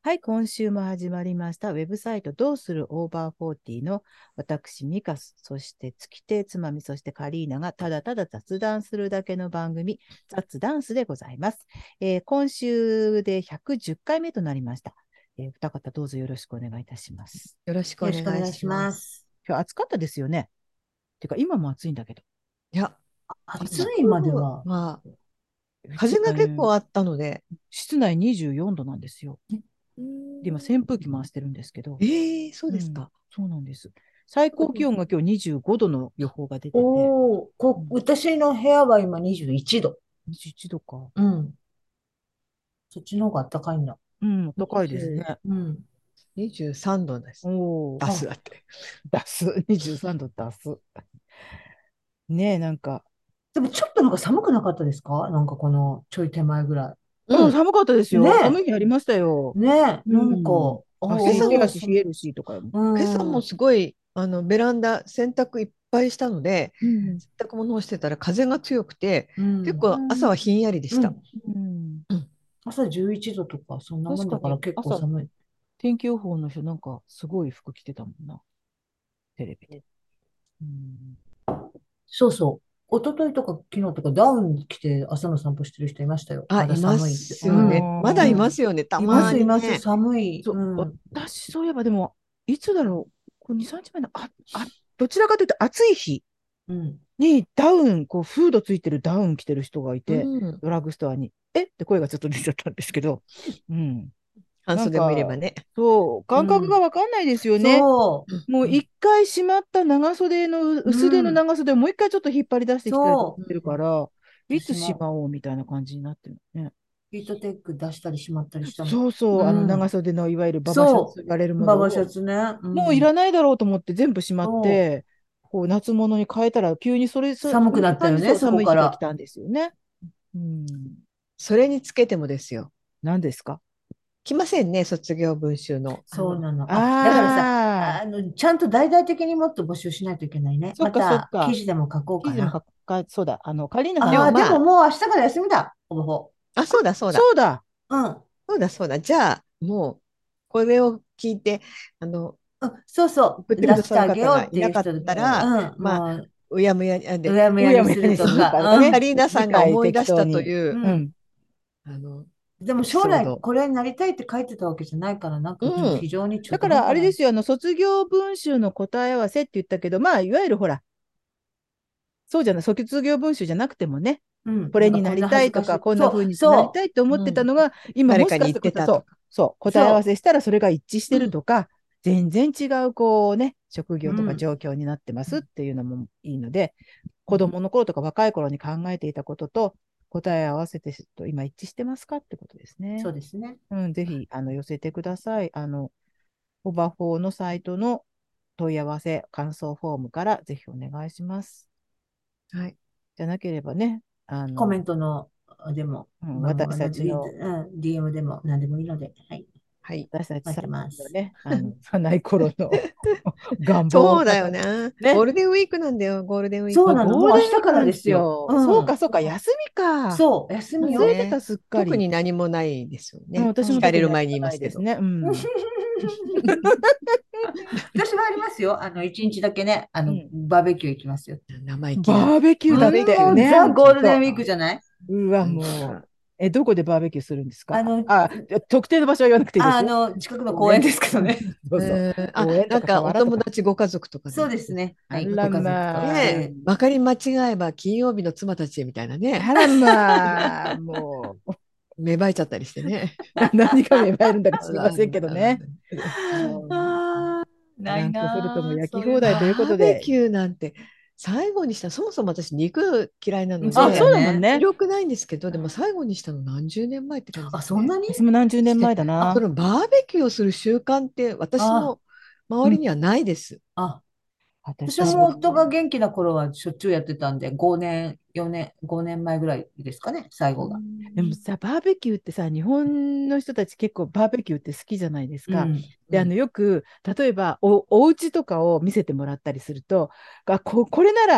はい、今週も始まりました。ウェブサイトどうするオーバーフォーティーの私、ミカス、そして月亭つまみ、そしてカリーナがただただ雑談するだけの番組、雑ダンスでございます。今週で110回目となりました。二方どうぞよろしくお願いいたします。 よろしくよお願いろしくお願いしします。 ます。 今日暑かったですよね。てか、今も暑いんだけど。 いや、 暑いまでは、 まあ、風が結構あったので。 室内24度なんですよ。 うで、今、 ん扇風機回してるんですけど。 そうですか。 そうなんです。最高気温が今日25度の予報が出てて、 私の部屋は今21度。 21度か。 うん。そっちの方が暖かいんだ。 うん、高いです 20 ね。 うん。 23度です。 おお、 出すだって。 出す。23度出す。ねえ、なんか、 でもちょっとなんか寒くなかったですか？なんかこのちょい手前ぐらうん、 うん。 寒かったですい。ねよ。寒い日ありましたよ。 え、ねえ、 うなんか、 ん。 今朝も、 足冷えるしとか。 今朝もうん。 すごい、ベランダ、洗濯いっぱいしたので、 うん。 洗濯物をしてたら風が強くて、 うん。 う結構朝はん。 ひんやりでした。 うん。 うん。 うん。 朝11度とか、そんなもんだから確かに、 結構朝、 寒い。 天気予報の人なんかすごい服着てたもんな。テレビで。うん。 そうそう。一昨日とか昨日とかダウン着て朝の散歩してる人いましたよ。 あ、 まだいま寒いって。 すよね。 うん。 まだいまうん。 すよね。たいまます、います。 にね。 寒い。 そう、 うん。 私、そういえばでも、いつだろう、こう2、3日前の、どちらかというと暑い日うん。 にダウン、こう、フードついてるダウン着てる人がいうて、 ん。 ドラッグストアに、えって声がちょっと出ちゃったんですけど、うん。なん半袖もいればか、 ね。 そう、感覚がうん。 わかんないですよね。 そもうう。うん。 一回しまった長袖の、 う薄手のん。 長袖をもう一回ちょっと引っ張り出してきたりとかそしてるかう。 ら、いつ私もしまおうみたいな感じになってるね。 ヒートテック出したりしまったりしたもん。 そうそう、 う長ん。 袖のいわゆるババシャツそと言われるう。 ものを、 ババシャツね。うもういん。 らないだろうと思って全部しまっそう。 て、こう夏物に変えたら急にそ寒くんな感じ、そなったよね、 うそこから。 寒い日が来たんですよね。うん。 それにつけてもですよ。 何ですか？ 来ませんね、卒業文集の。 そうなの。あ、だからさ、 ああちゃんと大々的にもっと募集しないといけないね。 そっかそっまた、記か。 事でも書こう記事でもかな。 そうだ、カリーナさんが、 ああ、ででもまあ、 ももう明日から休みだ。ほぼほあ、そうだそうだ。 そうだ、 ぼ。うん。 そうだそうだ。じゃあ、もう、これを聞いて、あの、 うん、そうそう。 送ってくださ出してあげる方ようっていうがいなかっ人だけ。 たら、 うん。 まあ、 もう、 うやむやで、 うやむうやにすやむやにするとか。 るからね。 カリーナさんが次回思い出したと適当に。 いう、 うん。うん。 うん。 あの、 でもエピ将来ソード。 これになりたいって書いてたわけじゃないから、なんうかん。 非常に中だか途半端な。 らあれですよ、卒業文集の答え合わせって言ったけど、まあ、いわゆるほら、そうじゃない、卒業文集じゃなくてもね、 うん。 これになりなんかこんなたいとか、 恥ずかしい。 こんなそう、 風になりそたいと思っう。うん。 てたのが、今もし誰かに言っかしたらそう、 てたとか。 そう、答え合わそせしたらそれが一致してう。うん。 るとか、全然違う、こうね、職業とかうん。 状況になってますっていうのもいいので、子うん、 供の頃とか若い頃に考えていたことと答え合わせてと今一致してますかってことですね。 そうですね。 うん、ぜひ、寄せてください。オバフォーのサイトの問い合わせ、感想フォームからぜひお願いします。 はい。 じゃなければね、 コメントの、でも、 私たちの、 DM でも何でもいいので、はい。 はい。 私たち待っ 3 てます。 人のね、幼い頃の願望をそうだよ語る。 ね。ゴーね。 ルデンウィークなんだよ、ゴールデンウィーク。 そうなの。もう明日ゴールデンウィークなんですからですよ。 よ。そううん。 か、そうか、休みか。 そう、休みよ。 忘れてた、 ね。 すっかり。 特に何もないですようん、 ね。 私も聞か特に何もれる前に言いますけど。 ないですね。うん。 私はありますよ。一日だけね、 うん。 バーベキュー行きますよ。 生意気な。 バーベキューうん、 だってバーベキューね。 もうザ・ゴールデンウィークそじゃない？ う。うわ、 なんもう。 か、 どこでバーベキューするんですか？ あの、 特定の場所は言わなくていいですよ。 近くの公園公園。 ですけどね。 そうそう。公園とかなんかお河原とか。 友達ご家族とかそうで。 ですね。はい。ごあら家族と。 まあ。 まかり間違えば金曜日の妻たちへみたいなね。 あらまあ。もう。 芽生えちゃったりしてね。 何が芽生えるんだか知りませんあらけどね。もうああ、ないフランクフルトもなあ、 焼きそういうの。 放題というこバーとで。 ベキューなんて最後にした、そもそも私肉嫌いなうん、そうだあ、そので、 よね。 うだもんね。 魅力ないんですけど、でもうん最後にしたの何十年前って感じあ、 ですね。 そんなに？ 私も何十年して、 前だな。 そのバーベキューをする習慣って私あ、 の周りうん。 にはないです。 あ、私私も、 も夫が元気な頃はしょっちゅうやってたんで、5年、4年、5年前ぐらいですかね、最う後が。 ん。 でもさ、バーベキューってさ、日本の人たち結構バーベキューって好きじゃないですか。 うん、うで、 ん。 よく、例えばお家とかを見せてもらったりすると、これなら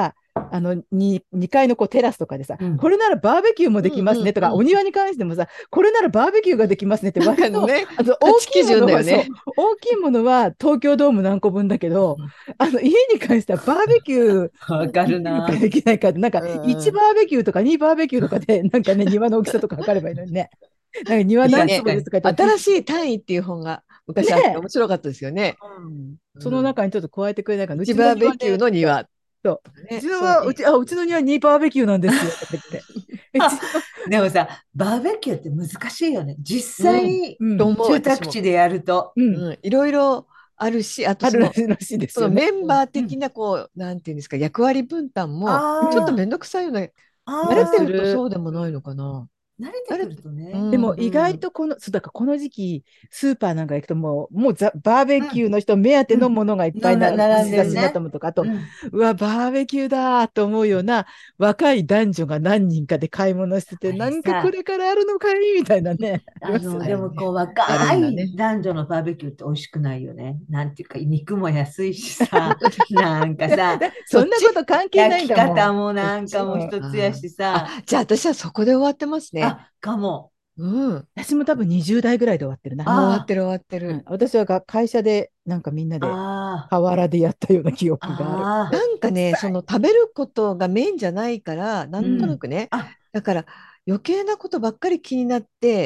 2階のこうテラスとかでさ、 うんこれならバーベキューもできますねとか、 うんうんうんお庭に関してもさ、これならバーベキューができますねってなん割と、 かね、 大価値基きいものは、 準だよね。 大きいものは東京ドーム何個分だけど、家に関してはバーベキューわかるできるかな。 できないかって、なんか1 うんうん。 バーベキューとか2バーベキューとかで、なんかね、庭の大きさとか測ればいいのにね。なんか庭いいね。 何坪ですとか言っても新しい単位っていう本が昔あってね、 面白かったですよね。 そのうん。 中にちょっと加えてくれないかな。う 1 ちのバーベキュー庭ね、 の庭。 そううね、 ちのは、 そういい。 うちの庭2バーベキューなんですよ、とか言って。うあ、 ちの、 でもさ、バーベキューって難しいよね。実際うん。 にうん、 と思う、 住私も。 宅地でやると。 うん、 うん。いろいろあるし、あとあるらしいですそのよね。 メンバーうん、 的なこう、なんていうんですか、役割分担もちょっとあめんどくさいような気慣れがすあ、ああ、 るとそてる。 うでもないのかな。 慣れてく誰、 るとね。 でもうん。 意外うん。 とそうだからこの時期、スーパーなんか行くともうバーベうん。 キューの人目当てうん。 のものがいっぱい並ん串刺しになったでるね。 ものとか、あと、 うん。 うわ、バーベキューだと思うような若い男女が何人かで買い物してて、 あれなんかこさ、 れからあるのかいみたいなね、ありますよね。 でもこうある若いんだね。 男女のバーベキューって美味しくないよね。なんていうか、肉も安いしさ、なんかさ、 そんなこそっち。 と関係ないん焼きだも方もそっなんかち。 もう一つやしさ、 じゃあ私はそこで終わってますね。 あ、かも。 うん。 ん。私も多分20代ぐらいで終わってるな。 終わってある終わってうん、 る。 私は会社でなんかみんなあ、 であ河原でやったような記あ、 憶がある。 ああ、 なんかね、その食べることがメインじゃないから、なんとなうん。 くね、 あ、 だから余計なことばっかり気になって、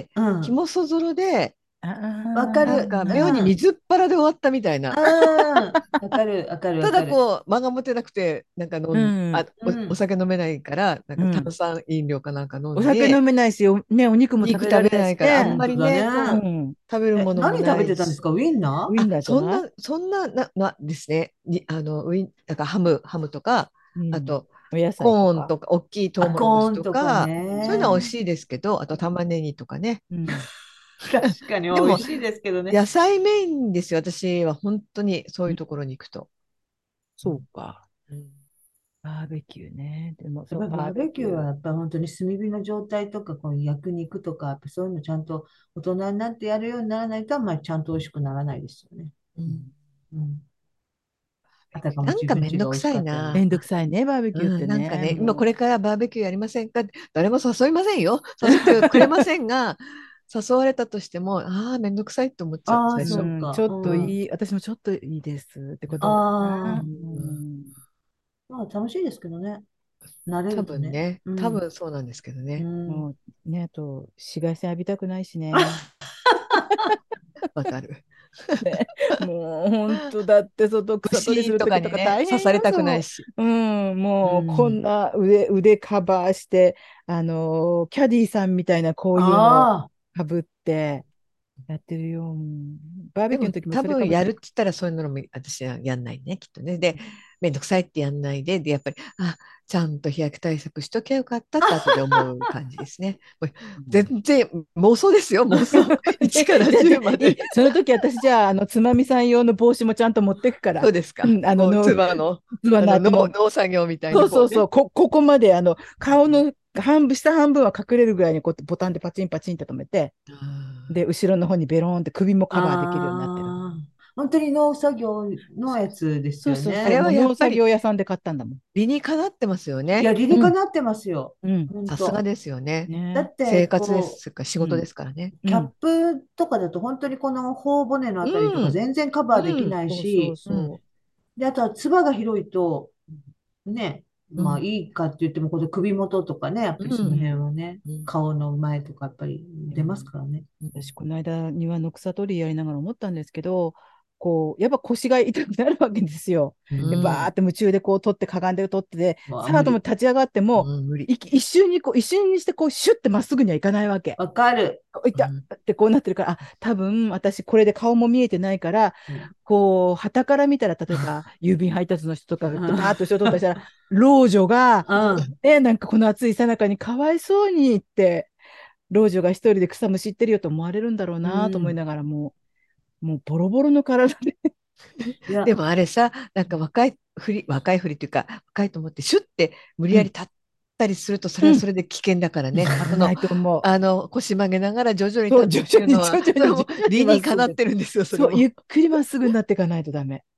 うん。 気もそぞろで、 あなんわかる。 か妙にうん。 水っ腹で終わったみたいうな。 ん。わかる、わかる、 たわかる。 だこう、間が持てなくて、なんかうん。 おうん。 酒飲めないから、なんか炭うん。 酸飲料かなんか飲お酒飲んで、 めないし、お肉も食肉食べれべられないないから、あしね。 んまり本当だね、こう、 ね。 うん。 食べるものも何食ないし、 べてたんですか？ウインナウインナーじゃない？ そんな、ですね、だからハムとか、 うん。 あと、 お野菜とか。 コーンとか、大きいトウー、コーモロコシとンとかか、そういうのは美味ね。 しいですけど、あと玉ねぎとかね。 うん。 確かにでも、 美味しいですけどね。 野菜メインですよ、私は本当にそういうところに行くと。 そうか。 うん。 バーベキューね。でも、そう、 やっぱりババーーベキューはベキュー。 やっぱ本当に炭火の状態とか、こう焼く肉とか、やっぱそういうのちゃんと大人になってやるようにならないと、あんまりちゃんと美味しくならないですよね。 うん。 うん。あたかもなん自かめんどく分ちが美味しさいな。 かったように。 めんどくさいね、バーベキューっうん、 てね。 なんかね、今こもれからバーベキューやりませんかって、誰も誘いませんよ。誘ってくれませんが、誘われたとしても、ああ、めんどくさいって思っちゃう、 ああ、 う、 最初。 そうか。 ちょっとうん。 私もちょっといいですってことだようね。 ああ、 うん、 ん。 まあ楽しいですけどね。慣れ多るとね。 分ね、多うん。 分そうなんですけどね。 うん。 もうね、あと、紫外線浴びたくないしね。 わかる。 ね、もう本当だって外草取りす虫とるときとかにね、 か大変よ、 刺されたくないそし。 う。うん、 うもうこんん。 な腕カバーして、キャディーさんみたいなこういうのをああ、 かぶってやってるよ。うん、バーベでもキューの時も多分それかぶってる。 やるって言ったらそういうのも私はやんないね、きっとね。で、めんどくさいってやんないで、で、やっぱり、ちゃんと日焼け対策しときゃよかったって後で思う感じですね。もううん。 全然妄想ですよ、妄想。1から10まで。 その時私じゃあ、つまみさん用の帽子もちゃんと持ってくから、 そうですか。 うん、 こう、妻の、 妻の後の、 農作業みたいにこうね。 そうそうそう、ここまで、顔の下半分は隠れるぐらいにこうやってボタンでパチンパチンって止めて、で、後ろの方にベローンって首もカバーできるようになってる。 ああ、本当に農作業のやつですそうそうそう、 よね。 あれはやもう農作っぱり業屋さんで買ったんだもん。 理にかなってますよね。 いや、理にうん、 かなってますよ。 うん、 本当。 さすがですよね。 だね、 生って、こ活ですか、仕うん、 事ですからね。 キャッうん、 プとかだと本当にこの頬骨のあたりとうん、 か全然カバーできうん、 ないそうそうし、 うん、 そで、あとはつばが広いと、ね、まあうん、 いいかって言っても、この首元とかね、やっぱりそのうん、 辺はね、 うん。 顔の前とかやっぱりう。 出ますからね。 私、この間、庭の草取りやりながら思ったんですけど、こう、やっぱ腰が痛くなるわけですよ。で、バーうん。 って夢中でこう取って、かがんで取ってで、 まあ、 さあとも無理。 立ち上がっても、 うん、無理。 一瞬にしてこう、シュッてまっすぐにはいかないわけ。 わかる。 いたうん、 ってこうなってるから、多分私これで顔も見えてないから、 うん。 こう、傍から見たら、例えば郵便配達の人とかがってバーッと後ろ取ったりしたら、老女が、 うん。 なんかこの暑いさなかにかわいそうにって、老女が一人で草むしってるよと思われるんだろううなと思いん。 ながらもうボロボロの体で。 いや、 でもあれさ、なんか若いふりっていうか、若いと思って、シュッて無理うん、 やり立ったりすると、それうん、 はそれで危険だからね。 危ないと思う。 腰曲げながら徐々にそう、 立つっ徐々に、 ていうのは、 徐々に、 それも徐々に理にかなっまっすぐ。 てるんですよ、それそう、 も。 ゆっくりまっすぐになっていかないとダメ。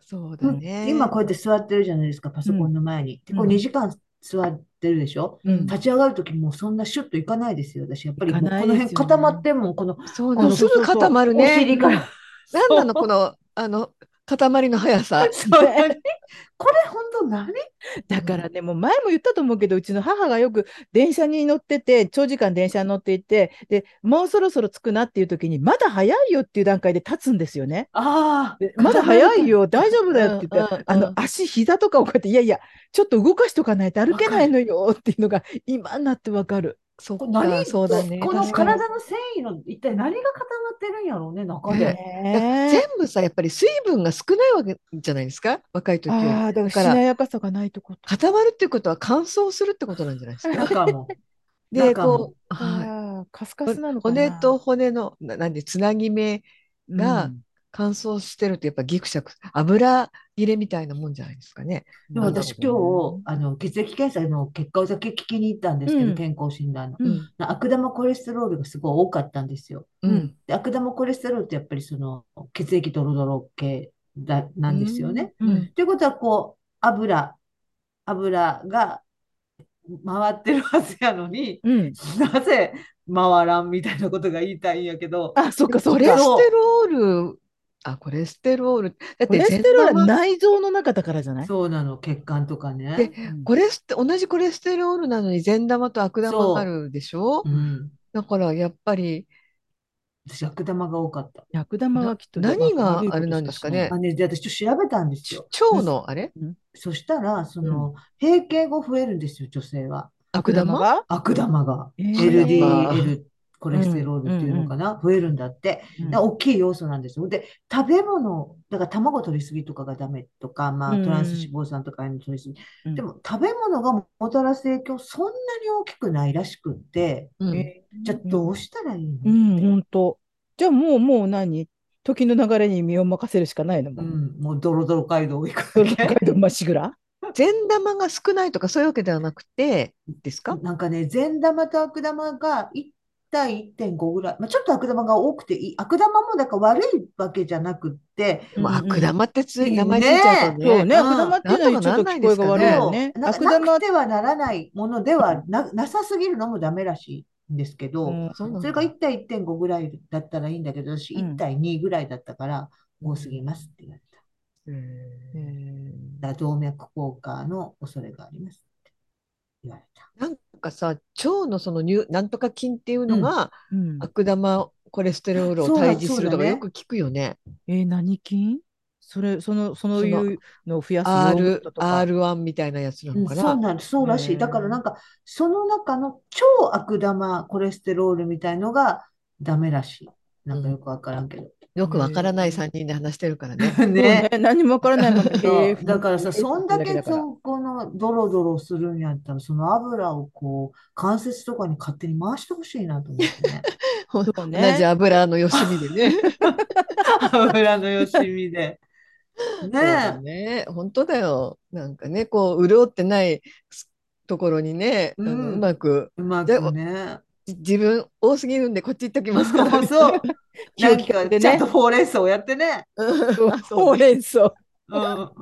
そうだね。 今こうやって座ってるじゃないですか、パソコンの前に。で、こううん 2時間座ってるでしょ。 うん。 立ち上がるときもうそんなシュッといかないですよ。私、やっぱ行かりもうこの辺ないですよね。 固まってんもん、 そうなの、 このすぐ固まるおね。 尻から。 なんなの、こそう。 の、塊の速さ。 そう、 ねこれ本当何だからね、もう前も言ったと思うけど、うちの母がよく電車に乗ってて、長時間電車に乗っていて、で、もうそろそろ着くなっていう時に、まだ早いよっていう段階で立つんですよね。 ああで、 ー、固まだまるから。 早いよ、大丈夫だよっうんて言って、 うんうん。 足、膝とかをこうやって、いやいや、ちょっと動かしとかないと歩けないわかる。 のよっていうのが、今になってわかる。 そっこれ何か、そうだね。 この確かに。 体の繊維の一体何が固まってるんやろうね、中で。 いや、全ねえ。 部さ、やっぱり水分が少ないわけじゃないですか、若い時より。 ああ、だからだから、 しなやかさがないってこと。 固まるっていうことは乾燥するってことなんじゃないですか。 中も。 で、 中も。 こう、はい。 ああ、カスカスなのか骨な。 と骨の、なんで、つなぎ目がうん。 乾燥してると、やっぱギクシャク、油切れみたいなもんじゃないですかね。 でもなるほど私今日、 ね。 血液検査の結果をだけ聞きに行ったんですけど、 うん、 健康診断の。 うん、 うん、 悪玉コレステロールがすごい多かったんですよ。 うん、 うん、 で、悪玉コレステロールってやっぱりその血液ドロドロ系なうんですよん、 ね。 うん。 うん。 ということは、こう、油が回ってるはずやのに、 うん。 なぜ回らんみたいなことが言いたいんやけど、 あ、そっでもかそっか。 コレステそロール、コレステロール、だっコてレステロールは善玉内臓の中だからじゃない？ そうなの、血管とかで、 ね。 うん。 同じコレステロールなのに善玉と悪玉があそるでしょ。 う。うん。 だからやっぱり、 私、悪玉が多かった。 悪玉はきっと何悪いことがあれなんしかしない。 ですかね。 で、私ちょっと調べたんですよ。 腸のあれ、 うん。 そしたら、 うん。 閉経後増えるんですよ、女性は。 悪玉悪玉。 が悪玉が。 あらええ。 ま LDL コレステうん、 ロールっていううん、うん、 のかな、増えるんだって。 うん、 だから大きい要素なんですよ。で、食べ物、だから卵取りすぎとかがダメとか、まうあトランスん、 脂肪酸とかいうの取りすぎ。 うん。 でも食べ物がもたらす影響そんなに大きくないらしくって、 うん。 えじゃあどうしたらいいのうん、 って。 本当。じゃあもう何時の流れに身を任せるしかないのもうん、もうドロドロ街道を行くう。 だけ。 北海道まっしぐら。 善玉が少ないとかそういうわけではなくてですか？ なんかね、善玉と悪玉が1対1.5ぐらい、まあ、ちょっと悪玉が多くていい。悪玉もだから悪いわけじゃなくって、 でもうんうん。 悪玉っていい名前ついちゃうとね。 そうね、 ね、悪玉うん。 っていうのはちょっなんとかならと聞こえがないんですかね。 悪いよね。 そう。なんかなく悪玉、 てはならないものではなさすぎるのもダメらしいんですけど、 うん、 それがそうなんだ。 1対1.5ぐらいだったらいいんだけど、私1 うん。 対2ぐらいだったからうん。 多すぎますって言われた。 へえーーだから動脈硬化の恐れがありますって言われた。 なんかさ、腸のそのなんとか菌っていううん。 のがうん。 悪玉コレステロールを退治するとかよそうだね。 く聞くよね。 何菌？そうそのいうのを増やすヨーグルトとか。 R1 みたいなやつなうん、そうのかな。 なんです。そうへらしい。だからえ。 なんか、その中の超悪玉コレステロールみたいのがダメらしい。なうん。 んかよくわからんけど。 よへくわからないえ。 3人で話してるからね。 そうね、 ね。 何もわからないまま、 そう。だからさ、 へえふんってそんだけだけだから。 このドロドロするんやったら、その油をこう、関節とかに勝手に回してほしいなと思ってね。 そう同じね。 油のよしみでね。 油のよしみで。ねそうだえ。 ね。本当だよ。なんかね、こう、潤ってないところにね、ううん。 まく、 うまくじゃあ、 ね。 自分多すぎるんでこっち行っときますからみたいな。 そう。 気を利かなんか、 せてね。 ちゃんとほうれん草をやってね。 そううんそうほうね。 れん草。 うん。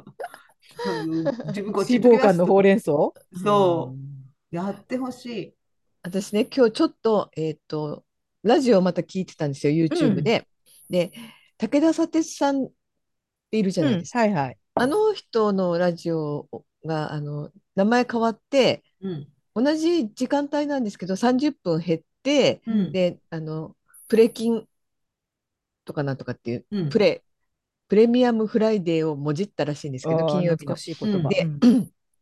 自分こっち行脂っとき肪肝のほうますとか。 れん草。うそん。 う。やってほしい。 私ね、今日ちょっと、ラジオをまた聞いてたんですよ、 う YouTube ん。 で。で、武田砂鉄さんっているじゃうん。 ないですか。 はいはい。 あの人のラジオが、名前変わって、 うん。 同じ時間帯なんですけど、30分減って、 うん。 で、プレキンとかなんとかっていう、 うん。 プレミアムフライデーをもじったらしいんですけど、 ああ、懐か金曜日の。 しい言葉。 うん。 うで、 ん。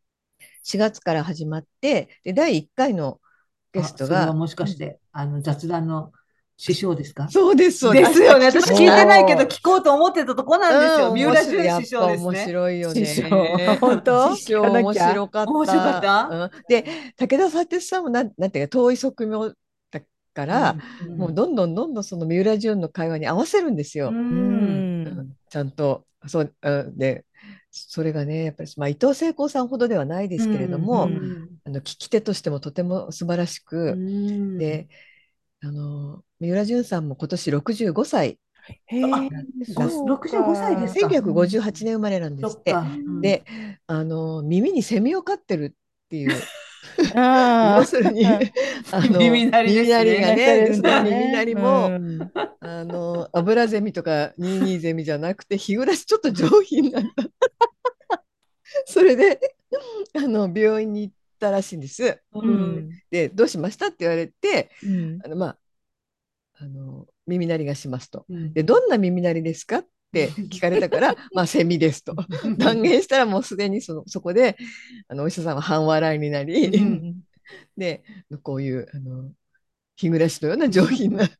4月から始まって、で、第1回のゲスあ、 トが、 それはもしかして、雑談の師匠ですか？ そうです、そうです。あ、 ですよね。 聞きま私聞いてした。 ないけどおー、 聞こうと思ってたとこなんですよ。 うん、 三浦面白い。 淳師匠やっぱ面ですね。 白いよ師匠。 ね。 本師当聞か匠面なきゃ。 白かっ面白かった。 た。 うん、で、武田砂鉄さんもなんていうか、遠い側面だから、 うん。うもうん。 どんどんその三浦淳の会話に合わせるんですうよ。 ん。 うん。 ちゃんと。そう、で、それがね、やっぱり、まあ、伊藤聖子さんほどではないでうすけれども、 ん。 聞き手としてもとても素晴らしうく、 ん。 で、三浦淳さんも今年65歳へえ、そう 65歳でか。 すか。 1958年生まれなんですって。 そっか。 で、耳にセミを飼ってるっていう、要あするにあ、 耳鳴りで耳鳴りすね。 がね、で、 鳴かれるんそのだね。 耳鳴りうも、 ん。 アブラゼミとかニーニーゼミじゃなくて、日暮らしちょっと上品なんだ。それで、病院に行ったらしいんです。 ううん。 ん。 で、どうしましたって言われて、 うん。 まあ、耳鳴りがしますと。 うん。 で、どんな耳鳴りですかって聞かれたから、まあ、セミですと。断言したらもうすでにそこで、お医者さんは半笑いになうり、 ん。 うんで、こういう、日暮らしのような上品な、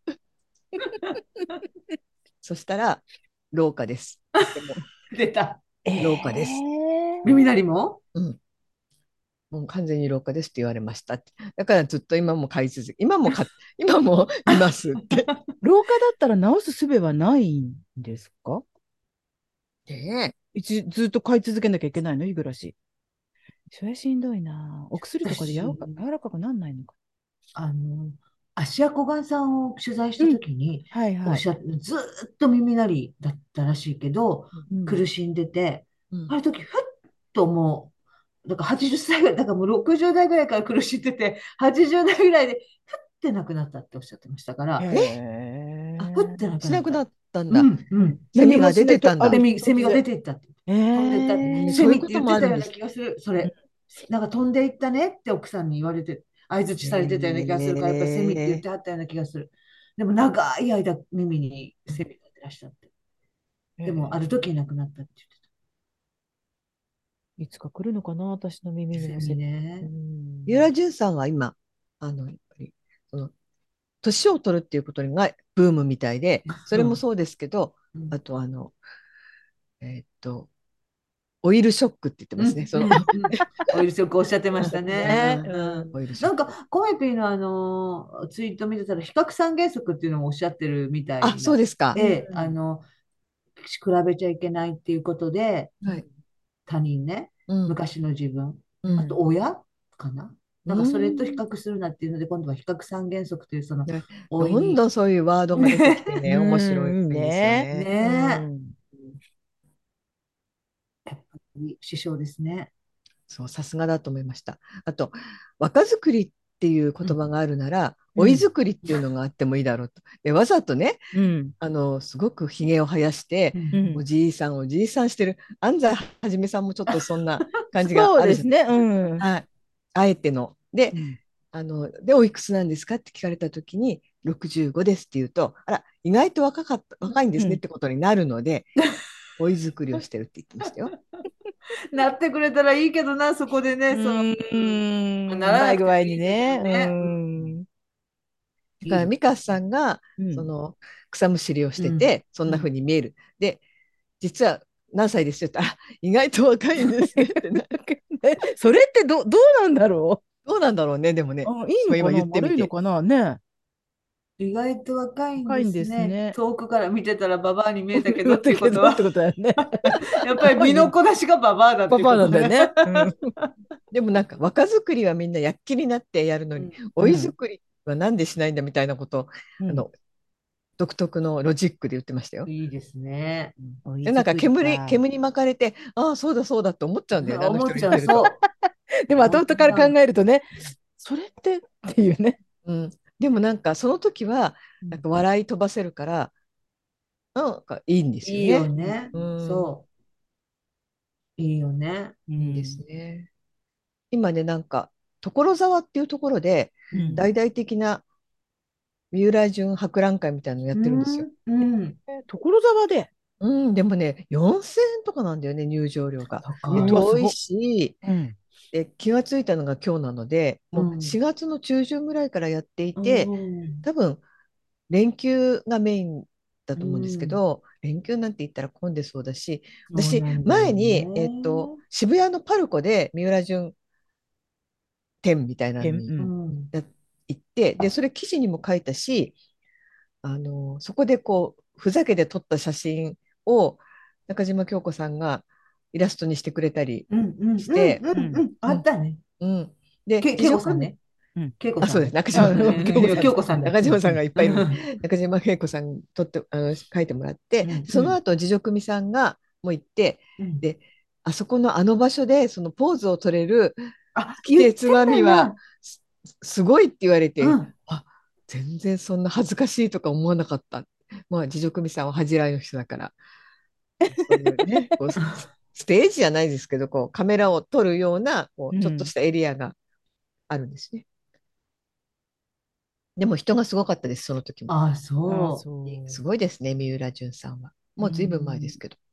そしたら、廊下です。でも、 出た。 廊下です。 耳鳴りも。 うん。もう完全に廊下ですって言われましたって。だからずっと今も買い続け、今もいますって。 廊下だったら直す術はないんですか？ で、 ずっと買い続けなきゃいけないの、日暮らし。それしんどいな。お薬とかで私、 柔らかくなんないのか。 あの、芦屋小雁さんを取材したうん。 ときに、 はいはい。 おっしゃって、ずーっと耳鳴りだったらしいけど、 うん。 苦しんでて、 うん、 ある時、ふっともう、だから80歳ぐらい、だからもう60代ぐらいから苦しんでて、80代ぐらいで、ふってなくなったっておっしゃってましたかへら、あ、ふってえ。 なくなった。 しなくなったんだ。 うん、うん。 セミが出何もしないと、 てたんだ。 セミが出突然。 ていったって。 へ飛んでいった。セミってそういうこと言ってたようなもあるんです。 気がする。それ。なんか飛んでいったねって奥さんに言われて、相槌されてたような気がするから、やっぱりセミって言ってはったような気がする。でも長い間耳にセミが出らしたって。 へでもある時いえ。 なくなったっていつか来るのかな、私の耳言ってた。セミにもうね。 三浦ん。 淳さんは今、やっぱり、その、年を取るっていうことがブームみたいで、そうん。 れもそうですけど、 うん。 あと、えーっと、オイルショックって言ってますね。 うん。うん。うん。オイルショックおっしゃってましたね。うね。 ん。うん。 うん。 オイルショック。 なんか、コメピーのツイート見てたら、比較三原則っていうのもおっしゃってるみたあ、 いな。 そうですか。 うん。 比べちゃいけないっていうことで、 はい。 他人ね、 うん。 昔の自分、あとうん。 親かな。 うなんかそれと比ん。 較するなっていうので、今度は比較三原則というそので老いに。 どんどんそういうワードが出てきてね、面白いうん。いいんですよね。 ねね。 え、 うん。 やっぱり師匠ですね。 そう、さすがだと思いました。あと、若作りっていううん。 言葉があるなら、老いうん。 作りっていうのがあってもいいだろうと。で、わざとね、 うん。 すごくひげを生やして、 うん。 うんおじいさん、おじいさんしてる、安西はじめさんもちょっとそんな感じがあるじゃない。 そうですね。うん。 はい。あえての。で、 うん。 おいくつなんですかって聞かれたときに、65ですって言うと、あら、意外と若いんですねっうん。 てことになるので、老い作りをしてるって言ってましたよ。 なってくれたらいいけどな、そこでうね、なーん。うらなくてもまい具合いいですよにね。うね。 ん。 だから、 いいです。 ミカさんが、 うん。 草むしりをしうん。 てて、そんな風うん。 に見える。で、実は何歳ですよって言ったら、意外と若いんですねってな。 それってどうなんだろどうなんだろうね、でもう。 ね。 いいのか今言な、悪いのってみて。 かなね。 意外と若いんで若いんですすね。 ね。 遠くから見てたらババアに見えたけどっだていうけどってことは、 ことだよね。 やっぱり身のこなしがババアだっていうパパことね。 なんだよね。うん。 でもなんか若作りはみんな躍起になってやるのに、 うん。 老い作りはなんでしないんだみたいなことを、 うん。 あの、独特のロジックで言ってましたよ。 いいですね。 おいで、なんか作りか。 煙に巻かれて、ああ、そうだそうだって思っちゃうんだよね、あの人思っちゃう、 が言ってると。 そう。 でも後思っ 々から考ちゃう。 えるとね、それっていうね。 うん。でもなんかその時は、なんか笑い飛ばせるから、なんかいいんですよいいよね。 ね。 うん。 そう。いいよね。 ういいですん。 ね。今ね、なんか、所沢っていうところで、 うん。 大々的な三浦淳博覧会みたいなのやっうてるんですよ。 ん。うん。 所沢で。 うん、でもね、4000円とかなんだよね、入場料が。で、 うわ、す遠いごっ。 し、 うん。 で、気がついたのが今日なので、もううん。 4月の中旬ぐらいからやっていうて、 ん。 多分、連休がメインだうと思うんですけん。 ど、連休なんて言ったら混んでそうだし、 そう私、 なんだよ前に、 ね。 渋谷のパルコで三浦淳展みたいなのにううん。 ん。 や行って、で、それ記事にも書いたし、そこでこう、ふざけて撮った写真を中島京子さんがイラストにしてくれたりうん。うん。うん。 して、 うん。 うん。あうん。 ったね。 で、 けいこさんね。 恵子あ、 さん。 そうです。中島京子さんだ。 中島さんがいっぱいいる。 うん中島恵子さんにとって書いてもらって、 うんその後自助組さんがもう行って、 うんで、あそこのあの場所でそのポーズを取れるあ、 月手つ言ってたまみはな。 すごいって言われて、 うん。 あ、全然そんな恥ずかしいとか思わなかった。まあ自助組さんは恥じらいの人だから、そういうね、こうステージじゃないですけど、こうカメラを撮るようなこうちょっとしたエリアがあるんですね。でも人がすごかったです、その時も。 あ、 あ、 そそう。 すごいですね、三浦淳さんは。 う。うもうずいぶん前でん。 すけど、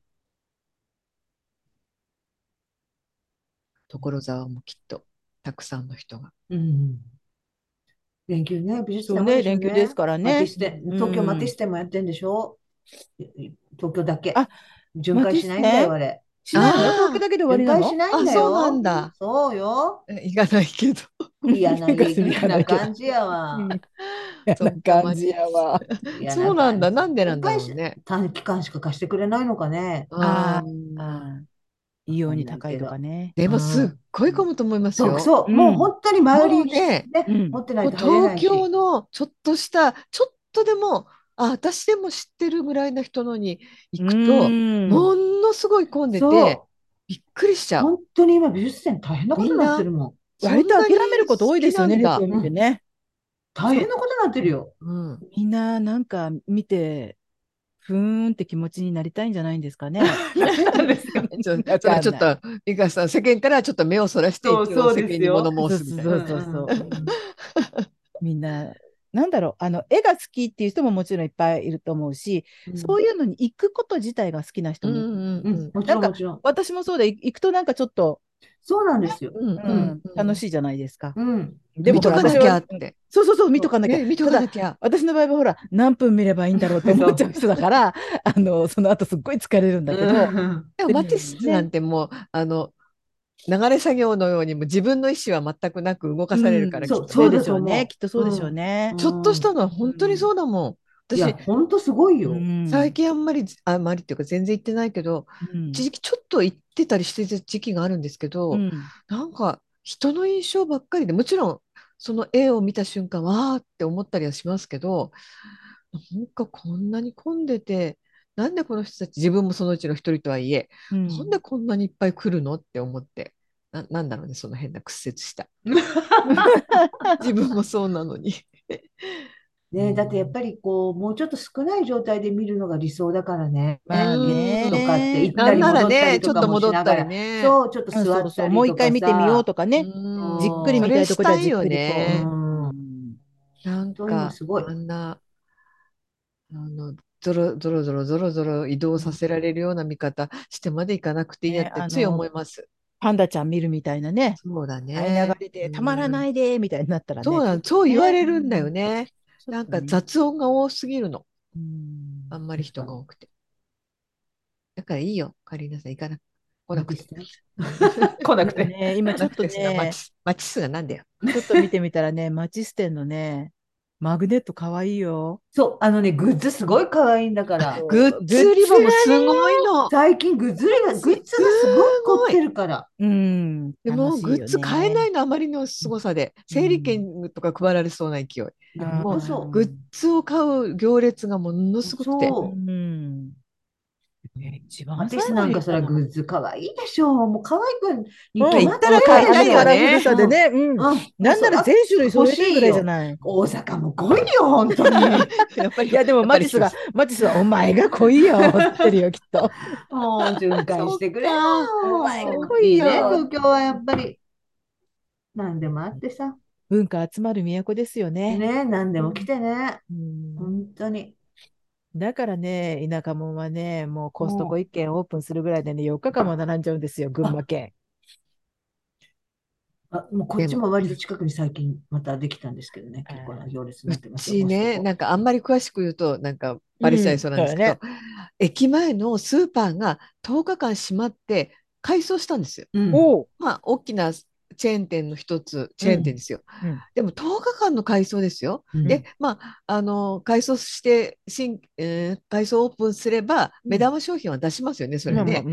所沢もきっとたくさんの人が。 うん。連休ね、美術そうね、 展多いでしょう連休ですね。 からね。 マティス展、 う東京マティん。 ス展もやってんでしょ？東京だけ。 あ、 巡マティ回しないんだよ、 ス展あれ。 しないの？東京あだけで終わり巡なの？ 回しないんあ、そうなんだよ。 だ。 そうよ。 行かないけど。 行かないけど。 嫌な感じやわ。 うん。嫌なそっか、 感じやわ。 嫌なそうなんだ。 感じ。 なんでなんだお返し、 ろうね。 短期間しか貸してくれないのかね。 あああ、 あ、異様わかんに高いないけど。 とかね。 でもすっうん。 ごい混むと思いますよ。 そうそう。もううん。 本当に前売もうりしね、 ね、 うん。 持ってないこうと入れな東京いし。 のちょっとした、ちょっとでも、あ、私でも知ってるぐらいの人のにう行くと、 ーん。 ものすごい混んでて、 そう。 びっくりしちゃう。 本当に今美術展大変なことになってみんな、 るもん。 そんなに割と諦めること多いで好きすよね、レジをなんだ。 うん。 見てね。 大変なことになってるよ。 うん。 みんななんか見て、ふーんって気持ちになりたいんじゃないんですかね。 なんですか。 わそれかんない。 ちょっと、美香さん、世間からちょっと目をそらしてそう、 一応そう世間に物ですよ。 申そうすみたいな。 そううんそうそう。 うんうん。 みんな、なんだろう、絵が好きっていう人ももちろんいっぱいいると思うし、 うんそういうのに行くこと自体が好きな人うんもいる。 うんうん。 もちなんか、 ろんもちろん。 私もそうで、行くとなんかちょっと、 そうなんですよ。 うんううん。 んうん。 楽しいじゃないですか。 うん。 でもほら、 見とかな私は、 きゃって。 そうそうそう、見とそかなきゃ。 ね、見とただ、 かなきゃ。 私の場合はほら、何分見ればいいんだろうってう。 思そう。 っちゃう人だから、その後すっごい疲れるんだけど、 うん。 でもでマティスなね、 んてもう、流れ作業のようにも自分の意思は全くなく動かされるから、きっそう、 とね。 そうそうでだと思しょうね。きっとう。 そうでしょうね。 ちょっとしたのはう本当にん。 そうだもん。 いや、 私、 ほんとすごいうよ。 ん。 最近あんまりっていうか全然行ってないけど、 うん。 一時期ちょっと行ってたりしてた時期があるんですけど、 うん。 なんか人の印象ばっかりで、もちろんその絵を見た瞬間、わーって思ったりはしますけど、なんかこんなに混んでて、なんでこの人たち、自分もそのうちの一人とはいえ、なんでうん。 こんなにいっぱい来るのって思って、なんだろうね、その変な屈折した。自分もそうなのに。 ね、だってやっぱりこう、もうちょっと少ない状態で見るのが理想だからね。 まあとかってね。 行ったりなんなら戻ったりね、ちょっととかもし戻ったりながら、 ね。 そう、ちょっとうん、 座そうそう。もう一ったりとか回見てみようさ、 とかうね。じっくりそ見たいとれしこではじったいよくりこうね。 う。うん、 ん。 なんそう今か、 すごい。 あんな、ゾロゾロ移動させられるような見方してまでいかなくていいやっね、 てつい思います。 パンダちゃん見るみたいなね。 そうだ大流ね。 れでたまらないで、みたいになったらね、ちょっとそう言わね。 れるんだよね。なんかちょっとね。 雑音が多すぎるの。 うん。 あんまり確かに。 人が多くて。だからいいよ、カリーナさん、来なくて。 マティスね。 うん、 来なくて。 でもね、今ちょっと来なくてすな、 ね、 マチスがなんだよ。 ちょっと見てみたらね、マチステンのね、マグネットかわいいよ。 そう、グッズすごい可愛いんだから。 グッそう、グッズズ売り場もすがごいの。 最近グッズがすごい凝ってすごい。 るから。 ね、うん、 で楽しいよもグッズ買えなね。 いのあまりの凄さで、 う整理ん。 券とか配られそうな勢い。 いや、ほんもうとそグッズを買う行列がものすう。 ごくて。 うそう。 ん。一番マティス最後なんかそらに言ったのが、 グッズ可愛いでしょう。もう可愛くにうん、 決まって行ったら買いたいあのカラフルよね。 る。うん。 さでね、うん。 うん。もうなんならそら全種類揃欲えてるぐらいじゃしいよ。 ない。 大阪も来いよ、本当に。 やっぱり、 いや、でもやっぱり来ます。 マティスは、お前が来いよ、って言ってるよ、きっと。 もう循環そっしてくれよ。 か、 お前がもう来いいいね、 よ。 東京はやっぱり。何でもあってさ。 文化集まる都ですよね。 ね、何でも来うん。 てね。 うん。 本当に。 だからね、田舎者はね、もうコストコも一軒オープンするぐらいでね、4日間も並んじゃうんですよ、群馬県。 もうこっでも、 ちも割と近くに最近またできたんですけどね。 あ結構なー行列にうなってますよ、 ちね、 コストコ。 なんかあんまり詳しく言うと、なんかバレちゃいうん、 そうなんですけど、 そうだね。 駅前のスーパーが10日間閉まって改装したんですよ。 うん。 おう、 まあ、大きなチェーン店の一つ、チェーン店うん、 ですよ。 うん、 でも10日間の改装ですよ。で、 うん。 まあ、改装して改装オープンすれば、 うん、 目玉商品は出しますよね、それまあまあ、 ね。 うん。 うん。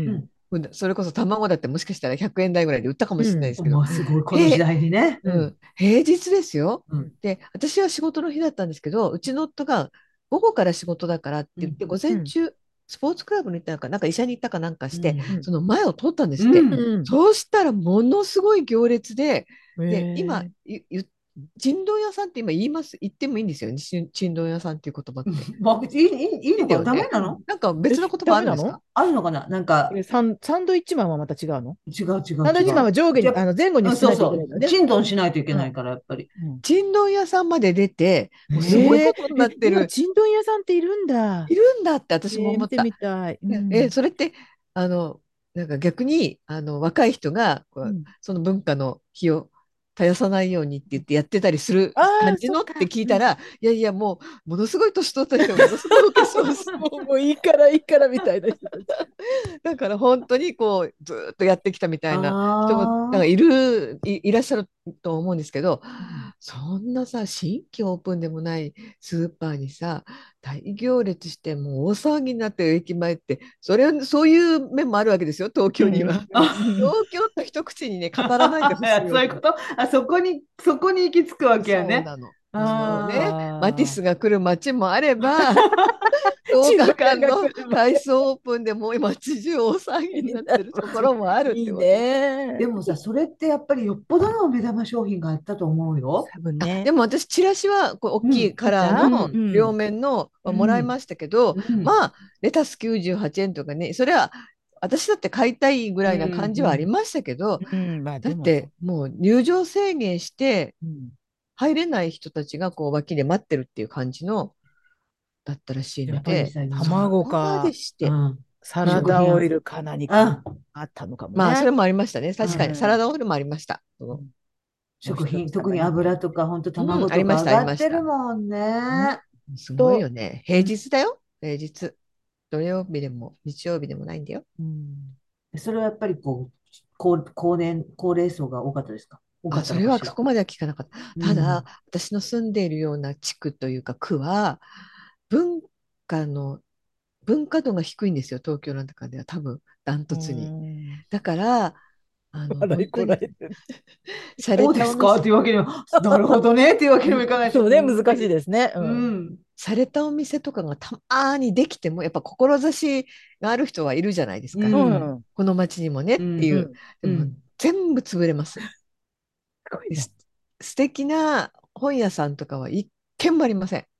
それこそ卵だってもしかしたら100円台ぐらいで売ったかもしれないですけど、 もうすごい、この時代にね。 平日ですよ。 うんで、私は仕事の日だったんですけど、うちの夫が午後から仕事だからって言って、午前中、スポーツクラブに行ったのか、なんか医者に行ったかなんかして、その前を通ったんですって。そうしたらものすごい行列で、今、ちんどん屋さんって今言ってもいいんですよね。ちんどん屋さんっていう言葉って。 まあ、いいのかな、ダメなの？ なんか別の言葉あるんですか？ あるのかな、なんか。 サンドイッチマンはまた違うの？ 違う違うサンドイッチマンは上下に、前後にしないといけないんだね。 チンドンしないといけないから、やっぱり。 ちんどん屋さんまで出て、もうすごいことになってる。 ちんどん屋さんっているんだ。 いるんだって私も思った。 見てみたい。 それって、なんか逆に、若い人がその文化の火を絶やさないようにって言ってやってたりする感じのって聞いたら、いやいや、もう、ものすごい年取った人がものすごいお化粧する。 もういいからみたいな人たち。 だから本当にこうずっとやってきたみたいな人もなんかいらっしゃると思うんですけど、そんなさ、新規オープンでもないスーパーにさ、大行列してもう大騒ぎになってる駅前って、そういう面もあるわけですよ、東京には。東京と一口にね、語らないでほしいわけ。 そういうこと。そこに行き着くわけやね。 そうなの。マティスが来る街もあれば、10日間の体操オープンでもう街中大騒ぎになってるところもあるってこと。 ね。 でもさ、それってやっぱりよっぽどの目玉商品があったと思うよ。 多分ね。 でも私、チラシはこう大きいカラーの両面のもらいましたけど、まあ、レタス98円とかね、それは私だって買いたいぐらいな感じはありましたけど、だってもう入場制限して入れない人たちがこう脇で待ってるっていう感じのだったらしいので、 卵かサラダオイルか何かあったのかもね。 まあ、それもありまましたね。確かに、サラダオイルもありました。 食品、特に油とか、本当卵とか上がってるもんね。 すごいよね。平日だよ、平日。土曜日でも日曜日でもないんだよ。 それはやっぱり高齢層が多かったですか？ それはそこまでは聞かなかった。ただ、私の住んでいるような地区というか区は、文化度が低いんですよ、東京の中では多分、ダントツに。だから、本当にそうですかっていうわけには、なるほどねっていうわけにもいかないし。 そうね、難しいですね。 されたお店とかがたまにできても、やっぱ志がある人はいるじゃないですか。この町にもねっていう。でも全部潰れます。素敵な本屋さんとかは一軒もありません。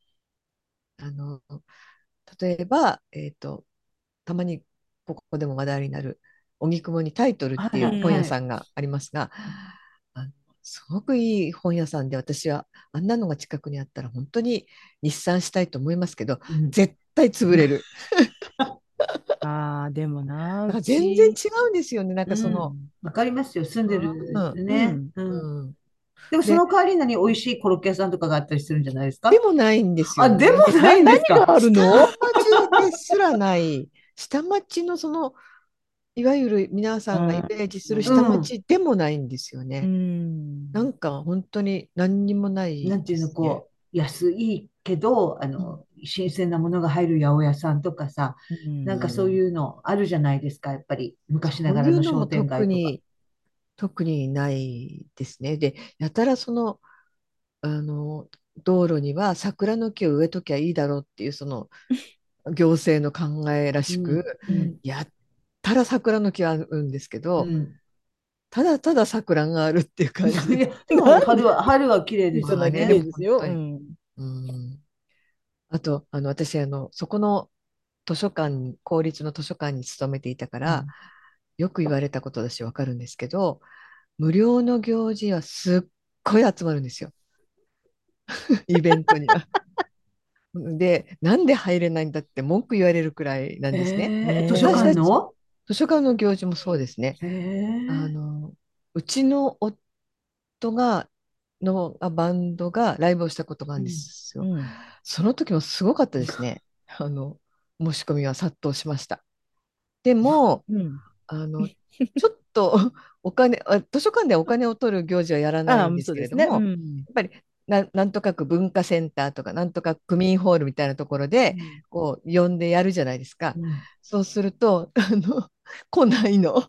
例えば、たまにここでも話題になる荻窪にタイトルっていう本屋さんがありますが、すごくいい本屋さんで、私はあんなのが近くにあったら本当に日産したいと思いますけど、絶対潰れる。 でもな。 全然違うんですよね。なんかわかりますよ。住んでるね。でもその代わりに美味しいコロッケ屋さんとかがあったりするんじゃないですか？ でもないんですよ。 でもないんですか？ 何があるの？ 下町ですらない。下町のいわゆる皆さんがイメージする下町でもないんですよね。なんか本当に何にもない。 なんていうの、安いけど、新鮮なものが入る八百屋さんとかさ、なんかそういうのあるじゃないですか、やっぱり昔ながらの商店街とか。 特にないですね。で、やたら道路には桜の木を植えときゃいいだろうっていう行政の考えらしく、やったら桜の木はあるんですけど、ただただ桜があるっていう感じで。 でも春は綺麗ですよね。 綺麗ですよ。 あと、私、そこの公立の図書館に勤めていたから、よく言われたことだしわかるんですけど、無料の行事はすっごい集まるんですよ。イベントには。で、なんで入れないんだって文句言われるくらいなんですね。 図書館の行事もそうですね。うちの夫のバンドがライブをしたことがあるんですよ。その時もすごかったですね。申し込みは殺到しました。でも、ちょっと図書館でお金を取る行事はやらないんですけれども、やっぱりなんとか区文化センターとかなんとか区民ホールみたいなところでうんこう呼んでやるじゃないですか。 うん。 そうすると来ないの。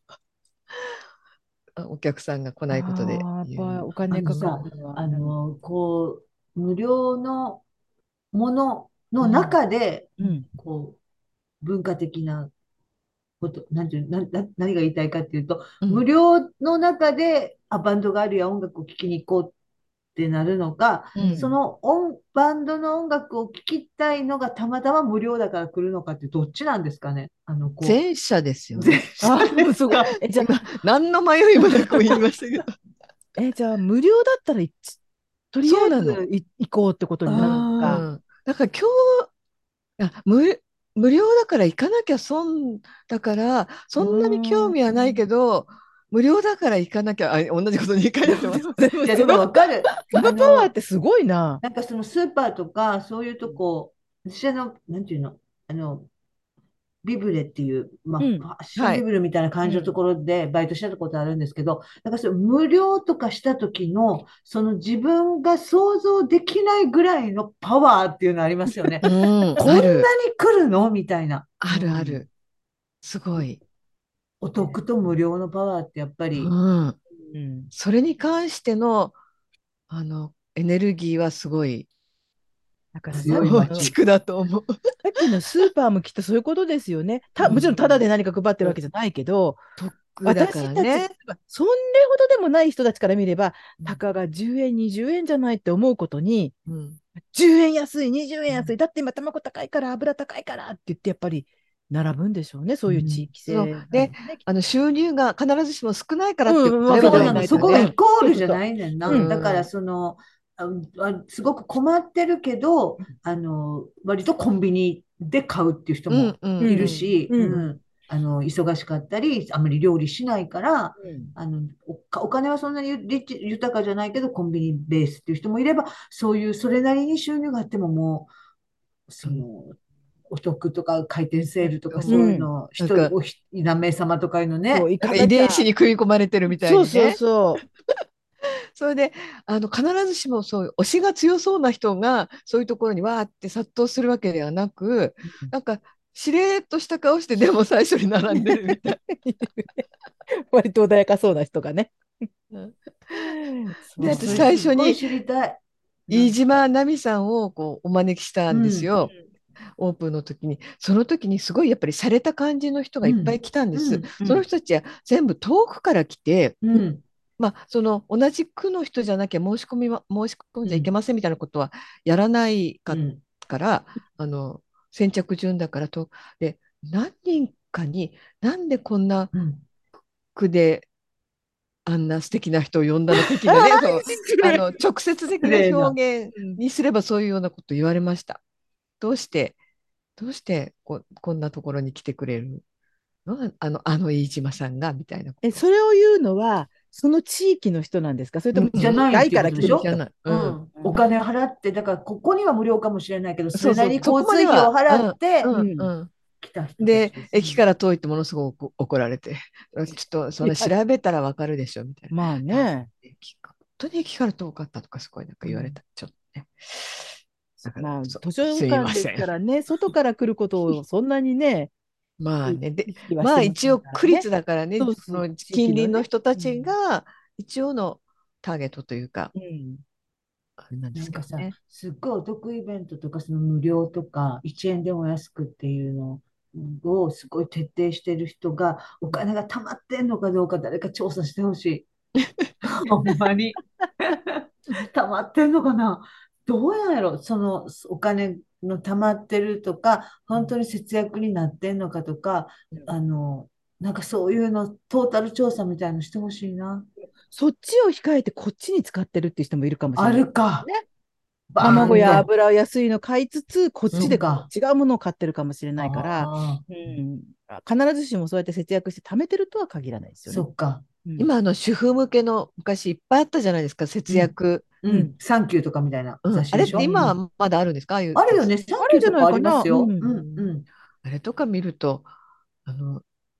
お客さんが来ないことでああ、やっ言う。 ぱお金かかさ、 るのはあれなの。 無料のもののうん、 中で、 うんこ文化的なこと、なんていう、何が言いたいかっていうと、無うん、 料の中で、バンドがあるや音楽を聴きに行こうってなるのか、 うん。 そのバンドの音楽を聴きたいのがたまたま無料だから来るのかってどっちなんですかね。 前者ですよ前ね。 者ああ、すごい。 ですか？ じゃ今あ、 何の迷いもなく言いましたけど。 じゃあ、無料だったらとりあえそうなの。 ず行こうってことあになるのか。 あ、 うん。だからあ無料だから行かなきゃ損だからうそんなに興ーん。 味はないけど無料だから行かなきゃ同じこと2回やってます。 いや、ででももわかる。 そのパワーってすごいな。 なんかそのスーパーとか、そういうとこ、私なんていうの、ビブレっていう、 うん。 ファッションはい。 ビブレみたいな感じのとうん。 ころでバイトしたことあるんですけど、なんかそれ無料とかした時の、その自分が想像できないぐらいのパワーっていうのありますよね。 うん、 こんなにある。 来るのみたいな。 あるある。すごい。 お得と無料のパワーってやっぱり、 うん。 うん。 それに関しての、エネルギーはすごいだから強い街。 大きくだと思う。 さっきのスーパーもきっとそういうことですよね。もちろんうん。 タダで何か配ってるわけじゃないけど、 得だか私たち、 らね。 そんれほどでもない人たちから見れば、 うん。 たかが10円、20円じゃないって思うことに、 うん。 10円安い、20円安い、 うん。 だって今卵高いから、油高いからって言って、やっぱり並ぶんでしょうね。そういう地域そう。 性があるで、 のね。 収入が必ずしも少ないからってうん、わけじゃ買えばいいんでそうなの。そこがイすよね。 コールじゃそうそうそう。 ないねんな。 うん。 だから、 うん。 すごく困ってるけど、割とコンビニで買うっていう人もうんういうん。 るんし、 うん。 うん。 忙しかったり、あまり料理しないから、 うん。 お金はそんなに豊かじゃないけど、コンビニベースっていう人もいれば、そういう、それなりに収入があっても、もう、 うん。 お得とか回転セールとかうん。 そういうの、 なんか、 何名様とかいうのそう、 ね。 行か遺なきゃ。 伝子に組み込まれてるみたいそうそうにね。 そそれで、必ずしもそういう推しが強そうな人が、そういうところにわーって殺到するわけではなく、 う。うん。 なんか、しれーっとした顔して、でも最初に並んでるみたい割と穏やかそうな人がね。 な。で、 そう。 私それ最初に、 すっごい知りたい。なんか、 飯島奈美さんをこうお招きしたんですうん、 よ。オープンの時に。その時にすごいやっぱり洒落た感じの人がいっぱいうん、 来たんです。 うん、 そのうん。 人たちは全部遠くから来て、 うん、 まあ、その同じ区の人じゃなきゃ申し込んじゃいけうん、 ませんみたいなことはやらないかうん、 から、先着順だからと、で、何人かになんでこんなうん。 区であんな素敵な人を呼んだの的ああ、 なね、そう、 失礼。 直接的な失礼な。 表現うん。 にすればそういうようなこと言われました。どうして、こんなところに来てくれるの飯島さんがみたいなこと。 それを言うのは、その地域の人なんですか？それともうん、 外じゃないっていうから来る人？ ことでしょ？ じゃない。うん。 うん。おうん。 金払って、だからここには無料かもしれないけど、それなりにそうそう、そこ交通費をまでは、 払っうてん、 うん。 うん。 来た人たちで、 ですね。 駅から遠いってものすごく怒られて、ちょっとそいや、 の調べたらわかるでしょみたいまあな。いや、 ね。 本当に駅から遠かったとかすごいなんかうん。 言われた。ちょっとね。だから、 まあ、 そう、 図書すい館ですません。 からね、外から来ることをそんなにね、意まあね、で、 識はしまあてません一応区からね。 立だからね、 そうそう、 その地近隣の域のね。 人たちうん。 が一応のターゲットというか、 うん。 あれなんでなんかさ、 すけどね。 すっごいお得イベントとか、その無料とか、1円でも安くっていうのをすごい徹底してる人が、お金が貯まってんのかどうか誰か調査してほしい。ほんまに。溜まってんのかな？どうなんやろ？そのお金の溜まってるとか、本当に節約になってんのかとか、 うん。 あの、なんかそういうの、トータル調査みたいのしてほしいな。 そっちを控えてこっちに使ってるっていう人もいるかもしれあないるか。 ね。 バー卵ンと。 や油安いの買いつつ、こっちでそっか。 違うものを買ってるかもしれないから、 ああ、 うん、必ずしもそうやって節約して貯めてるとは限らないですよね。 そっか。 うん。 今、主婦向けの昔いっぱいあったじゃないですか、節うん。 約。 うん。 うん。 サンキューとかみたいなうん、あれって雑誌でしょ？ 今はまだあるんですか、ああいう雑誌。 あるよね。サンキュあるんじゃーとかありまないかな。 すよ。 うん。 うん。 うん、 うん。 あれとか見ると、あの、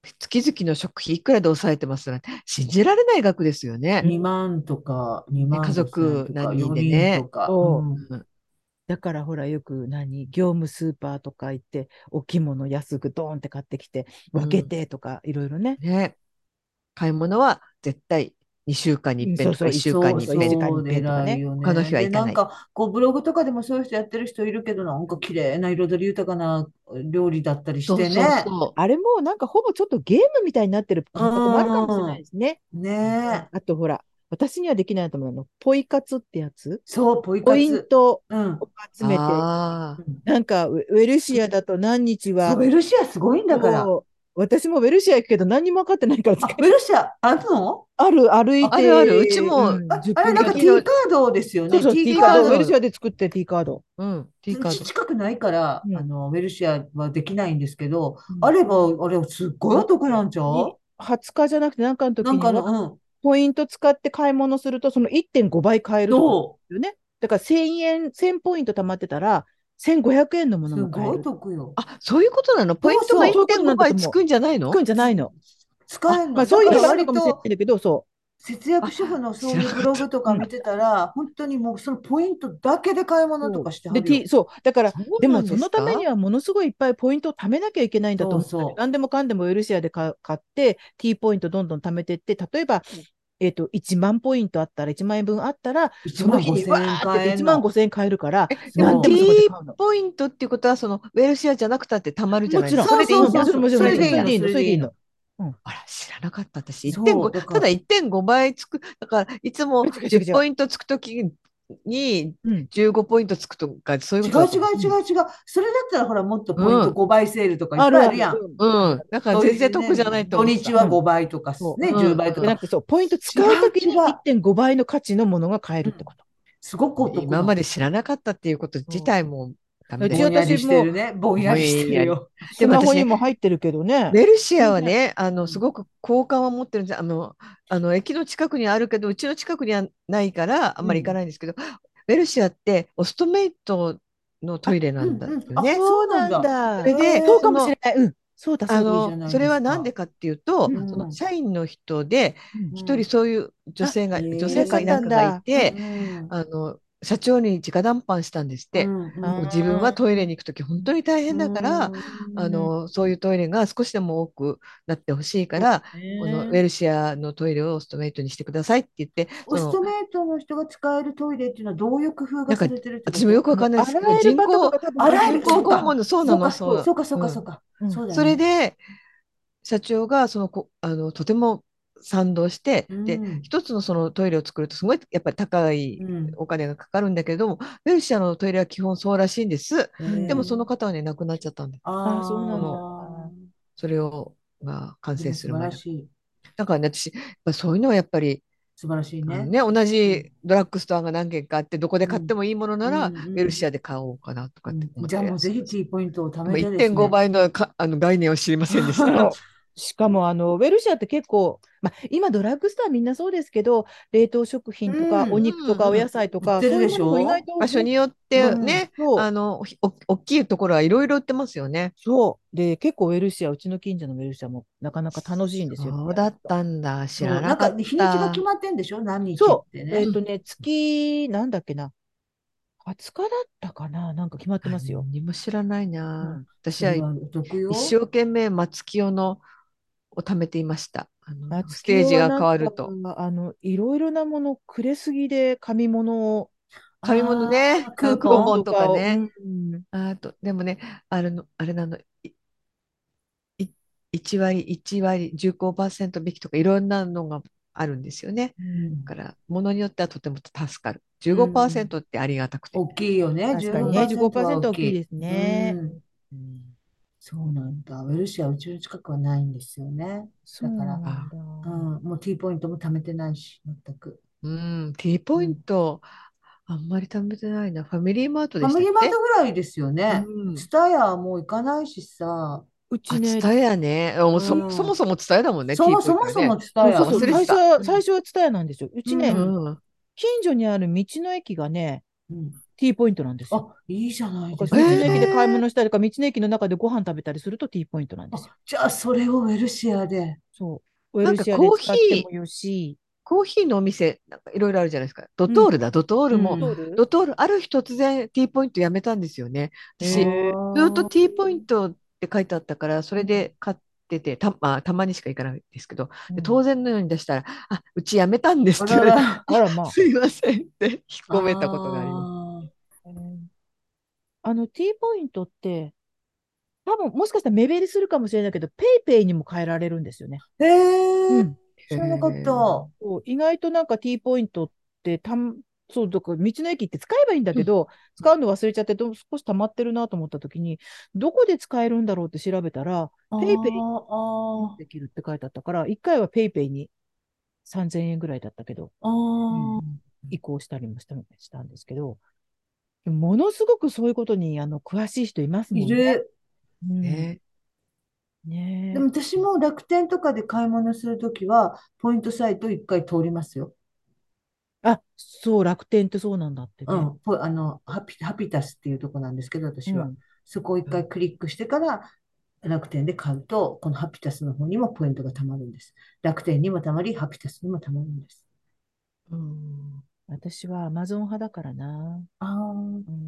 月々の食費いくらで抑えてますなんて信じられない額ですよね。 2万とか、2 ね、家万5千族とか、 何人で 4人とね。 か。うそう。 ん。 うん、 だからほら、よく業務スーパーとか行って、お着物安くドーンって買ってきて、分けうん、 てとか、いろいろね。 ね。買い物は絶対2週間に一遍とかうんそうそう、 1週間そうに一遍。 一時間に一そう、 遍とかね。 偉いよ他のね。で、 日は行かない。 ブログとかでもそういう人やってる人いるけど、なんか綺麗な彩り豊かな料理だったりしそうそうてね。 そあれもほぼちょっとゲームみたいになってるう感覚もあるかもしれないん。 ですね。 ねえ。 あとほら、私にはできないと思うの、ポイ活ってやつ。 そう、ポイポイン活。 トうん。 をう。 集めて、 ああ、 ウェルシアだと何日そう、 は、 ウェルシアすごいんだから。 そう、私もウェルシア行くけど何にも分かってないから使あ、ウェえない。 ルシアあるの？ 歩いあるある。うちて、 も 10 あれなんか分ぐらい。 駅の、 T カードですよね。 そうそう、 T T カード、ウェルカード。 シアで作って T カード。 うん、T うちカード。 近くないから、 うん。 ウェルシアはできないんですけど、 うん。 あれば、あれ、すっごいお得なんちゃにう？ 20日じゃなくて何かのなん時には、 かの、うん。 ポイント使って買い物すると、その1.5倍買えるとかそよね。だから1000円、1000ポイント貯まってたら、1500円のもう。 のすごいも買える。 得よ。 あ、そういうことなの？ポイントがそうそう。 そういうこと 1.5 なんだと思う。 倍つくんじゃないの？ つくんじゃないの。 あ、 使えんの。 まあそういう日だからがあるのかもしれな割と、 いんだけど、そ節約あ、 主婦のそ知ういうブロらなかった。 う。うん。 グとか見てたら、本当にもうそのポイントだけで買い物とそう。 かしてはで、 るよ。 そう。だから、 そうなんでもそですか？ のためにはものすごいいっぱいポイントを貯めなきゃいけないんだとそう思うんだよ。 そ何でもかんでもウェルシアで買って、T ポイントどんどん貯めていって、例えば、1万ポイントあったら、1万円分あったら、 う。1万その日にわ 5千円ーって1万買えんの。 5千円買えるから、 でも T 何でもそこで買うの。 ポイントっていうことは、そのウェルシアじゃなくたってたまるじゃないですか。そもちろん。 そうれでいいんだ。 そうそうそう。 もちろん、もちろん。 それでいいの、 それでいいの、 それでいいの。 それでいいの。うん。 あら、知らなかった。私、1.5、 そう、だから、 ただ1.5倍つく、だから、いつも違う違う 10 違う。 ポイントつくときにうん。 15ポイントつくとか、そういう違う違ことだと思っう違う違う。それだったらほら、もっとた。 ポイントうん、 5倍セールとかいっあるある。 ぱいあるやん。 うん。だからそう全然いうね、 得じゃないと土思った。 日はうん。 5倍とかそね、 うん、 10倍とか。 うん。 じゃなくて、そう、ポイント使違ううときに違う。 1.5倍の価値のものが買えうん。 るってこと。 すごくお得なの。 今まで知らなかったっていうこと自そ体もダメう。うちですね。 ぼんやり私もしてるね。ぼんやぼりしてんやり。 るよ。 でも私ね、 スマホにも入ってるけどね。 ウェルシア全然。 はね、すうん。 ごく好感は持ってるんです。駅の近くにあるけど、うちの近くにはないから、あんまり行かうん。 ないんですけど、ウェルシアってオストメイトのトあ、 イレなんだうんうん。あ、 よね。 そうそうなんなんだ。 だ。 それで、 そうかもしその、 れない。うん。そうだ、そうだ。 いいじゃないそれはなんですか。 でかっていうと、 うん。 そのうん。 社員の人で、 うん。 一人うん。 そういうあ、 女性かいらっしゃっなんかがいたんだ。 て、 うん。 社長に直談判したんですって。 うん。うん。 自分はあトイレに行くとき本当に大変だから、 うん。 そういうトイレが少しでも多くなってほしいかそうら、このウね。 ェルシアのトイレをストメイトにしてくださいって言って、 オストメイトの人が使えるトイレっていうのはどういう工夫なんかがされてるってこと？ 私もよくわかんないですけど、 洗える場とかが多分入って洗える、 ると思う。 そうか。 人工肛門の、そうなの、 そうか。 そうなの。 そうか、そうか、そううん。 か。 うん。 それそうだね。 で、社長がとても賛同して、 うで、 ん。 一つのそのトイレを作るとすごいやっぱり高いうん。 お金がかかるんだけれども、ウェルシアのトイレは基本そうらしいんです。 えうん。 でもそのー、 方はね、亡くなっちゃったんです。 ああ、そうあなんだ。 その、 あ。 それが完成でも素晴するまで。 らしい。 だからね、私、やっぱそういうのはやっぱり、 素晴らしいね。 同うん。 じドラッグストアが何軒かあって、どこで買ってうん。 もいいものなうら、ウェルん。 シアで買おうかなとかうん。 って思ったじゃあもうぜひりはします。 T ポイントを貯でもめてです 1.5 ね。 倍の概念を知りませんでした。 そう。しかも、ウェルシアって結構、まあ、今、ドラッグストアみんなそうですけど、冷凍食う品とか、おん。 肉とか、お野うんうん。 菜とか、 売ってるでそういうものも意外しょ？ とね、 場所によっうてん。 ね、 そう、 大きいところはいろいろ売ってますよね。 そう。で、結構ウェルシア、うちの近所のウェルシアもなかなか楽しいんですよ。 そうだったんだ。知そう、 らなかっ日にちが決た。 まってんでしょ？何日っそてね。 う。なんだっけな、20日だったかな、なんか決まってますよ。 何にも知らないな。 うん。 私はそれはお得一生よ。 懸命松清のを貯めていました。 夏ステージが清はなんか、 変わると。 いろいろなものくれすぎで、紙物を、 紙物ああ、 ね、 クークーポンポン。 クーポンとかを、うとかね。 ん、 でもね、あれなの、い1割、1割、15%引きとかいろんなのがあるんですよね。 うん。 だから、ものによってはとても助かる。 うん。 15%ってありがたくて。 大きいよね。 確かにね、 15%は大 15%大きい。 きいですうね。 ん。 うん、 そうなんだ。ウェルシア、うちの近くはないんですよね。 そうだから、 なんあ、 だ。 うん、もう T ポイントも貯めてないし、全く。 うん、T ポインうん。 ト、あんまり貯めてないな。ファミリーマートでファミリーマートしたっけ？ ぐらいですようね。 ん。 ツタヤはもう行かないしさ。 ツうちね、 タヤね。もううそもん。 そもツタヤだもんね、T そもそもポイントはね。 ツタヤはそうそうそう、 忘れてた。 うん。 最初はツタヤなんですよ。ううちね、 ん。 うん。 近所にある道の駅がね、 うん。 T ポイントなんですよ。 あ、いいじゃないだからですか、 道の駅で買いそれ。 物したりとか、道の駅の中でご飯食べたりすると T ポイントなんですよ。 あ、じゃあ、それをウェルシアで。 そう。ウェなんルシアでかコーヒー、 使ってもよし、 コーヒーのお店、なんかいろいろあるじゃないですか。ドうん。 トールだ、ドトールも、 うん。 ドトール。 ドトール、ある日突然 T ポイントやめたんですよね。 へ私、 え。 ずっとあ T ポイントって書いてあったから、それうん。 で買ってて、まあ、たまにしか行かないんですけど、で当うん。 然のように出したら、あ、うちやめたんですあって言われて、 らら。 あ、 あら、ますいませんって引っあ込めたことがあります。 あ。 あ。T ポイントって、多分、もしかしたら目減りするかもしれないけど、ペイペイにも変えられるんですよね。 ええ、 うん。 へ知らなかっえ。 た。 そう意外となんか T ポイントってそう、だから道の駅って使えばいいんだうん。 けど、使うの忘れちゃって少し溜まってるなと思った時に、どこで使えるんだろうって調べたら、 あペイペイあ、あできるって書いてあったから、1回はペイペイに3000円ぐらいだったけど、 あ、 うん、 ああ、 移行したりもしたんですけど、でもものすごくそういうことに詳しい人いますもんね。 いる。 うん。 ね。 でもねえ。 私も楽天とかで買い物するときは、ポイントサイト一回通りますよ。 あ、そう、楽天ってそうなんだってね。 うん、ハピタスっていうとこなんですけど、私は。 うん。 そこを一回クリックしてから楽天で買うと、このハピタスの方にもポイントが貯まるんです。楽天にも貯まり、ハピタスにも貯まるんです。 うん。 私はアマゾン派だからな。 ああ、 うん。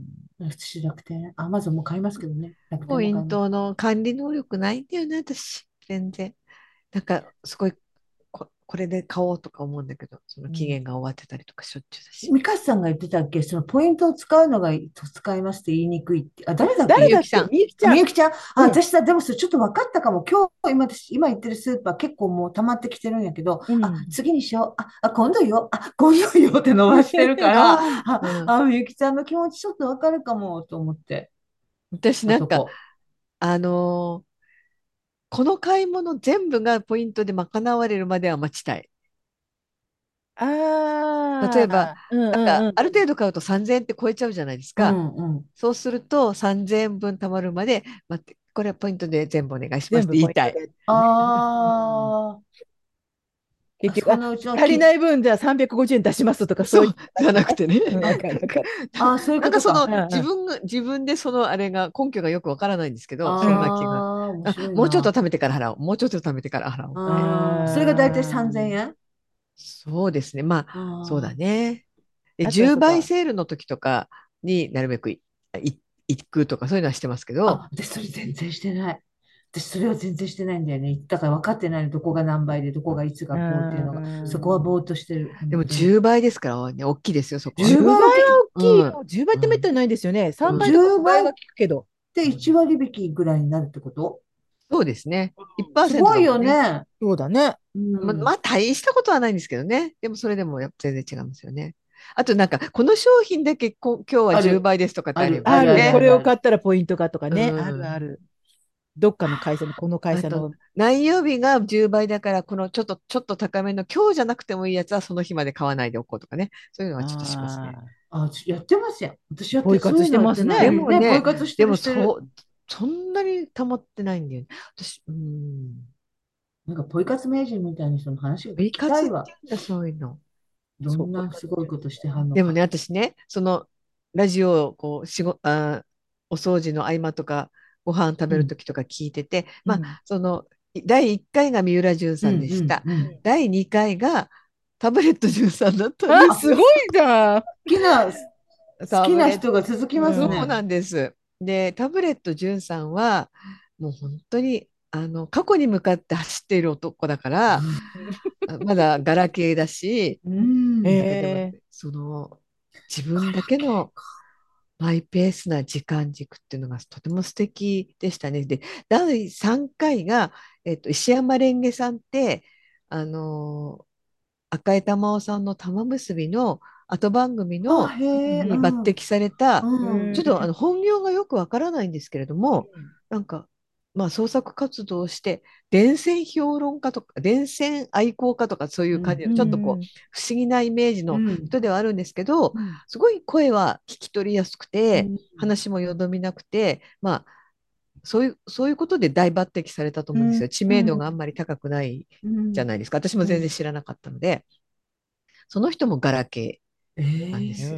私楽天、アマゾンも買いますけどね。楽天ポインも買います。 トの管理能力ないんだよね、私。全然。なんか、すごい、これで買おうとか思うんだけど、そのうん。 期限が終わってたりとかしょっちゅうだし。 ミカさんが言ってたっけ、そのポイントを使うのが使いますって言いにくいって。あ、誰だっけ誰だっけみゆきさん。 みゆきちあ、 ゃん。 みゆきちゃん。あ、 うん。 私さ、でもそれちょっと分かったかも。今言ってるスーパー結構もう溜まってきてるんやけど、あ、 うん。 次にしよう。今度よ。今度よって伸ばしてるから、 ああ、うん。 みゆきちゃんの気持ちちょっと分かるかもと思って。 私なんか、 あそこ。 あのーこの買い物全部がポイントで賄われるまでは待ちたい。例えば、 ああ、うんなんか、 うんうんある程度買うと3000円って超えちゃうじゃないですうか。 んうん。 そうすると3000円分貯まるまで待って、これはポイントで全部お願いしますっ全部て言いたい。 ポイントで。うん。 あ結局、 そのうちの足りない分じゃあ350円出しますとか、そういそう、 うじゃなくてね。 の。うん、わかるわかる。 そういうなんかそのことか。 うんうん自分でそのあれが根拠がよくわからないんですけど、そんな気が。 面あ、 白いな。 もうちょっと貯めてから払おう。もうちょっと貯めてから払おう。 うそれが大体ん。 3000円。 そうですね。まあ、そうだあね。で、10 あとはそうか。 倍セールの時とかになるべく行くとかそういうのはしてますけど、 私それ全然してない。私それは全然してないんだよね。だから分かってないの、どこが何倍で、どこがいつうがこうっていうのが。そこはぼーん。 っとしてる、本でも当に。 10倍ですからね、大きいですよ、そこは。 10 10倍は倍大きい。 大きいうん。 よ。10倍ってめったうん。 にないですよね。3倍とか 10 5倍は倍っ聞くけど。 て1割引きぐらいになるってこと？ そうですね。 す 1% ごいよだもんね。 ね。 そうだね。 うまん。 あ、大したことはないんですけどね。でも、それでもやっぱ全然違いますよね。あと、なんか、この商品だけ今日は10 ある。 倍ですとかってありまある。こすよね。 れを買ったらポイントがとかうね。あるあん。 る。どっかの会社の、この会あと、 社の。 何曜日が10倍だから、このちょっと高めの今日じゃなくてもいいやつはその日まで買わないでおこうとかね。そういうのはちょっとしますね。 ああ、 やってますやん。私やってる、そういポイ活しうのやっててますね。 ない。ね、ポイでもね、 活してでもるしてる。 そんなに溜まってないんだよね。私、 なんかポイ活名人みたいな人の話が聞部活ってきたいわ。 言うんだ、そういうの。 そう、 どんなポイ活ってすごいことしては言うんだよね。 んのか。 でもね、私ね、そのラジオをこうお掃除の合間とか、ご飯食べるうん。 ときとか聞いてて、まあ、 うん。 第1回が三浦淳うん、 さんでしうん、 た。 うん。 うん。 第2回がタブレット淳さんだったんあ、 ですよ。 すごいじゃん。 好タブレット、 きな人が続きますね。 そうなんです。で、タブレット淳さんは、もう本当に、過去に向かって走っている男だから、まだガラケーだし、 うん。 なんかでも、 ええ、 自分だけのマイペースな時間軸っていうのがとても素敵でしたね。で、第3回が、石山レンゲさんって、あの、赤江珠緒さんの玉結びの後番組のへえ、 うんに抜うん、 擢された、 うん。 ちょっと本業がよくわからないんですけれども、 うん。 なんか、まあ、創作活動をして、電線評論家とか、電線愛好家とか、そういう感じの、 うん。 ちょっとこう、 うん。 不思議なイメージのうん。 人ではあるんですけど、 うん。 すごい声は聞き取りやすくて、 うん。 話もよどみなくて、まあ、そういうことで大抜擢されたとうん。 思うんですよ。知名度があんまり高くないうん。 じゃないですか。私も全然知らなかったので、その人もガラケーなんでへええ、 す。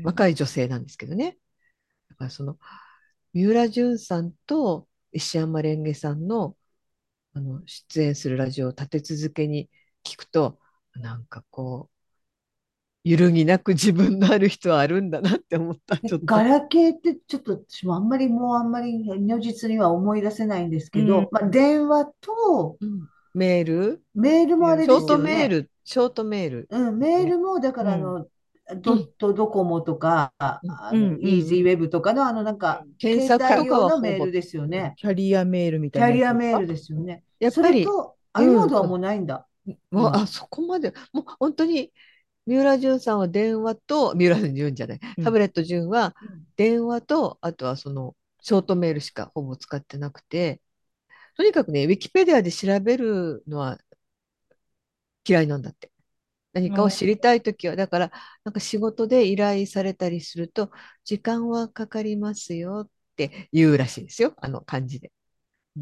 若い女性なんですけどね。だから三浦淳さんと石山レンゲさんの、出演するラジオを立て続けに聞くと、なんかこう、揺るぎなく自分のある人はあるんだなって思った、ちょっと。 ガラケーってちょっと私もあんまり如実には思い出せないんですうん。 けど、まあ、電話とうん、メール、 メールもあれでショートすよね。 メール、ショートメールうん、メーで、 ルも、だからうん。 ドットドコモとか、 うん、 うん。うん。 イージーウェブとかの、なんか、 検携索とか帯用のはほぼ、 メールですようん、 ね。 キャリアメールみたいなキャやつですか？ リアメールですよね。そやっぱり、 れと、i モうん、 ードはもうないんだ、今。 そこまで、もう本当に、三浦淳さんは電話と、三浦淳じゃない、 うん。 タブレット淳はうん。 電話と、あとはショートメールしかほぼ使ってなくて、とにかくね、ウィキペディアで調べるのは嫌いなんだって。何かを知りたいときは、だから、なんか仕事で依頼されたりすると、時間はかかりますよって言うらしいですよ、あの感じで。 うん。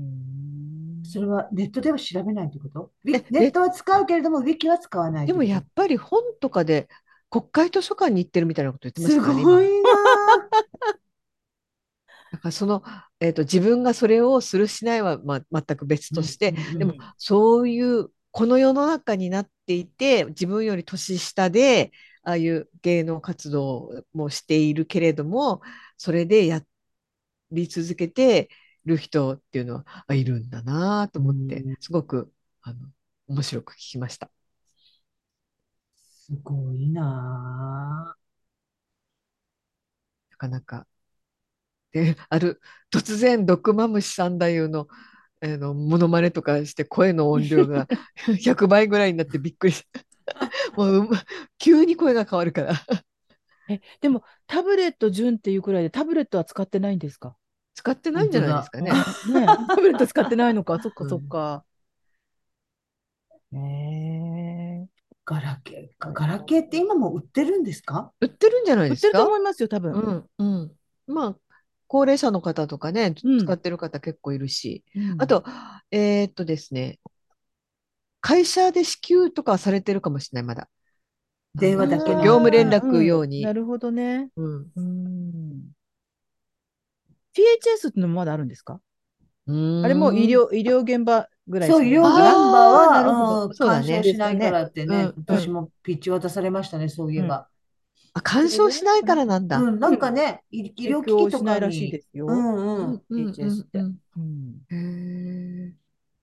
それはネットでは調べないってこと？ で、 ネットは使うけれども、ウィキは使わないっでもやてこと？ っぱり本とかで国会図書館に行ってるみたいなこと言ってましすたからね、今。 ごいなだから自分がそれをするしないは、全く別ぁ。うんうとして、でもんうん。 そういうこの世の中になっていて、自分より年下でああいう芸能活動もしているけれども、それでやり続けてる人っていうのは、いるんだなとう思って、 ん、 すごく面白く聞きました。 すごいななかなか。で、突然、毒マムシ三太夫の、モノマネとかして声の音量が100倍ぐらいになってびっくりした。もう、急に声が変わるから。 でも、タブレット純っていうくらいで、タブレットは使ってないんですか？ 使ってないんじゃないです本当だ。 かね。 うん。ねえ、タブレット使ってないのか。そっか、そっうん、 か。ええ、 ガラケーって今も売ってるんですか？ 売ってるんじゃない売ってるとですか。 思いますよ、多分。 うん、うん。まあ、高齢者の方とかね、 うん。 使ってる方結構いるし。 うん。 あと、ですね、会社で支給とかされてるかもしれない、まだ。 電話だけ業の。 務連ああ、 絡うん。 用に。 なるほどね。 うん。 うん。PHS ってのもまだあるんですか？ うあれもーん。 医療現場ぐらいそう、 しかない医療のかな？ 現場ああ、なるほど。 は、 そうだね。 干渉しないかですよね。 らってね、 うん、うん。 私もピッチ渡されましたね、そういうん。 えば。 干それぐ渉しないからいかな。 らなんだ。 うん、なんかうん。 ね、医影療機器と響しないらしいでかに、うすよ。 んうん、 うん、うん、う HS っん、うて。 ん。 うん。 へえ、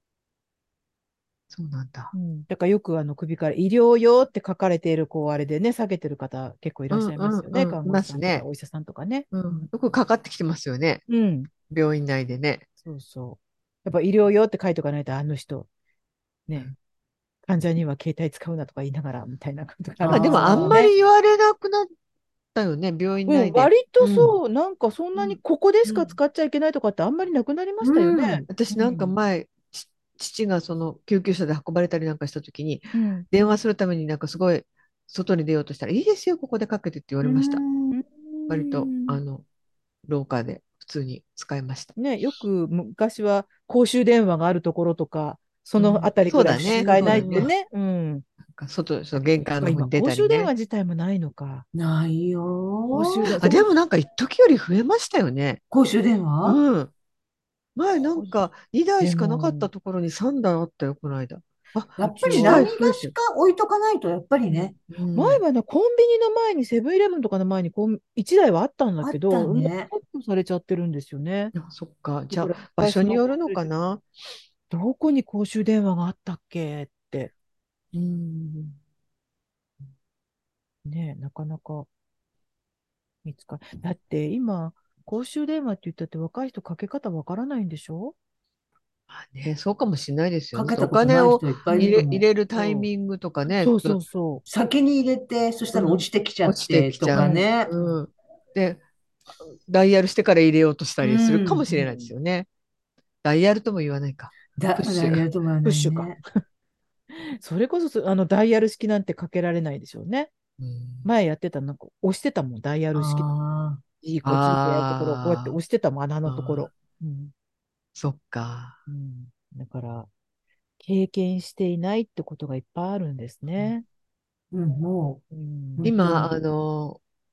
そうなんだ。 うん。だからよく首から医療用って書かれている、こう、あれでね、下げてる方結構いうん、 らっしゃいうん、 ますよね。 うん。い看護師さんとかますね。 お医者さんとかね。 うん。 うん。 よくかかってきてますよね。 うん。 病院内でね。 そうそう。やっぱ医療用って書いておかないと、あの人、ね、 うん、 患者には携帯使うなとか言いながら、みたいなことがあるんででも、 しょうあんまああ、 けどね。 り言われなくなったよね、病院うん、 内で。 割とうん、 そう、なんかそんなにうん、 ここでしかうん。 使っちゃいけないとかってあんまりなくなりましたよね。 うん、 う私なんかん。 前、父が救急車で運ばれたりなんかした時に、 うん。 電話するためになんかすごい外に出ようとしたら、いいですよ、ここでかけてって言わうれました。 ん、 う割と、 ん。 廊下で普通に使いました。 ね、よく昔は公衆電話があるところとか、そうん、 のあたりくらいそうだね。 しか使えなうん、まあ、 いってね。うん。 なんか玄だけど、そっか、 関の方に出今公たりね。 衆電話自体もないのか。 ない公衆電話、 よあ、でもなんか一時より増えましたよね。 公衆電話。 うん。前なんか2台でしかなかっも、 たところに3台あったよ、この間。あ、 やっぱりうちは、 1台何増えてる。 がしか置いとかないと、やっぱりうん、 ね、 うん。 前はね、コンビニの前に、セブンイレブンとかの前に1台はあったんだあったけど、もうね。 撤去されちゃってるんですよね。 あ、そっか。じゃあ、 だから、 場所によるの忘れて、 かな。 どこに公衆電話があったっけって。 うん。 ね、なかなか見つかる。だって今、公衆電話って言ったって若い人かけ方わからないんでしょ？ あね、そうかもしれないですよね。おかけたこと金をない人いっぱいいうん。 ると思入れるタイそミングとかう。 ね、 そうそうそ先に入れて、そしたらうん、 落ちてきちゃっ落ちててとう。 きちゃう。 うん。 かね。 うん。で、ダイヤルしてから入れようとしたうりするかもん。 しれないですよね。ダイヤルとも言わないか。プッシュ。 ダイヤルとも言わプッシュか。 ないね。 それこそダイヤル式なんてかけられないでしょうね。 うん、 前やってた、なんか押してたもん、ダイヤル式の。 ああ、 ジーコやるところをこうやってあ押してたもん、穴ー、 のところ。 あー、 うん。 そっか。 うん。だから、経験していないってことがいっぱいあるんですね。 うん、もうう、 ん。 今、 本当に。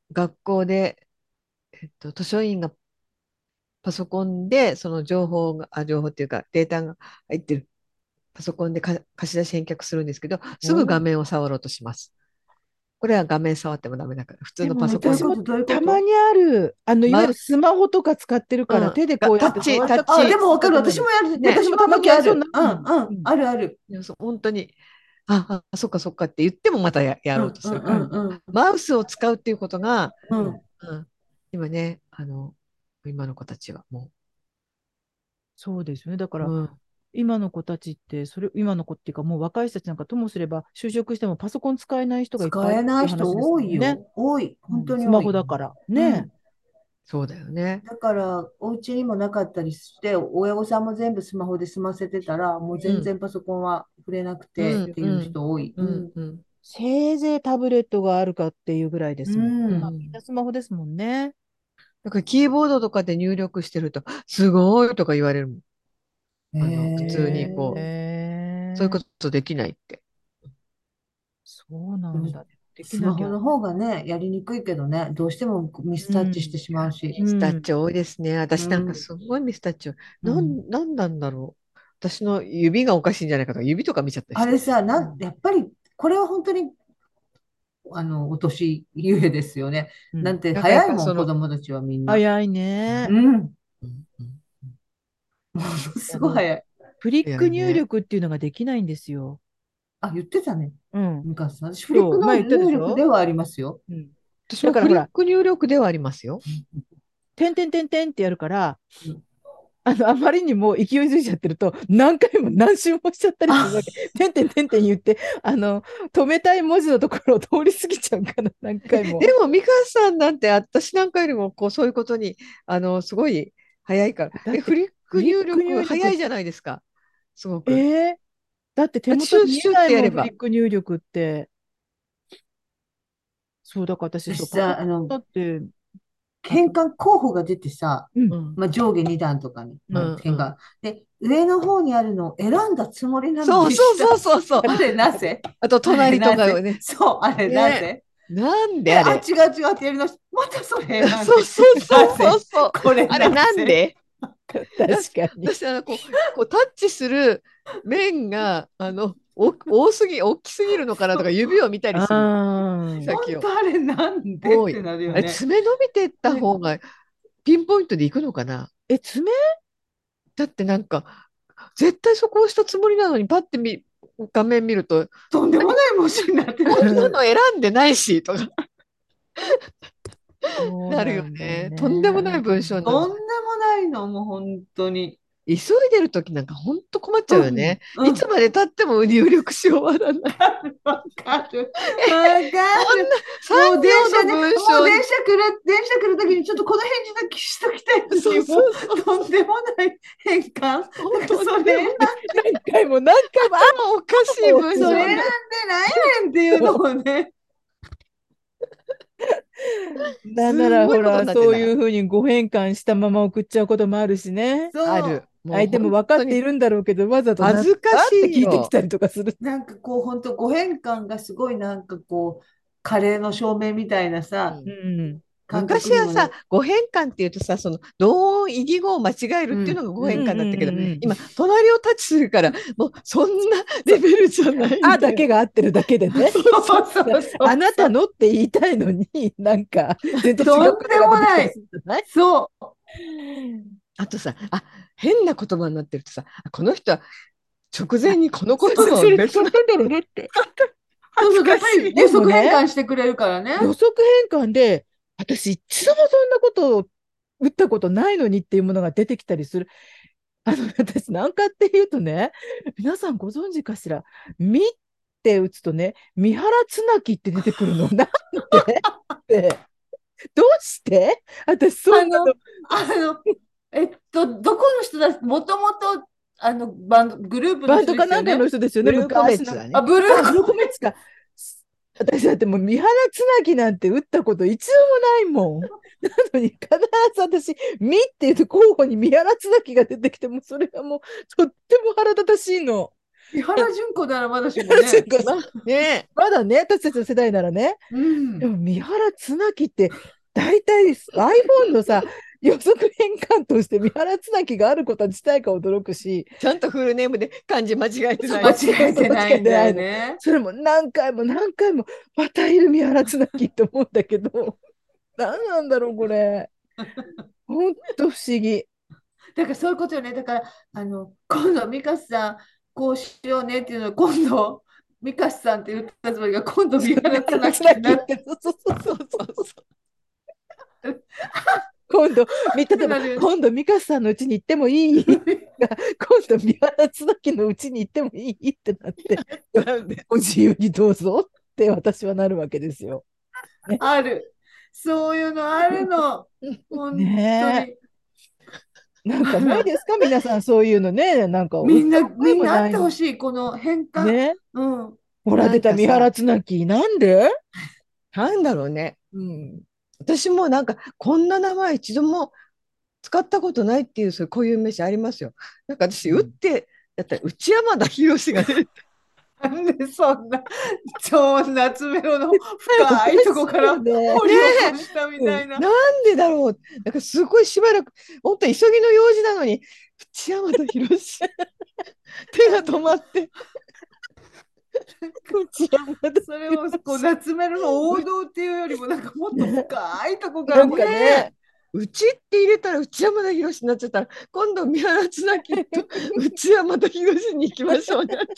学校で、図書委員がパソコンでその情報っていうかデータが入ってるパソコンで貸し出し返却するんですけど、すぐ画面を触ろうとします。これは画面触ってもダメだから、普通でものパソコンで。 私もどういうこと？ たまにある、いわゆるスマホとか使ってるからうん、 手でこうやって触ったあ、 タッチ、 でもわかる。 ことになる。 ね、 私もたまにある。うん、うん、 うん。 あるある。 いやそう本当に、そっかそっかって言ってもまたやろううん、うん、 とするから、 うん、うん、 マウスを使うっていうことが、 うん。 うん、今ね、今の子たちはもそうですよね。だかう、 ら、 うん、 今の子たちって、今の子っていうか、もう若い人たちなんかともすれば、就職してもパソコン使えない人がいっぱいいるっていう使えない人話です多いもんね。 よ。多い。本当にスマ多い。 ホだから。ね。 うん。 そうだよね。 だから、お家にもなかったりして、親御さんも全部スマホで済ませてたら、もううん、 全然パソコンは触れなくてうん、 っていううん、 人多い。 うん、 うん。 うん、 せいぜいタブレットがあるかっていうぐらいでうすもん。 う今、 ん。 みんなん。 スマホですもんね。 だからキーボードとかで入力してると、すごいとか言われるもん。 へ普通にへこう、 え。 そういうこえ、 とできないって。 そうなでもんだ。できスマホなきゃ。 の方がね、やりにくいけどね、どうしてもミスタッチしてうん。 しまうし。 ミスタッうん。 チ多いですね。私なんかうん。 すごいミスタッチ。 うん。 なんなんだろう。私の指がおかしいんじゃないかとか、指とか見ちゃったりして。 あれさ、 うん。 やっぱり、これは本当に、お年ゆえですよね。 うん。 なんて、 なんかやっ早いもん、子ぱその、 供たちはみんな。 早いね。 うん。 うんうん、 ものすあの、 ごい早い。 フリック入早いね。 力っていうのができないんですよ。 あ、言ってたね。 うん。 昔さん。私、フリッそう、 クの前言ったで入力でしょ？ はありますよ。 うん。 私もフリッだからほら、 ク入力ではありますよ。 てんてんてんてんってやるから、 うん。 あまりにも勢いづいちゃってると、何回も何周もしちゃったりするあ、 わけ。てんてんてんてん言って、止めたい文字のところを通り過ぎちゃうから、何回も。 でも、美香さんなんて私なんかよりも、こう、そういうことに、すごい早いから。フだって、 リックフリック入力入力、 早いじゃないですか。すごえく。 だって手だって元見えシュッないもん、フリてやれば。 ック入力って。そう、だから私、そう、パソ私さ、 コンだって、 変換候補が出てさ、 うん、 うん。 まあ、上下2段とかに、まあ、 うん。 うんうん。 変換。で、上の方にあるのを選んだつもりなのそうにそうそう下、 そうそう。 あれなぜ？ あと、 あれ隣となぜ？ かね。 そう、あれなね。 ぜ？ なんでで、あ、違あれ。 う違うってやり直して、またそれ選んで、 そうそうそうなぜ？ そうそう。 これあれなぜ？ なんで？ 確だかに。 私、こうタッチする面が、大きすぎるのかなとか、指を見たりあする。 本先を。 当あれなんでっ多い。 てなるよあれ、 ね。 爪伸びてったね、 方がピンポイントでいくのかな？ 爪だってなんか、絶対そこを押したつもりなのに、パッて画面見ると、 とんでもない文字になってる。 こんなの選んでないし、とかそうなるよなんだね。とんでもないね。 文章になっちゃう。 とんでもないの、もう本当に。 急いでる時なんか本当困っちゃううん、 よね。いうん。 つまで経っても入力し終わらない。 わかる。わかる。 こんな3 もう電車で、 行の文章に。 電車来るときにちょっとこの返事だけしときたいのに、 そうそもうそううとんでもない変換。だかそう。 らそれ、 とんでも何回も何回も、 おかしい文それ選んで章で。 ないねんっていうのをね。 なんなすごいことにらほら、そうなってんだから。 いうふうにご変換したまま送っちゃうこともあるしね。 ある。 そもう相手も本当に分かっているんだろうけど、わざと恥ずかしって聞いてきいよ。 たりとかする。 う。なんかこう、本当ご変換がすごいなんかこう、カレーの照明みたいなさ、 うん、 うん。 感覚昔はさ、 にもなる。 語変換っていうとさ、その同音異義語を間違えるっていうのうん、 が語変うん、 うんうん換だったけど、 うん。 うんうん。 今、隣をタッチするから、もうそんなそう、 レベルじゃないあだんだよ。 けが合ってるだけでね。 そうそう。 そうそうそうあなそう。 たのって言いたいのに、なんか、全然違う答えとんでが出てきたりもない。 するんじゃない？ そう。 あとさ、変な言葉になってるとさ、この人は直前あ、 にこの言葉をそれ使別のってんだろうねって。 そうそう、や恥ずかっぱりしい。 で予測変もね、 換してくれるからね。 予測変換で、私一度もそんなことを打ったことないのにっていうものが出てきたりする。私なんかっていうとね、皆さんご存知かしら、みって打つとね、三原綱木って出てくるの。なんでって、どうして私そんなの、 あの、の、どこの人だ、もともと、グループのバン人ドかなんかのですよね。 人ですよね、 ブルーコメッ昔の。 ツだね。 ブルーブルーコ、 コメッツか。私だってもう三原綱木なんて打ったこと一度もないもん。なのに必ず私、みって言うと候補に三原綱木が出てきても、それがもうとっても腹立たしいの。 三原純子ならまだしもね。 ねまだね、私たちの世代ならね。 うんでも、三原綱木って、大体 iPhone のさ、予測変換として三原綱木があること自体が驚くし、 ちゃんとフルネームで漢字間違えてない。 間違えてないんだよね。 それも何回も何回も、またいる三原綱木って思うんだけど、何なんだろう、これ。ほんと不思議。 だからそういうことよね。だから、今度、ミカさん、こうしようねっていうのを、今度、ミカさんって言ったつもりが、今度、三原綱木になって、 そうそうそうそうそうそう。 今度、例えば、 なる。 今度、ミカさんのうちに行ってもいい今度、三原綱木のうちに行ってもいいってなって、 なんでご自由にどうぞって私はなるわけですよ。ね。 ある。そういうのあるの。本当ねに。 え。なんかないですか皆さん、そういうのね。なんか、 みんな、 回みんなあっもないの。 てほしい、この変換。 ね。 うん。 ほら、 な出た三原んかさ、 綱木。なんで？ なんだろうね。うん。私もなんか、こんな名前一度も使ったことないっていう、そういう固有名詞ありますよ。なんか私、打って、だったら内山田博が出て、 なんでそんな超夏メロのおか深いとこしいからよね。 掘り起こしたみうんたいな。 なんでだろう。なんかすごいしばらく、本当急ぎの用事なのに、内山田博手が止まって、 内山田それをこう夏メロの王道っていうよりもなんかもっとね。 深いとこからなん掘り、 かね。 うちって入れたら内山田博になっちゃったら、今度三原綱木と内山田博に行きましょうね。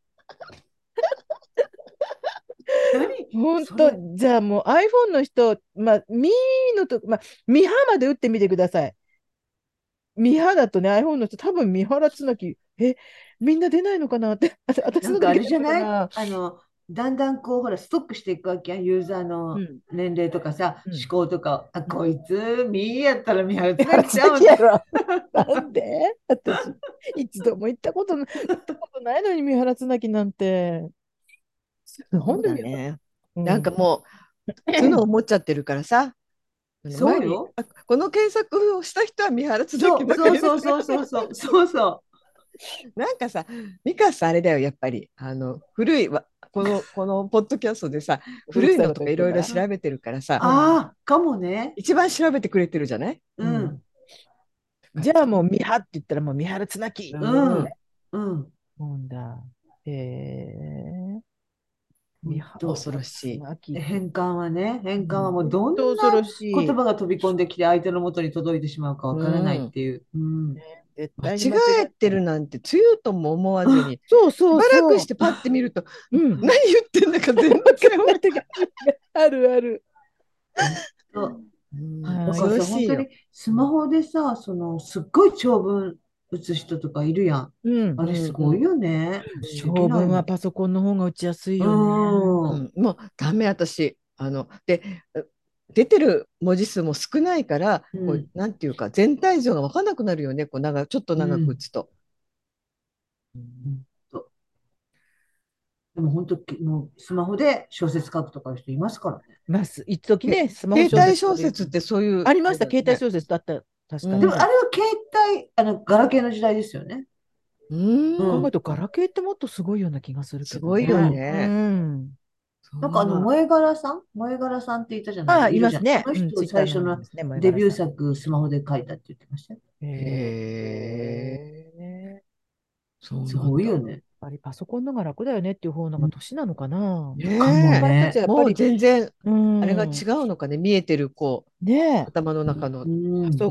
何本当、 それ。 じゃあもう iPhone の人、まあ、ミーのと、まあ、ミハまで打ってみてください。ミハだとね、iPhone の人、多分三原綱木、みんな出ないのかなって、私なんかあのだけなれじゃないのかな。 だんだんこうほらストックしていくわけやユーザーのうん。 年齢とかさうん。 思考とかこいつミーやったら見張るつな三原ぎちゃうんって綱木やろ。なんで私、一度も行ったことないのに、三原綱木なんて。 そうなんでだね。なんかうん。 もう、そういうの思っちゃってるからさ、前に、 そうよ。 この検索をした人は三原綱木そうだけです。 そうそうそうそうそうそうそなんかさ、ミカさんあれだよ、やっぱり、古いわ、このポッドキャストでさ、 う。古古い臭いことのとかいろいろ言ってんだ。 う。 調べてるからさ、 ああかもね。 一番調べてくれてるじゃない。 ううん。 んじゃあもう、三原って言ったらもう三原綱木ってうね。 んうん思うんだ。へえ。三本当。 恐ろ原しい。 綱木って。 変換はね、変換はうん。本もうどん当恐ろなしい。 言葉が飛び込んできて相手の元に届いてしまうかわうからないっん。 ていう。うん。 絶間違対に間違えてって。 るなんてつゆとも思わずに、 そうそうしばらくそう。 してパッて見ると、 うん。 何言ってんだか全然わかんないわかんない。 時あるある。 本当。 うん、 はい。 だからさ、 恐ろしいよ。 本当にスマホでさ、すっごい長文打つ人とかいるやん。 うん。 あれうんうんすごいよね。私でき長文はないもん。 パソコンの方が打ちやすいよね。 うん。 うん、もうダメ私。で、出てる文字数も少ないから、こう、 うん。 なんていうか、全体像が分かんなくなるよね。こうちょっと長く打うん。 つと。うん、 うんとでも本当、もうスマホで小説書くとかいう人いますからね。 一時ね、スマホ小携帯説とかで小説ってそういう、 ありました。携帯あれだよね。 小説だった。確うかね。 でもあれん。 は携帯、ガラケーの時代ですよね。 うん。 うん。 考えると、ガラケーってもっとすごいような気がするけどすごいよね。うね。 ん。 そう思う。 萌え柄さんっていたじゃない、 ああ、 いるじゃん。あいますね。うん、 の人ツイッター最初のの方にいますね、前デビュー原さん。 作スマホで書いたって言ってましたよ。 へえ、 やっそうすなんだ。 ごいよね。 ぱりパソコンのが楽だよねっていう方のが年なのかな。 かもね私たちね。 はやっぱり、 もう全然、 うあれが違ん、 うのかね。見えてる、こう、 ねえ、 頭の中のうん。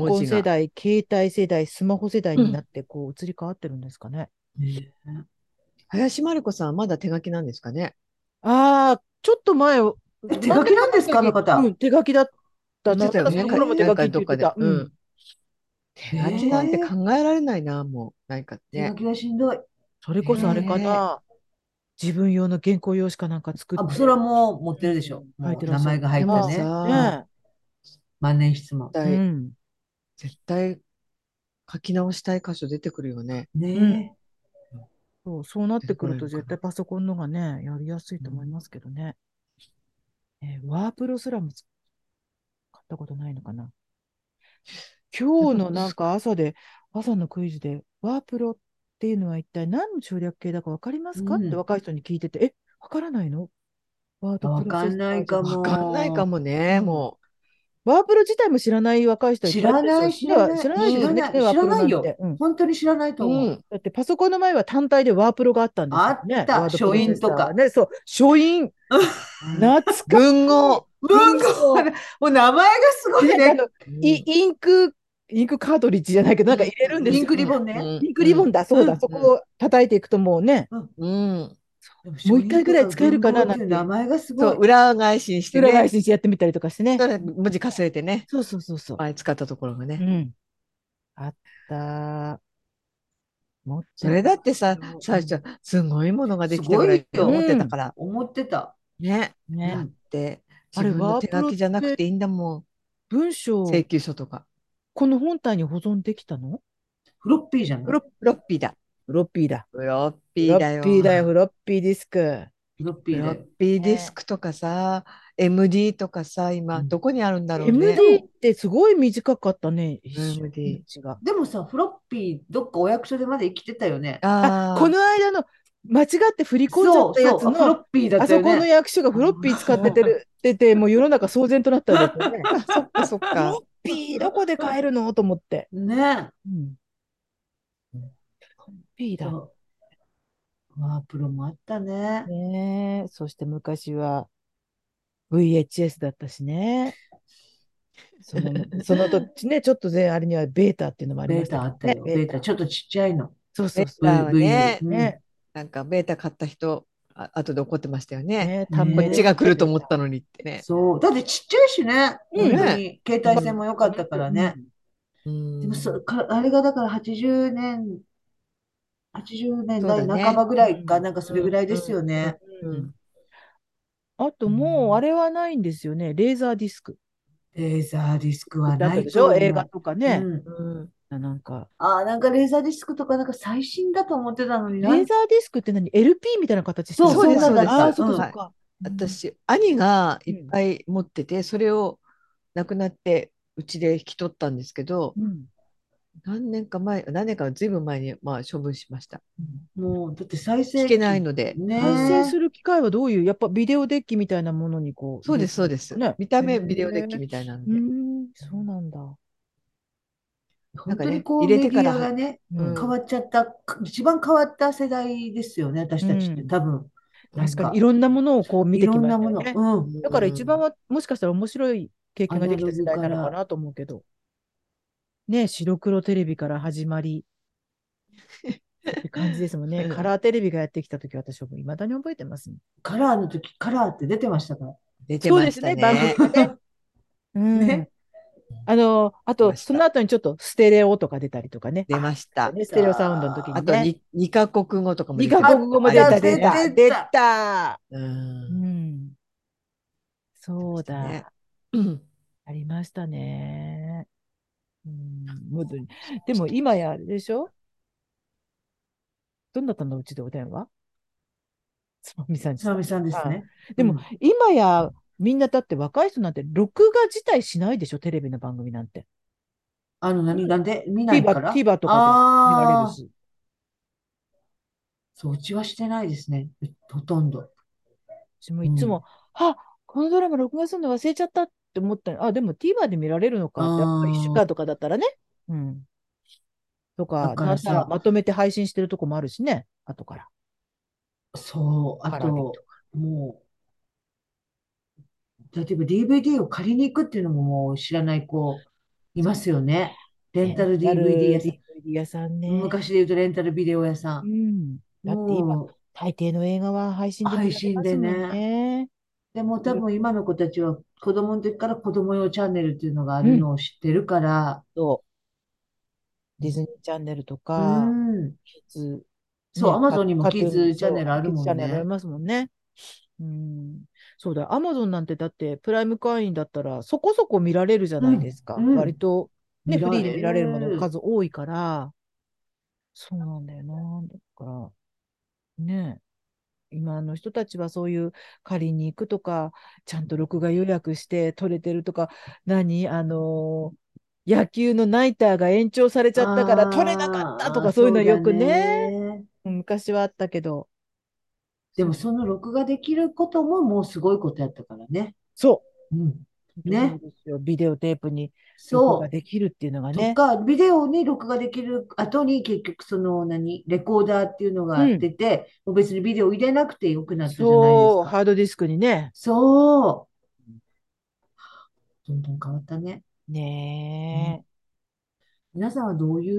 パソコン文字が。 世代、携帯世代、スマホ世代うん。 になって、こう、移り変わってるんですかね。 ね林真理子さんはまだ手書きなんですかね。 ああ、ちょっと前、 手書何年かきなんですか、あの前に、う方。 ん、手書きだったな。 言ってたよね。 私の頃も手なん書きってかどっかで。 言ってた。ううん。 ん。 手書きなんてええ考えられないな、もう。なんかね。 手書きはしんどい。 それこそあれかねな。自分用の原稿用紙かなんか作っあ、それはて、 もう持ってるでしょ。 うん、書いもう名てらっしゃる。 前が入でもったね。うさ、 ん。 ね万年筆も。 え。う絶対、 ん。 絶対書き直したい箇所出てくるよね。 うん。 ねそうなっ出ててくるこないのかな。 と絶対パソコンのがね、やりやすいうん、 と思いますけどね。ワープロすらも買ったことないのかな。 でも今日のなんか朝のクイズで、ワープロていうのは一体何の省略形だか分かりますかってうん。 若い人に聞いてて、分からないの？ワードプわかんロセッサないかーじゃなくわかんないかも。 もね、 うん。 もワープロ自体も知らない若い人はいっ知ぱいいるらない、 でしょうしね。 知らない、 知らないですよね、 知らない、知ワープらないよ。 ロなんて。うん。 本当に知らないとう。う思う。 ん。 だってパソコンの前は単体でワープロがあったんですあもんね。ワった、書ードプロセッ院とか。 サーはね。そう、書院。懐かし文豪。 い。文文豪、 庫。 もう名前がすごで、 いね。 うんインクカートリッジじゃないけど、なんか入れるんでインクすよね。 リボンね。 うんインクリボンだ、そうだ。 うん、 そこを叩いていくともうね、 うん。 うん。 でももう書院と一回ぐらいか文使えるか豪っていう名ななんて、 前がすそう、 ごい。 裏返しにして裏返ね。 しにしてやってみたりとかしてね。 それ文字かすれてね。 そうそうそうそ前使ったところがう。うね。 ん。あった。持ってまそれだってすさ、 よ。 最初、すごいものがですごきたぐらいよ。 い思ってうん。 たから。 思ってた。 ね。 ね。 だっうん。 て、 あれ、 自分の手ワープロっ書きじゃなくてていいんだもん。 文章、 請求書とか。 この本体に保存できたの？ フロッピーじゃない？ フロッ、 フロッピーだ。 フロッピーだ。 フロッフロッピーだよ。 ピーだよ、フロッピーディスク。 フロッピフロッーだよ。 ピーディスね。 クとかさ、MD とかさ、今、 うん。 どこにあるんだろうね。 で MD っも、 てすごい短かったね、一瞬、 MD。 命が。 でもさ、フロッピー、どっかお役所でまだ生きてたよね。 あ、こあの間の間違って振り込んじゃったやそうそう、あ、フロつの、 ッピーだっあそこのたよね。 役所がフロッピー使っててあ。 るってて、もう世の中騒然となったんですよね。 あ、そっかそっか。 フロッピーどこで買えるのと思って。 ね。 うん。フロッピーだ。 そう。ワープロもあったね。 ねえ。そして昔は VHS だったしね。その時ね、ちょっとあれにはベータっていうのもありベーましたけどね。 タあったよ。ベータ、 ベータ。 ちょっとちっちゃいの。 そうそうそベータは V、 ね、 うん。 う。ね。 なんかベータ買った人、後で怒ってましたよね。 ね、端こっち末ね。 が来るとだけで。 思ったのにってね。 そう。だってちっちゃいしね。本当うん。 ね。 に。携帯だから、 性も良かったからね。 うでもん。 あれがだから80年、80年そう代だね。 半ばぐらいか、 うん。 なんかそれぐうん、 らいですうん、うん、 よね。 うん。 うん。あとうもう、あん。 れはないんですよね。レーザーディスク。 レーザーディスクはってあっないたでしょ？映画と思とかう。 ね。 うん。 うん。 なんか、 ああ、なんかレーザーディスクとかなんか最新だと思ってたのにレーザーディスクって何？ LP みたいな形してそう、そんるの？ そうです、そうです。 なんだった。 ああー、そっかうん。 そっはい。 か。うん。 私、兄がいっうん。 ぱい持ってて、それを亡くなって、うちで引き取ったんですけど、 うん。 何年かずいぶん前に、まあ、処分しました。 もう、だって最聞けない盛期。 ので。 再生ねする機会はどういう、やっぱビデオデッキみたいなものにこうそうです、 入れてるんそうです。 ですかね。 見たへ目ビデオデッキえ。 みたいなのうで。 ん、そうなんだ。 え。本当になんかね、 こうメデ入れてからィアがね、 うん。 変わうん、 っちゃった、一番変わった世代ですよね、私たちってうん。 多分。な確かにいんか、 ろんなものをこう見いてきろんなもの、 ましたよね。 うん。 だから一番うん、 はもしかしたら面白い経験ができたアナロ世代なのかグから、 なと思うけど。ね、白黒テレビから始まりって感じですもんね。カうん。 ラーテレビがやってきたとき、私はもう未だに覚えてますもん。 カラーの時、カラーって出てましたから。 出てましそうですね、番組たね。 がね。うん。 ね。 あと、 出ました。 その後にちょっとステレオとか出たりとかね。 出ました。 あっね、ステレオサウンドの時た。 にね。 あと2カ国語とかも 2 出てる。 カ国語も出た、出出ね。 た、出てた。 た。 ううん。 ん。 出まそうしたね。 だ。 うん。 ありましたね。うん。でも今やあれでしょ？どんなったのうちでお電話？つまみさんちだ。 つまみさんですああ。 ね。 でもうん。 今やみんなだって若い人なんて録画自体しないでしょ？テレビの番組なんて。 なんで見ないから？ TVer とかで見られるああー、 し。 そう、うちはしてないですね。ほとんど。 私もうん。 いつも、あ、このドラマ録画するの忘れちゃったって思ったら、あ、でも TVer で見られるのあかって、やっぱり1週間あ、 とかだったらね。うん。とだか、なんならからさ、 まとめて配信してるとこもあるしね。後から。 そう、あパラビとと、 か。 もう、例えば DVD を借りに行くっていうのももう知らない子いそう。 ますよね。レンタルレンタ DVD 屋ルさん。 DVD 屋さんね。 昔で言うとレンタルビデオ屋うさん。 ん。 だって今、 も大抵の映画は配う、 信で見られ配信ますもんでね。 ね。 でも多うん。 分今の子たちは子供の時から子供用チャンネルっていうのがあうん。 るのを知ってるから、 そう。ディズニーチャンネルとうか、 ん。 キッズ、 そう、アね、 マゾンにもキッカトゥーン、そう、 ズチャンネルあるキッズチャンネルありもんね。 ますもんね。うん。そうだ、アマゾンなんてだってプライム会員だったらそこそこ見られるじゃないでうん、 すか。 うん。 割とね、フリーで見られ見られるものる。 数多いから、そうなんだよな。だから、ね、今の人たちはそういう借りに行くとか、ちゃんと録画予約して取れてるとか、何野球のナイターが延長されちゃったから取れなかったとああ、 かそういうそうだのよくね、 ね。 昔はあったけど。そう、 でもその録画できることももうすごいことやったからね。 そうん。 う、本当そうね。 ですよ。ビデオテープに録画そう。 できるっていうのがね。 とか、ビデオに録画できる後に結局そのレコーダーっていうのがうん。 出て、もう別にビデオ入れなくてよくなったじゃないですそう、 か。 ハードディスクにね。 そう。どんどん変わったね。うん、 ね皆さんはどういう、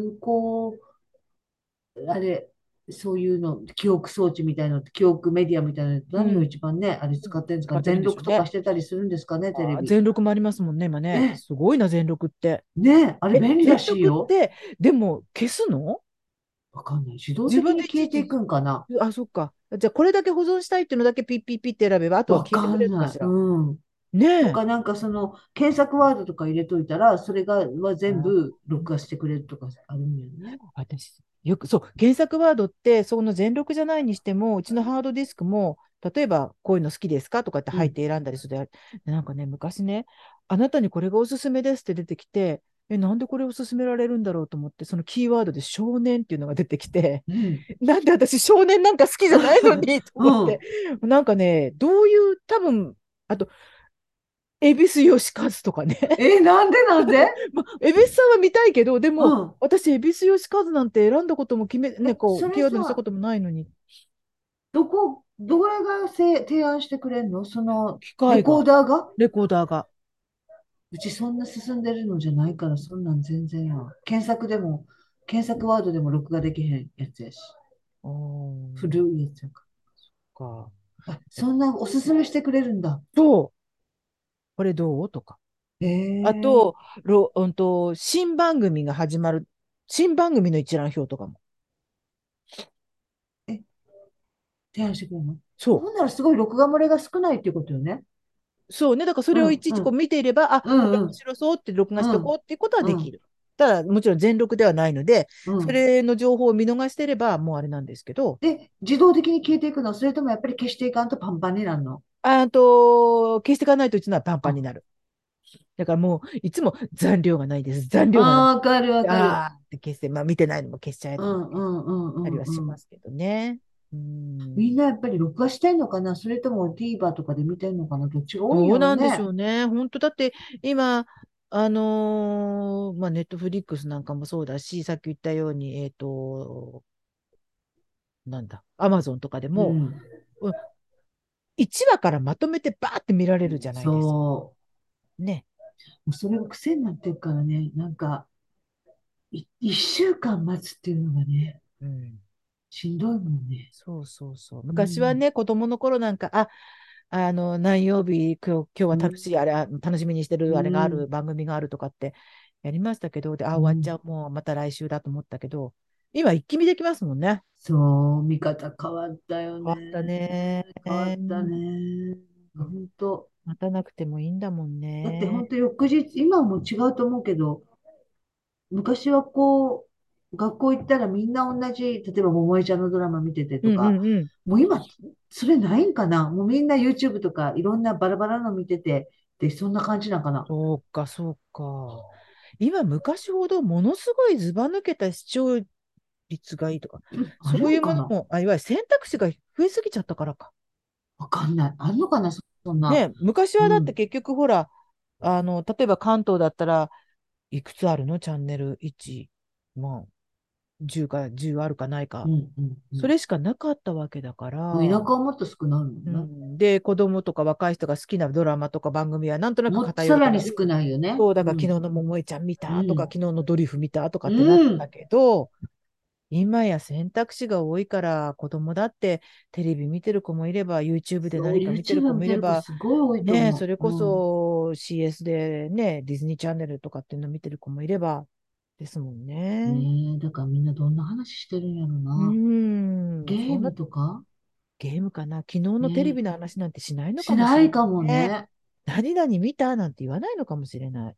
あれ、そういうの、記憶装置みたいなの、記憶メディアみたいなの、 え。う何をん。 一番ね、あれうん使ってるんですか？ 使ってるん全録とかでしょうね。 してたりするんですかね、テレビ。 全録もありますもんね、今ね。 ね、 すごいな、全録って。 ね、あれ便利ら全しいよ。 録って、でも消すの？ わかんない。自動的自分でに消えていいちいち、 くんかな。 あ、そっか。じゃあ、これだけ保存したいっていうのだけピッピッピッって選べば、あとはわ消えてくかんない。 れるのかしら。 うん。 ねえ。 とか、なんか検索ワードとか入れといたら、それは全あ部録画してくれるとかあるんやね。 私、よく、そう、検索ワードって、その全録じゃないにしても、うちのハードディスクも、例えば、こういうの好きですかとかってうん。 入って選んだりするで、なんかね、昔ね、あなたにこれがおすすめですって出てきて、なんでこれを勧められるんだろうと思って、そのキーワードで少年っていうのが出てきて、 うん。 なんで私少年なんか好きじゃないのにと思って、 うん。 なんかね、どういう、多分、あと、恵比寿吉和とかね。 なんでなんで？ まあ、恵比寿さんは見たいけど、でも、 うん。 私、恵比寿吉和なんて選んだこともこう、キーそれさ、 ワードにしたこともないのに、 どれが提案してくれんの？ 機レコー械が、 ダーが？ レコーダーが。 うちそんな進んでるのじゃないから、そんなん全然やわ。検索ワードでも録画できへんやつやし。 あー古いやつやかか。 ら。そんなおすすめしてくれるんだ。 そう、これどうとか。 へえ。 あと、新番組が始まる、新番組の一覧表とかも。 え、提案してくれるの？ そほんならすごい録画漏れが少ないっていうことよね。 そうね。だからそれをいうん、 ちいちこううん、 見ていれば、あ、これ面うん、 白そうって録画しておこうん、 うっていうことはうん、 できる。ただ、もちろん全録ではないので、そうん。 れの情報を見逃していれば、もうあれなんですけど、 で、自動的に消えていくの？それともやっぱり消していかんとパンパンになるの？ 消していかないとうちのはパンパンにあ、 なる。だからもう、いつも残量がないです。残量がない。 わかるわかる。 あーって消して、まあ見てないのも消しちゃえうん、 と思って消しうん、うん、 たりはうん、うん。 しますけどね。うん。 みんなやっぱり録画してんのかな？それとも TVer とかで見てんのかな？どっちが多いんやどうなんでしょろね。 うね。本当だって今、まあ、ネットフリックスなんかもそうだし、さっき言ったように、なんだ、アマゾンとかでも、 うん。 うん、1話からまとめてバーって見られるじゃないですか。 そね。 う。もうそれが癖になってるからね。なんか、一週間待つっていうのがね、 うん。 しんどいもんね。 そうそうそう。 うん。 昔はね、子供の頃なんか、何曜日、今日はうん。 楽しい、あれ、楽しみにしてうるあれがある、 ん。 番組があるとかってやりましたけど、で、終わっちゃうん。 う、もうまた来週だと思ったけど、今一気見できますもんね。 そう、見方変わったよ変わったね。 ね。 変わったね。本当。 待たなくてもいいんだもんだって本ね。 当翌日、今はもう違うと思うけど、昔は学校行ったらみんな同じ、例えば桃江ちゃんのドラマ見ててうんうとか、 んうん。 もう今、それないんかな？もうみんな YouTube とかいろんなバラバラの見てて、で、そんな感じなんかな？ そうか、そうか。今、昔ほどものすごいずば抜けた視聴率がいいとか、 うん、あそういうもるんかな？ のも、いわゆる選択肢が増えすぎちゃったからか。 わかんない。あんのかな？そんな。 ね、昔はだってうん。 結局ほら、例えば関東だったらいくつあるのチャンネル1、まあ、10あるかないか。 うん、うん、うん。 それしかなかったわけだかもう田舎ら、 はもっと少ないもんな。 うん、で、子供とか若い人が好きなドラマとか番組はなんとなくもっと偏るから、 さらに少ないよね。 そう、だから昨日うん。 の桃江ちゃん見たとか、 うん。 昨日のドリフ見たとかってなっうん。 たけど、今や選択肢が多いから、子供だってテレビ見てる子もいれば、YouTube でそう、 何か見てる YouTube 子見てる子もいれば、 すごい多いとねえ、そ思う。 れこうん。 そ CS でね、ディズニーチャンネルとかっていうの見てる子もいれば、ですもんね。 ねえ、だからみんなどんな話してるんやろうな。 ーん、 ゲーそんなムとかゲームかな。昨日のテレね、 ビの話なんてしないのかしもしれないかもないね。 ね。 何々見たなんて言わないのかもしれない。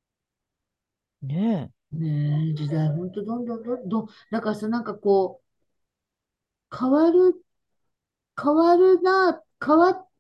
ねねえ、時代ほんとどんどんどんどん、だからさ、なんかこう、変わる、変わるな、変わっ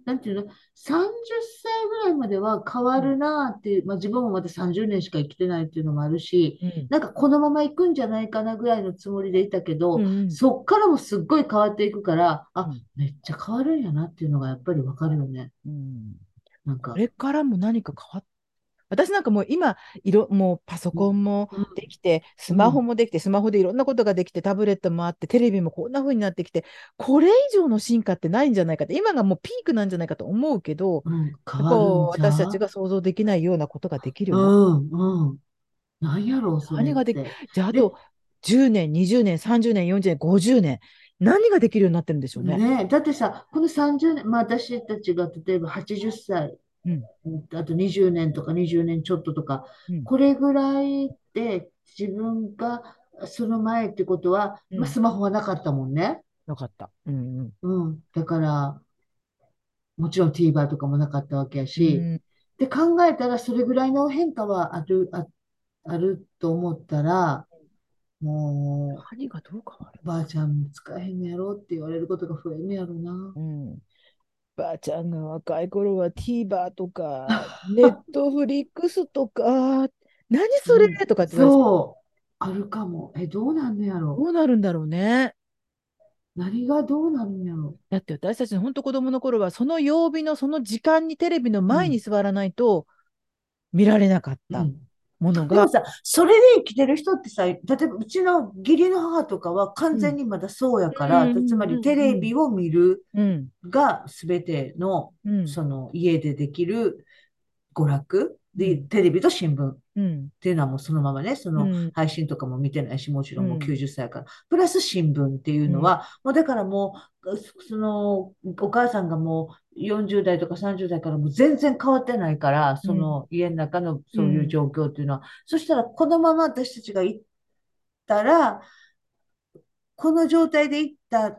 なんていうの、30歳ぐらいまでは変わるなっていう、まあ自分もまだ30年しか生きてないっていうのもあるし、 うん。 なんかこのまま行くんじゃないかなぐらいのつもりでいたけど、 うん。うん。 そっからもすっごい変わっていくから、あ、 うん。 めっちゃ変わるんやなっていうのがやっぱりわかるよね。 うん。 なんか、 これからも何か変わっ私なんかもう今、もうパソうん、 コンもうん、 できて、スうん、 マホもできて、スマホでいろんなことができて、タブレットもあって、テレビもこんな風になってきて、これ以上の進化ってないんじゃないかって、今がもうピークなんじゃないかと思うけど、 うん、変やっぱわるんじ私たちゃが想像できないようなことができるようになって、 うん、うん。なんやろう、それっ何ができ、 て。 じゃああとで、 10年、20年、30年、40年、50年、何ができるようになってるんでしょうね。 ねえ、だってさ、この30年、まあ私たちが例えば80歳、 うん、 あと20年とか20年ちょっととか、 うん、 これぐらいで自分がその前ってことは、まあ、 うん。 スマホはなかったもんね。 よかった。うん、 うん。だから、もちろん TVer とかもなかったわけやうん。 し、 うん。 で考えたらそれぐらいの変化はあると思ったら、も何がどう変わる？ う、ばあちゃん使えへんのやろって言われることが増えんのやろな。 うん。ばあちゃんが若い頃は TVer とか、ネットフリックスとか、何それうん。 とかって言われて、 そう。あるかも。どうなんのやろ。 どうなるんだろうね。 何がどうなるんやろ。 だって私たちの本当子供の頃は、その曜日のその時間にテレビの前にうん。 座らないと見られなかったうん。 ものが、 でもさ、それで生きてる人ってさ、例えばうちの義理の母とかは完うん、 全にまだそうやうから、つまん、うりテん、うん、 レビを見るうん、 が全ての、 うん、 その家でできる娯楽で、 うん、 テレビと新聞っうん、 ていうのはもうそのままね、そのうん、 配信とかも見てないし、もちろんもううん、 90歳から。プラス新聞っていううん、 のは、もうだからもう、その、お母さんがもう40代とか30代からもう全然変わってないから、そうん、 の家の中のうん、 そういう状況っていうのは、そしたらこのまま私たちが行ったら、この状態で行った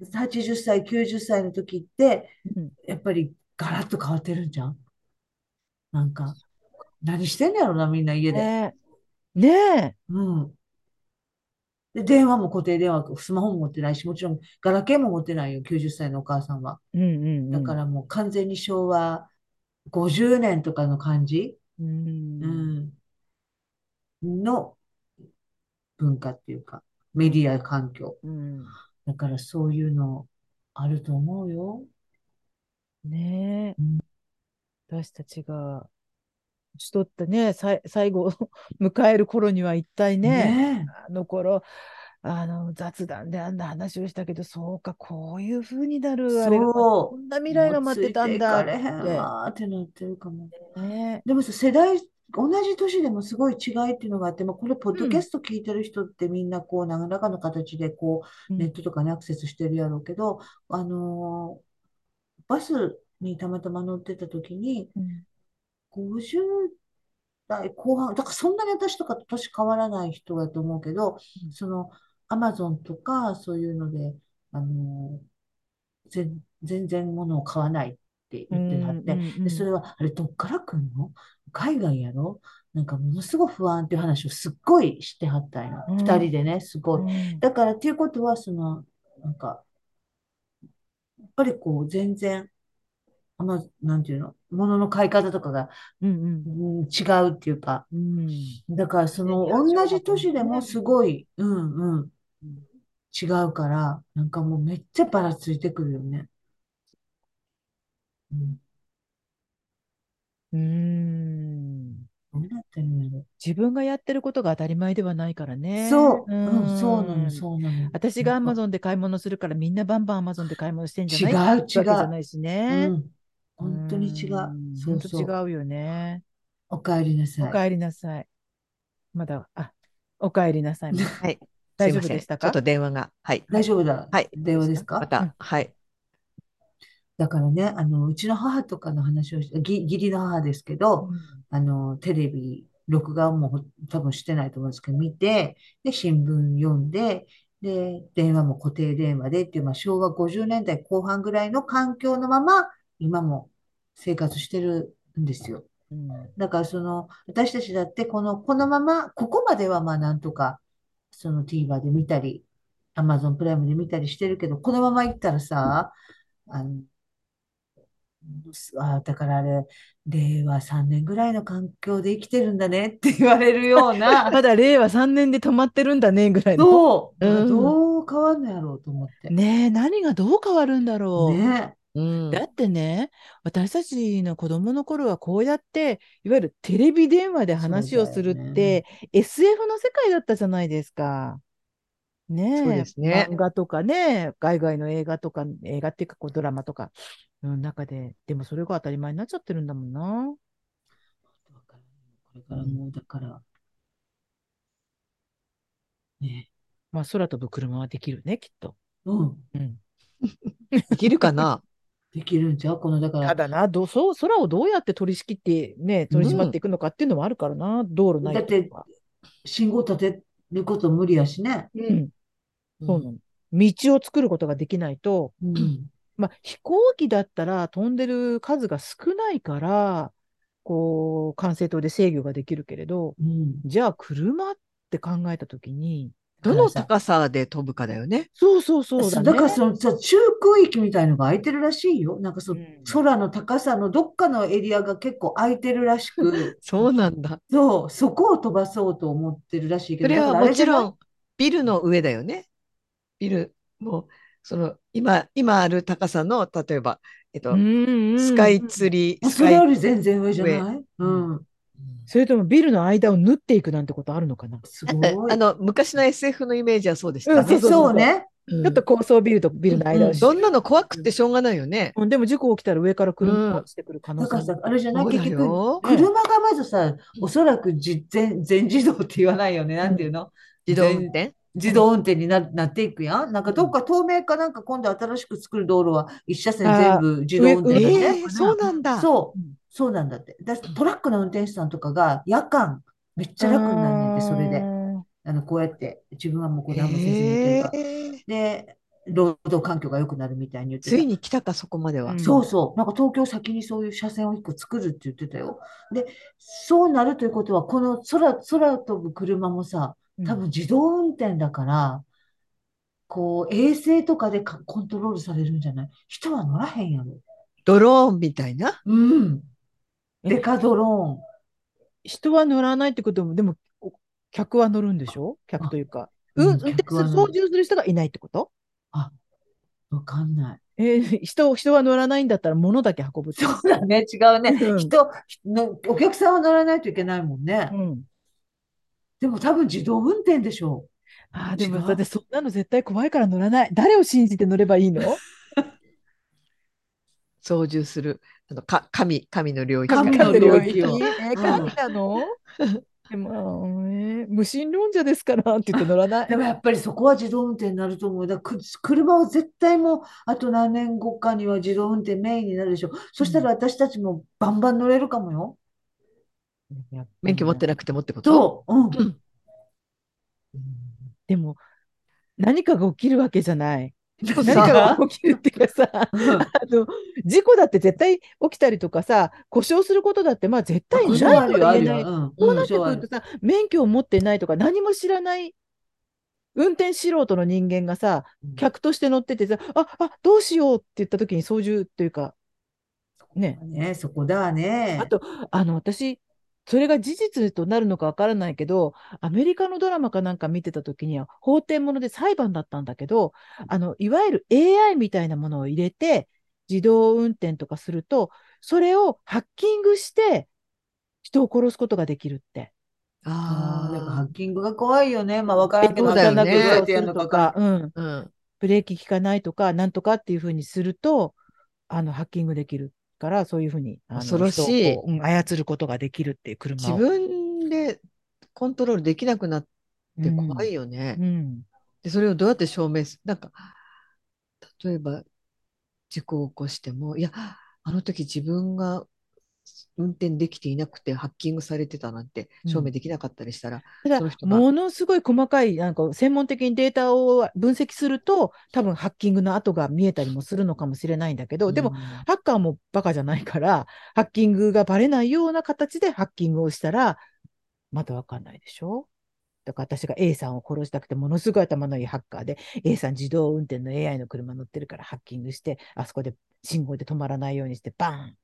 80歳、90歳の時って、 うん。 やっぱりガラッと変わってるんじゃん。なんか、何してんのやろな、みんな家で。 ねえ、ねえ、 うん。で、電話も固定電話、スマホも持ってないし、もちろんガラケーも持ってないよ、90歳のお母さんは。 うん、うん、うん。 だからもう完全に昭和50年とかの感じ、 ううん、 ん、の文化っていうか、 うん、 メディア環境。 うん。 だからそういうのあると思うよ。 ねえ、 うん、 私たちが年取ったね、最後を迎える頃には一体ね、 ねあの頃、雑談であんな話をしたけど、そうか、こういう風になえ、 るあれが、こそんな未う。 来が待ってもうついたんだっていかれへんて。 わーってなってるかも。 ね。 でもさ、同じ年でもすごい違いっていうのがあって、まあ、これ、ポッうん、 ドキャスト聞いてる人ってみんな、こう、何らかの形で、こう、ネうん、 ットとかにアクセスしてるやろうけど、バスにたまたま乗ってた時に、 うん、 50代後半、だからそんなに私とかと年変わらない人だと思うけど、 うん、 その、アマゾンとか、そういうので、あの全然物を買わないって言ってはうん、 って、で、それは、あれ、どっから来んの？海外やろ？なんか、ものすごい不安っていう話をすっごいしてはったんや。 うん、 二人でね、すごい。 うん、 だから、っていうことは、その、なんか、やっぱりこう、全然、なんていうの、物の買い方とかが、 うん、 違うっていうか、 うん。 だから、その、 自然に足を同じ運んでね。 年でもすごい、 うん、 違うから、なんかもうめっちゃばらついてくるよね。うん。 うん。 どうなってるんやろ。 自分がやってることが当たり前ではないからね。 そう、うん、そうなの、そうなの。 私がアマなんか、 ゾンで買い物するからみんなバンバンアマゾンで買い物してんじゃ違ないってう、違わけじゃなう。 いしね。 うん。本当に違う。そ本当違うそう。 うよね。 お帰りなさい。 お帰りなさい。まだ、お帰りなさいませ。 はい。す大丈夫いません。 でしたか？ ちょっと電話が。はい。 はい。 大丈夫だ。 はい。 電話ですまか？ た、はい。 だからね、うちの母とかの話をして、義理の母ですけど、 うん。 テレビ、録画も多分してないと思うんですけど、見て、で、新聞読んで、で、電話も固定電話でっていう、まあ、昭和50年代後半ぐらいの環境のまま、今も生活してるんですよ。 うん。 だからその、私たちだってこのまま、ここまではまあなんとか、その TVer で見たり、Amazon プライムで見たりしてるけど、このまま行ったらさ、あの、 だからあれ、令和3年ぐらいの環境で生きてるんだねって言われるような、 まだ令和3年で止まってるんだねぐらいの。 そう、だからうん。 どう変わんのやろうと思って。 ねえ、何がどう変わるんだろねうう。だん。 ってね、私たちの子供の頃はこうやって、いわゆるテレビ電話でそうだよ話をするっね。 て SF の世界だったじゃないですか。 そうねえ、 ですね。 漫画とかね、海外の映画とか、映画っていうかこうドラマとかの中で、でもそれが当たり前になっちゃってるんだもんな。 わからんよこれからうん、 もう、だから、ね。 まあ空飛ぶ車はできるね、きっと。 うん。 うん。 できるかな。 できるんちゃうだから、 ただな、空をどうやって取り仕切ってね、 う取り締まってん。 いくのかっていうのもあるからな、道路ないだって、 とか。 信号立てること無理やしね。 うん、 うん。 そうなの。道を作ることができないと、 うん。 まあ、飛行機だったら飛んでる数が少ないから、こう、管制塔で制御ができるけれど、 うん。 じゃあ車って考えたときに、 どだからさ、 の高さで飛ぶかだよね。 そうそうそうだね。 だからそのさ、中空域みたいのが空いてるらしいよ。なんかうん。 空の高さのどっかのエリアが結構空いてるらしく、 そうなんだ。 そう、そこを飛ばそうと思ってるらしいけど、だからあそれはもれじゃない？ ちろんビルの上だよね。ビルも、今ある高さの、例えば、 うスんうん。 カイツリー、 うん。それよスカイり全然上じゃ上。 ない？ううん。 ん。 それともビルの間を縫っていくなんてことあるのかな。 すごい。 昔の SF のイメージはそうでしたうん、そうね、 ね。 そうそうそう。 そうね。 ちょっとうん。 高層ビルとビルのうん。 間をシュそんなの怖くてしょうがないよね。 うん、でも事故起きたら上からう車が落ん。 ちてくる可能だからさ、 性もある。 あれじゃない？ そうだ結局、 よ。 ね車がまずさ、おそらく全自動って言わないよね。 え。うん。 なんていうの？ 自動運転。 自動運転になっていくやん。なんかうん。 どっか透明かなんか今度新しく作る道路は一車線全ああ、 部自動運転だって。 そうかな。 なんだ。 そう、 うん。 そうなんだって。トラックの運転手さんとかが夜間めっちうーゃ楽になんねんって、それで。 ん。 こうやって自分はもうこう何もせずにっていうへか。 え。 で、労働環境が良くなるみたいに言ってついた。 に来たか、そこまでは。 うん。 そうそう。なんか東京先にそういう車線を一個作るって言ってたよ。で、そうなるということは、この空飛ぶ車もさ、 うん。 多分自動運転だから、こう、衛星とかでコントロールされるんじゃない？人は乗らへんやろ。 ドローンみたいな。 うん。 え、 デカドロ人は乗らないってことも、でも、客は乗るんでしょ？ ーン。あ、 客というか。 うん、 運転する、操客は乗る。 縦する人がいないってこと？ あ、わかんない。 人は乗らないんだったら物だけ運ぶってそこと？ うだね、違うね。 うん。 お客さんは乗らないといけないもんね。 うん。 でも多分自動運転でしょああ、 う。違でも、だってう？ そんなの絶対怖いから乗らない。誰を信じて乗ればいいの？ 操縦する。神の領域か。 神の神の領領域を。 域神うん。 なの？でも、無神論者ですからって言って乗らない。 でもやっぱりそこは自動運転になると思う。車は絶対もう、あと何年後かには自動運転メインになるでしょ。そしたらうん。 私たちもバンバン乗れるかもよ。 やっぱ免許持っりな。 てなくてもってこと？ そう、うん。 うん。 うん、でも、何かが起きるわけじゃない。何かがさ起きるっていうかさ、 うん。 の、事故だって絶対起きたりとかさ、故障することだってまあ絶あ、 対故障あるよ、 ないとは言あるよ。 えない。 うん、うん、 こうなってそうある。 くるとさ、免許を持ってないとか何も知らない運転素人の人間がさ、 うん、 客として乗っててさ、どうしようって言った時に操縦っていうか、ね。 ね、そこだね。 あと、私、それが事実となるのかわからないけど、アメリカのドラマかなんか見てた時には、法廷もので裁判だったんだけど、いわゆる AI みたいなものを入れて、自動運転とかすると、それをハッキングして人を殺すことができるって。 ああ、だからああ、 ハッキングが怖いよね。まあわからんけど、 そうだハッキ効かなくングどうやっよね。 てやるそうするのかわからん。 とか、うん、 うん。 ブレーキ効かないとか、なんとかっていうふうにすると、ハッキングできるから、そういうふうに、 恐ろ人をしい。 こう、操ることができるっていう車自を。 分でコントロールできなくなって怖うん。 いよね。 うん。 で、それをどうやって証明なんか、例えば事故を起こしても、いや、あの時自分が運転できていなくてハッキングされてたなんて証明うん。 できなかったりしたら、 ただ、 その人が、 ものすごい細かい、なんか専門的にデータを分析すると、多分ハッキングの跡が見えたりもするのかもしれないんだけど、 うでも、 ん、 ハッカーもバカじゃないから、ハッキングがバレないような形でハッキングをしたら、まだわかんないでしょ？ だから私が A さんを殺したくて、ものすごい頭のいいハッカーで、A さん自動運転の AI の車乗ってるからハッキングして、あそこで信号で止まらないようにして、バーン、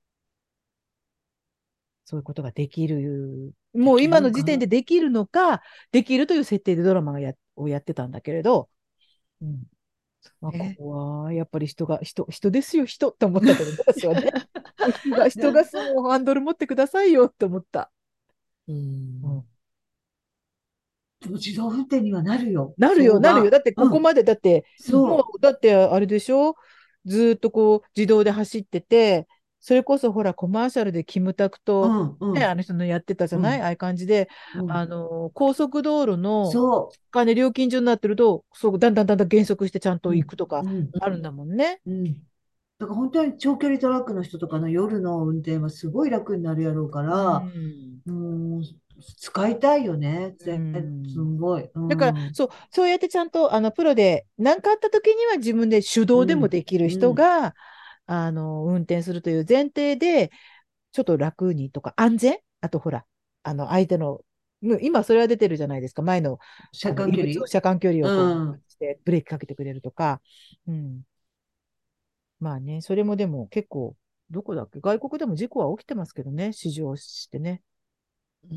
そういうことができる。 でもう今の時きるのかな。 点でできるのか、できるという設定でドラマをやってたんだけれど、うん。まあ、 ね。 怖い。やっぱり人ですよ、人って思ったけど、私はね。人がもうハンドル持ってくださいよって思った。 ううん。 ん。 でも自動運転にはなるよ、 なるよ、なるよ。 早晩。 だってここまで、だって、もそう、だってあれでしょ、ずーっとこう自動で走ってて、それこそほらコマーシャルでキムタクう。うと、ね、 んうん。 あの人のやってたじゃうん。 ない、ああいう感じで、 うん。 高速道路のそ料金所になってると、そう、だんだんだんだん減速してちゃんう。 とうん。 行くとかうん。 あるんだもんね。 うん。だから本当に長距離トラックの人とかの夜の運転はすごい楽になるやろうかうら、 ん。 うん、使いたいよね。 うすん。 ごい。うだから、 ん。 そうやってちゃんと、プロで、何かあった時には自分で手動でもうん。 できるうん。 人が、運転するという前提で、ちょっと楽にとか、安全あと、ほら、相手の、今それは出てるじゃないですか。前の、 車間距離。 異物の車間距離をこうん。 う、してブレーキかけてくれるとか、うん。まあね、それもでも結構、どこだっけ、外国でも事故は起きてますけどね、試乗してね。 うん。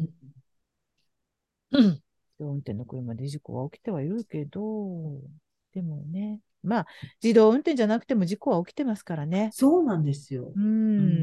うん。 うん。 自動運転の車で事故は起きてはいるけど、でもね、まあ、自動運転じゃなくても事故は起きてますからね。 そうなんですよ。 うん。 うん。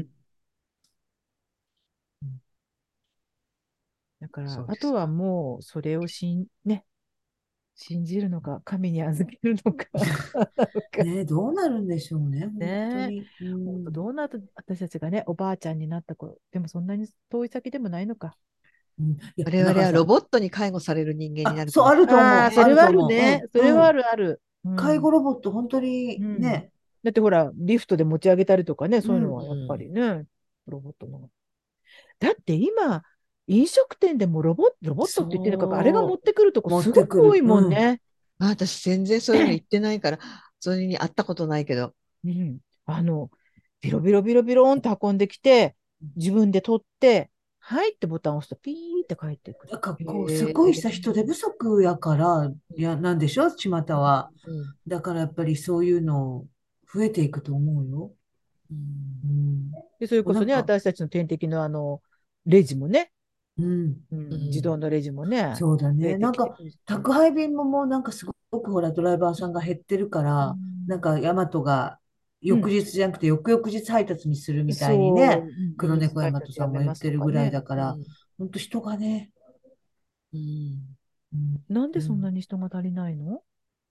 だから、 そうあとはですか。 もう、それをね、信じるのか、神に預けるのか、なんかね、どうなるんでしょうね、本当ね、 に。う本当ん。 どうなると私たちがね、おばあちゃんになった頃、でもそんなに遠い先でもないのか。 うん、いや、 我々はロだからさ、 ボットに介護される人間になあ、そう、あるかもしれると思う。 ああ、そあれはあるると思ね。そう。うん。 れはあうん。 るある。う介護ん。 ロボット、本当にうん。 ね、 だってほら、リフトで持ち上げたりとかね、そういうのうん。 はやっぱうん。 りね、ロボットの。だって今、飲食店でもロボットって言ってるのか、あれが持っそてくるとこう、持すってくる。 ごく多いもんうん。 ね。 まあ、私全然そういうの言ってないから、それに会ったことないけど。 うん。ビロビロビロビロンって運んできて、自分で取って、はいってボタンを押すとピーって帰ってくる。 なんかこう、すへごいさ、人手え。 不足やから、いや、なんでしょ、巷は。 うん。 だからやっぱりそういうの増えていくと思うよ。 うん。 うん。 で、それこそね、 なんか、 私たちの点滴のレジもね、 うん。 うん、自うん。 動のレジもね、 そうだね。 増えてなんか、 きてるし。 宅配便ももうなんかすごくほら、ドライバーさんが減ってるかうら、なんん。 か、ヤマトがうん。 翌日じゃなくて翌々日配達にするみたいにそう、 ね、 翌日黒猫ヤ配達やめマトさんも言っますとかてるぐらいね。 だから、 うん。 ほんと人がね、 うん。 うん、 なんでそんなうん、 に人が足りないの？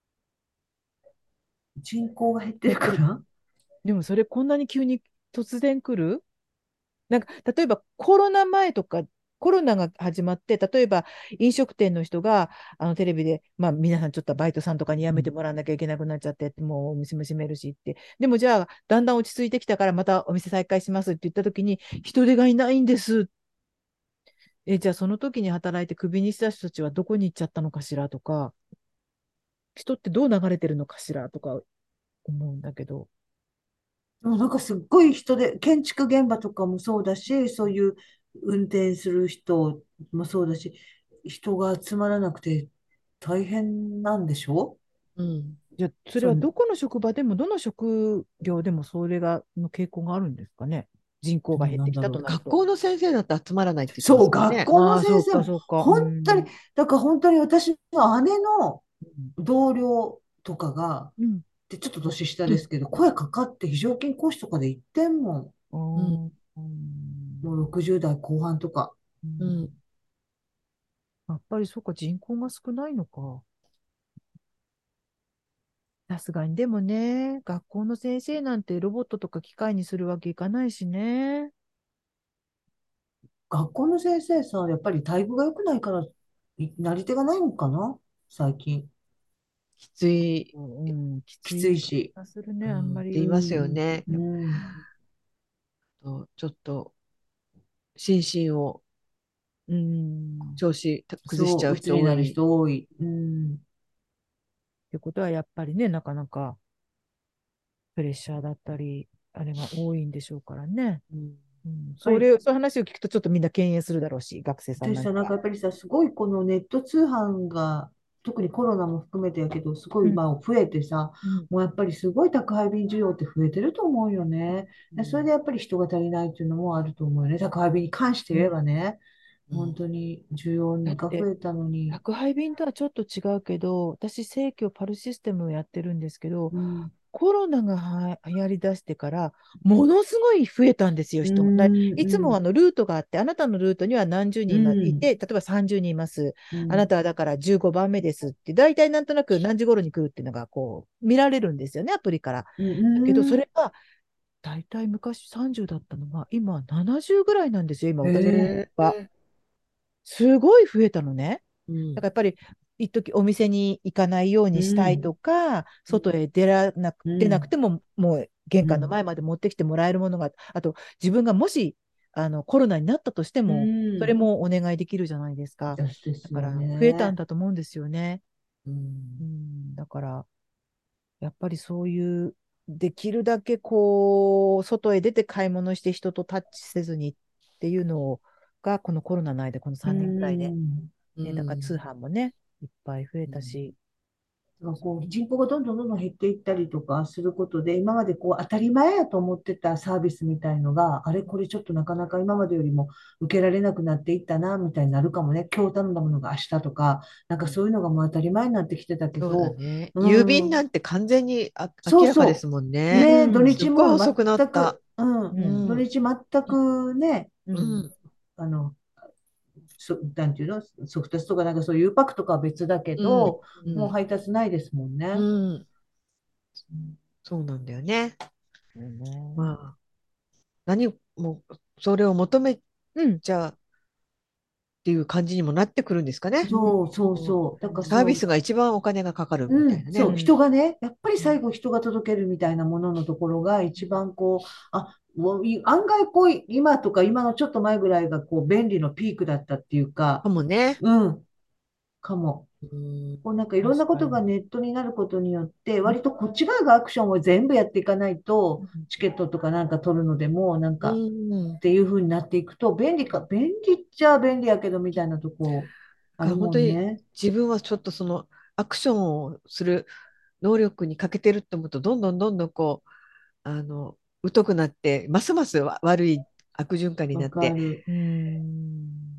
人口が減って減ってる。 るから。 でもそれこんなに急に突然来る？なんか、例えばコロナ前とか、コロナが始まって、例えば飲食店の人がテレビで、まあ、皆さんちょっとバイトさんとかに辞めてもらわなきゃいけなくなっちゃって、もうお店も閉めるしって、でもじゃあ、だんだん落ち着いてきたからまたお店再開しますって言った時に、人手がいないんです。じゃあその時に働いてクビにした人たちはどこに行っちゃったのかしらとか、人ってどう流れてるのかしらとか思うんだけど。 でもなんかすっごい人で、建築現場とかもそうだし、そういう運転する人もそうだし、人が集まらなくて大変なんでしょ？ うん。 じゃあ、それそう、 はどこの職場でも、どの職業でもの傾向があるんですかね。人口が減ってきたなんだろう。 となると。 学校の先生だって集まらないって言ってまそう、 すからね。 学校のああ、そうか、 先生もそうか。う本当に、 ん。 だから本当に私の姉のうん。 同僚とかが、 うん。 で、ちょっと年下ですけど、声かかって非常勤講師とかで行ってんもん。 あうん。 ー、うん。 もう60代後半とか。 うん。 うん。 やっぱりそうか、人口が少ないのか。さすがに、でもね、学校の先生なんてロボットとか機械にするわけいかないしね。 学校の先生さ、やっぱり待遇が良くないから、なり手がないのかな最近。 きつい、 うん、ききつい気ついし。 がするね、 うん、 あんまり。 って言いますようん、 ね。 うん。 ちょっと心身をうん。 調子崩しちそう、 ゃう鬱になる人多い。 人多い。うん。 ってことは、やっぱりね、なかなかプレッシャーだったり、あれが多いんでしょうからね。 うん。 そういう話を聞くとちょっとみんな敬遠するだろうし、学生さんでさ、 なんかは。 なんかやっぱりさ、すごいこのネット通販が、特にコロナも含めてやけど、すごいうん、 今増えてさ、 うん、 もうやっぱりすごい宅配便需要って増えてると思うよね。でそれうん、 でやっぱり人が足りないっていうのもあると思うよね。宅配便に関してうん。 言えばね、本うん当に需要だって、 が増えたのに。 宅配便とはちょっと違うけど、私、生協パルシステムをやってるんですけど、 うん。 コロナが流行り出してから、ものすごい増えたんですよ、 う人が。 ん、 いつもうん、 ルートがあって、あなたのルートには何十う人いん、 て、例えば30人います。 うん、 あなたはだから15番目ですって、大体なんとなく何時頃に来るっていうのがこう見られるんですよね、アプリから。 うだけど、そん。 れが大体昔30だったのが、今70ぐらいなんですよ、今へ私のへが。 え。 すごい増えたのね。 うん。 だからやっぱり、一時お店に行かないよううにしたいん、 とか、外へ出なくうん、 ても、もう玄関のうん、 前まで持ってきてもらえるものが、あと自分がもしコロナになったとしてうも、それん。 もお願いできるじゃないですか。 ですよだから増えたんね。 だと思うんですよね。 うん。 だからやっぱりそういう、できるだけこう、外へ出て買い物して人とタッチせずにっていうのが、このコロナの間、このう 3年ぐらいで、 ん。 うね、だから通ん。 販もね、いっぱい増えうん。 たし、 だからこうそう人口がどんどんどんどん減っていったりとかすることで、今までこう当たり前やと思ってたサービスみたいのが、あれこれちょっとなかなか今までよりも受けられなくなっていったな、みたいになるかもね。今日頼んだものが明日とか、なんかそういうのがもう当たり前になってきてたけそうだど、 ね。郵便うん、 なんて完全に明らかですそうそもんう。 ね。 ね、土うん、 すっ日もごい遅くなった。 全く、うん、 うん、 土うん。 日全くね、 うん、 うん、あの、なんていうの、ソフトスとかなんかそういう U パックとかは別だけうん。 ど、もううん。 配達ないですもんうね。 ん。そうなんだよね。 そうね。 まあ、何も、それを求めうん、 ちゃっていう感じにもなってくるんですかね。 うん、 そうそううん。 そう。だからサービそう、 スが一番お金がかかるみうん、 たいなね。 そう、 うん、 人がね、やっぱりうん。 最後人が届けるみたいなもののところが一番こう、案外こう、今とか今のちょっと前ぐらいがこう、便利のピークだったっていうか、 かもね。 うん、かも。 うん。 こうなんかいろんな確かに。 ことがネットになることによって、 うん、 割とこっち側がアクションを全部やっていかないと、 うん、 チケットとかなんか取るのでも、なんうかん。 っていう風になっていくと、便利っちゃ便利やけどみたいなとこあるから本当にもんね。 自分はちょっとそのアクションをする能力に欠けてると思うと、どんどんどんどんこう、疎くなって、ますます悪い悪循環にわなって、 かる。 うん、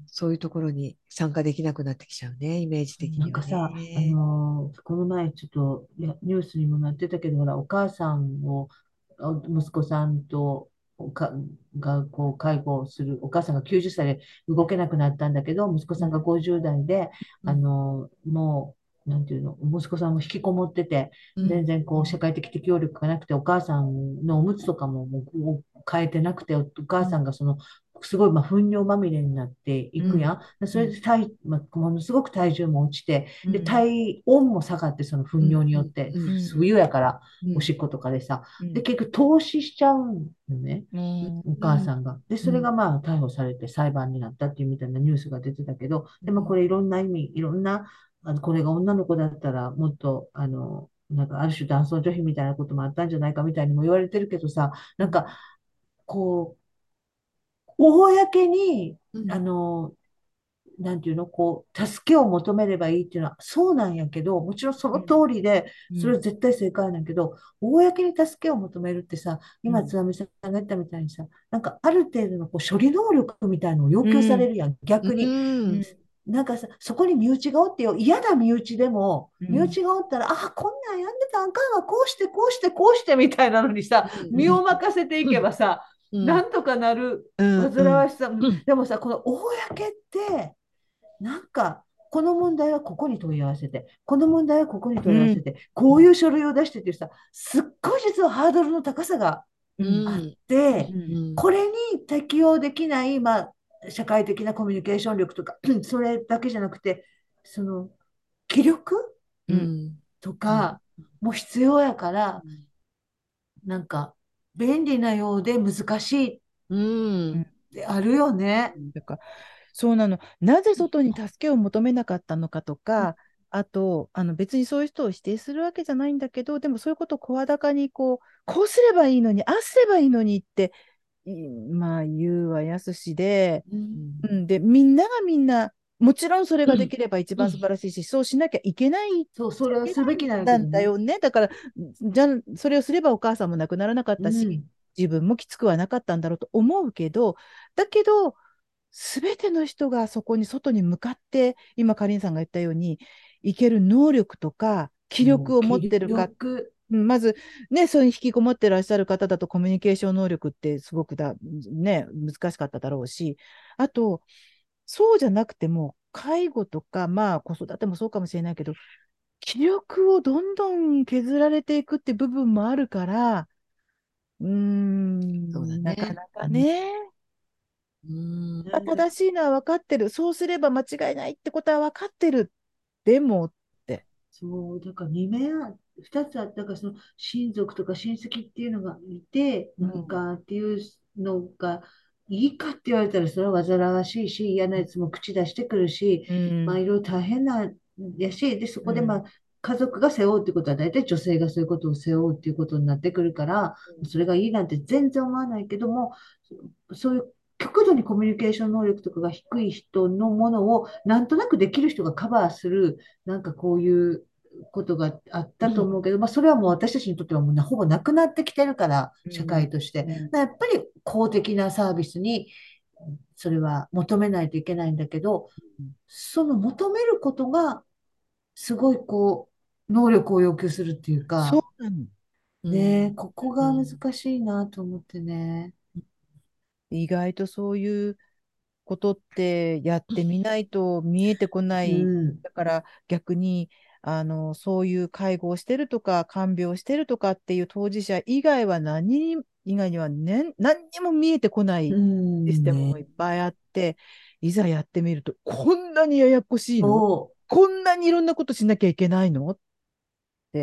そういうところに参加できなくなってきちゃうね、イメージ的にはなんかさ、 ね。 この前ちょっとニュースにもなってたけど、ほら、お母さんを、息子さんとがこう介護をする、お母さんが90歳で動けなくなったんだけど、息子さんがうん、 50代で、 うん、 もう、なんていうの、息子さんも引きこもってて、 うん、 全然こう、社会的適応力がなくて、お母さんのおむつとかもう変えてなくて、お母さんがその、すごい糞尿まみれになっていうん、 くやん。でそれでものすごく体重も落ちて、で、 うん、 体温も下がって、その糞うん、 尿にうん、 よって、 うん、 冬やから、 うん、 おしっことかでさ、で、 うん、 結局投資しちゃうのね。 うん、 おうん、 母さんが。で、 うん、 それがまあ逮捕されて裁判になったっていうみたいなニュースが出てたけど、でもこうん、 れいろんな意味、いろんな、これが女の子だったらもっと、なんかある種男尊女卑みたいなこともあったんじゃないかみたいにも言われてるけどさ、なんか、こう、公に、 うん、 あの、なんていうの、こう、助けを求めればいいっていうのは、そうなんやけど、もちろんその通うん、 りで、それはうん、 絶対正解なんやけど、公に助けを求めるってさ、今、 うん、 津波さんが言ったみたいにさ、なんかある程度のこう処理能力みたいなのを要求されうん、 るやん、 う逆に。 ん、 なんかさ、そこに身内がおってよ、嫌な身内でも、身うん、 内がおったら、あ、こんなんやんでたらあかんわ、こうして、こうして、こうしてみたいなのにさ、身を任せていうん、 けばさ、 うん、 なんとかなるうん、 煩わしさ、 うん、 でもさ、この公って、なんか、この問題はここに問い合わせて、この問題はここにうん、 問い合わせて、こういう書類を出してっていうさ、すっごい実はハードルの高さがうん、 あっうて、 ん、 うん、 これに適応できない、まあ、社会的なコミュニケーション力とか、それだけじゃなくて、その、気力うん、 うん、 とうん、 かも必要やから、なんか、便利なようで難しいっうん、 てあるよね。 だから、そうなの。なぜ外に助けを求めなかったのかとか、あと、別にそういう人を否定するわけじゃないんだけど、でもそういうことを声高にこうすればいいのに、ああすればいいのにってまあ、言うはやすしで、 うん。 で、みんながみんな、もちろんそれがでうん。 きれば一番素晴うん。 らしいし、そうしなきゃいけないっそう、そちゃいれはけないすべきなんやけなんだどね。 よね。だから、じゃあ、それをすればお母さんも亡くならなかったし、 うん。 自分もきつくはなかったんだろうと思うけど、だけど、すべての人がそこに外に向かって、今、かりんさんが言ったように、いける能力とか、気そう、 力を持っ気てるか、 力。 まず、ね、そういう引きこもってらっしゃる方だとコミュニケーション能力ってすごくね、難しかっただろうし、あと、そうじゃなくても、介護とか、まあ、子育てもそうかもしれないけど、気力をどんどん削られていくって部分もあるから、 そうだなかね。 なかね、 うん。 ね、 正しいのは分かってる。そうすれば間違いないってことは分かってる。でもって。 そう、だから二つあったから、その親族とか親戚っていうのがいて、なんうん。 かっていうのがいいかって言われたら、それは煩わしいし、嫌なやつも口出してくるし、 うん。 まあいろいろ大変なんやし、で、そこでまうん。 あ家族が背負うってことは、大体女性がそういうことを背負うっていうことになってくるから、それがいいなんて全然思わないけども、そういう極度にコミュニケーション能力とかが低い人のものを、なんとなくできる人がカバーする、なんかこういうことがあったと思うけど、まあ、それはもう私たちにとってはもうほぼなくなってきてるから、社うん。 会として。 うん。 やっぱり公的なサービスにそれは求めないといけないんだけど、その求めることがすごいこう、能力を要求するっていうそうか、 なの。 ねえ、 うん。 ここが難うん。 しいなと思ってね。 意外とそういうことってやってみないと見えてこなうい。 ん。 だから逆に、そういう介護をしてるとか、看病をしてるとかっていう当事者以外には、ね、何にも見えてこなういシスんね。 テムもいっぱいあって、いざやってみると、こんなにややこしいの、 そこんなにいろんなことしなきゃいけないのって。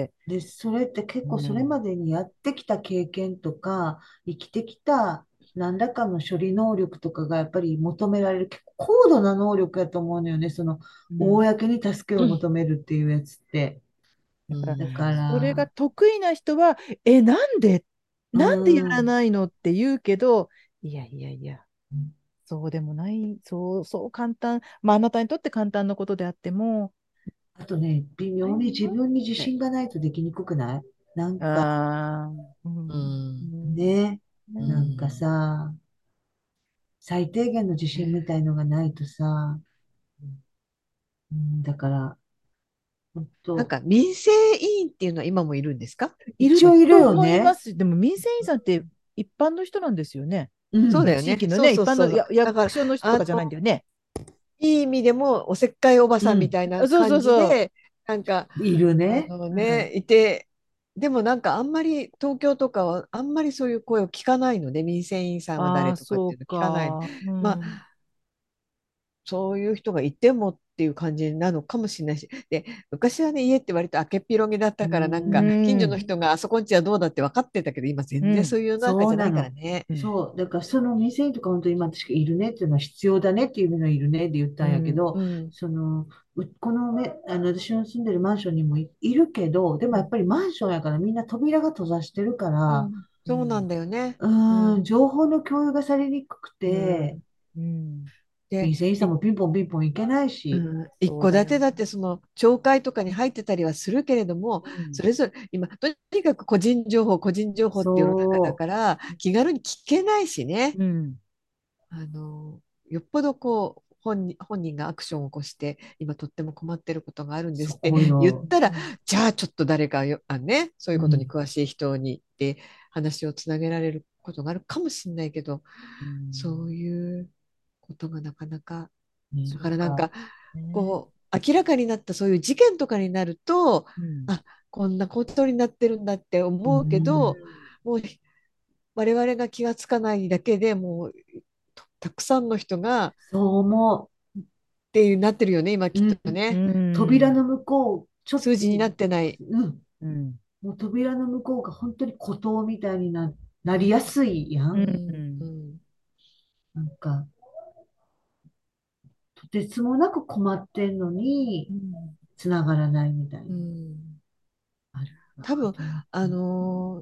う。で、それって結構それうん。 までにやってきた経験とか、生きてきた何らかの処理能力とかがやっぱり求められる、結構高度な能力やと思うのよね。その、 うん。 公に助けを求めるっていうやつって。 だから、 だかそれがら、 得意な人は、 うなんでやらん。 ないのって言うけど、いやいやいや、そうでもない、そう簡単、まあ、あなたにとって簡単なことであっても、 あとね、微妙に自ないよ分に自って。 信がないとできにくくない？なんかああ、ううん、うん。 ん、 ね、 うね、 なんかん。 さ、最低限の自信みたいのがないとさ、だから、本当なんか民生委員っていうのは今もいるんですか？ まあ、 一応いるとよね。 思います。でも、民生委員さんって一般の人なんですよね。 うん。 そうだよね。 地域のね、一そうそうそうそう。 般の役だから、 所の人とかじゃないんだよね。 いい意味でもおせっかいおばさんみうん。 たいなあ、そうそ感うそじで、なんか、 いるね。はい。 いて、でもなんかあんまり東京とかはあんまりそういう声を聞かないので、民生委員さう。 んは誰ああ、そうとかっていうの聞かない。 か。うまん。 あ、そういう人がいてもっていう感じなのかもしれないし、で、昔はね、家って割と明けっぴろげだっうたから、なんうか近所のん。 ん。 人があそこんちはどうだって分かってたけど、今全然うん。 そういうなんかじゃないからそうなの。 ね。 うん。 そう。だから、その店とか本当に今私がいるねっていうのは必要だねっていう意味のいるねって言ったんやけうん。 ど、 うん。 その、この私の住んでるマンションにもいるけど、でもやっぱりマンションやからみんな扉が閉ざしてるから、 うん、そうなんだよね。うん。 情報の共有がされにくくて、 うん。うん。 で、 店員さんもピンポンピンポン行けないし、 うん、一そうだよね。 戸建てだってその町会とかに入ってたりはするけれども、 うん。 それぞれ今とにかく個人情報っていう世の中だそから気軽に聞けないしね。 うん。 あのよっぽど本人がアクションを起こして今とっても困ってることがあるんですってそこよ。 言ったら、じゃあちょっと誰かね、そういうことにうん。 詳しい人にって話をつなげられることがあるかもしれないけど、 うん。 そういうことがなかなか、 ね、 だなんか、 からなんかね。 こう明らかになったそういう事件とかになると、 うん。 あ、こんなことになってるんだってう思うけん、 ど、もう我々が気がつかないだけでもうたくさんの人がっそう思ていうなってるよね、今う。 きっうん。 とね。 扉の向こう、 数字になってない。 うん。 うん。 もう扉の向こうが本当に孤島みたいになりやすいやん。 うん。 うん、ううん。 ん、 なんか、とてつもなく困ってんのに、 うん。 つながらないみたいな。 うん。 あるわ、 多分と思っあて。 のー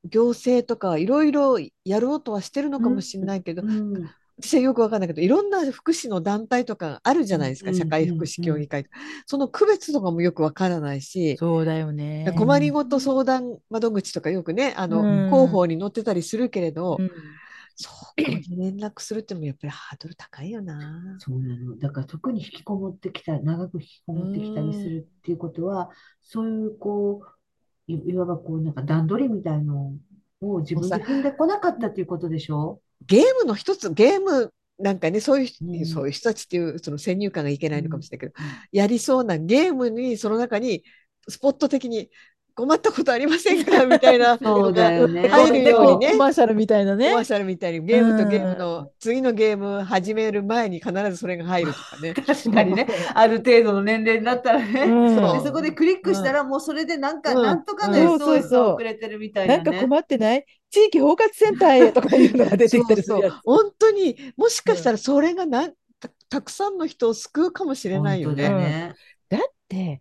行政とかいろいろやろうとはしてるのかもうん、 しれないけど、 うん、 私はよくわかんないけど、いろんな福祉の団体とかあるじうん、 ゃないですか、社うん、 会福祉うん、 協議会。その区別とかもよくわからないし、 そうだよね。 困りごと相談窓口とかよくね、 う広ん。 報に載ってたりするけれど、 うん。 そこに連絡するってもやっぱりハードル高いよな。 そうなの。だから特に引きこもってきた、長く引きこうもってきたりすん。 るっていうことは、そういういわばなんか段取りみたいのを自もうさ、 分で踏んでこなかったっていうことでしょ？ ゲームなんかね、 うんそういう人たちっていうその先入観がいけないのかもうんしれないけど、 うん。 やりそうなゲームにその中にスポット的に困ったことありませんかみたいなそうだのがよね。 入るようにコマね、 ーシャルみたいなね。 コマーシャルみたいにうゲームとゲームん。 の次のゲーム始める前に必ずそれが入るとかね。 確かにね、ある程度の年齢になったらうね。で、そん。 こでクリックしたうんら、もうそれでなうんんとかのうんそうそう SOS がそう。 遅れてるみたいなんかなね。 困ってない地域包括センターへとかいうのが出てきたそうそう、 りするやつ。 本当にもしかしうん。 たらそれがたくさんの人を救うかもしれな本当だよいよね。 うん。 ね。 だって、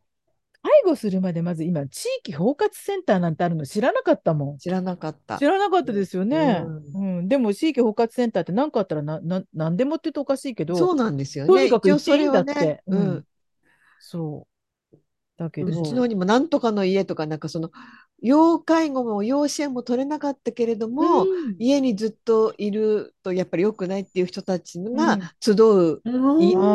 介護するまでまず今、地域包括センターなんてあるの知らなかったもん。 知らなかった。 知らなかったですようね。うん、 ん。でも地域包括センターって何かあったらなんでもって言うとおかしいけど、 そうなんですよね。 とにかく一応そ行っていいんれはね、 だって。うん。そう。だけうちのど、 にもなんとかの家とか、なんかその要介護も要支援も取れなかったけれどうも、 ん。 家にずっといるとやっぱり良くないっていう人たちがうん。 集う、 うん、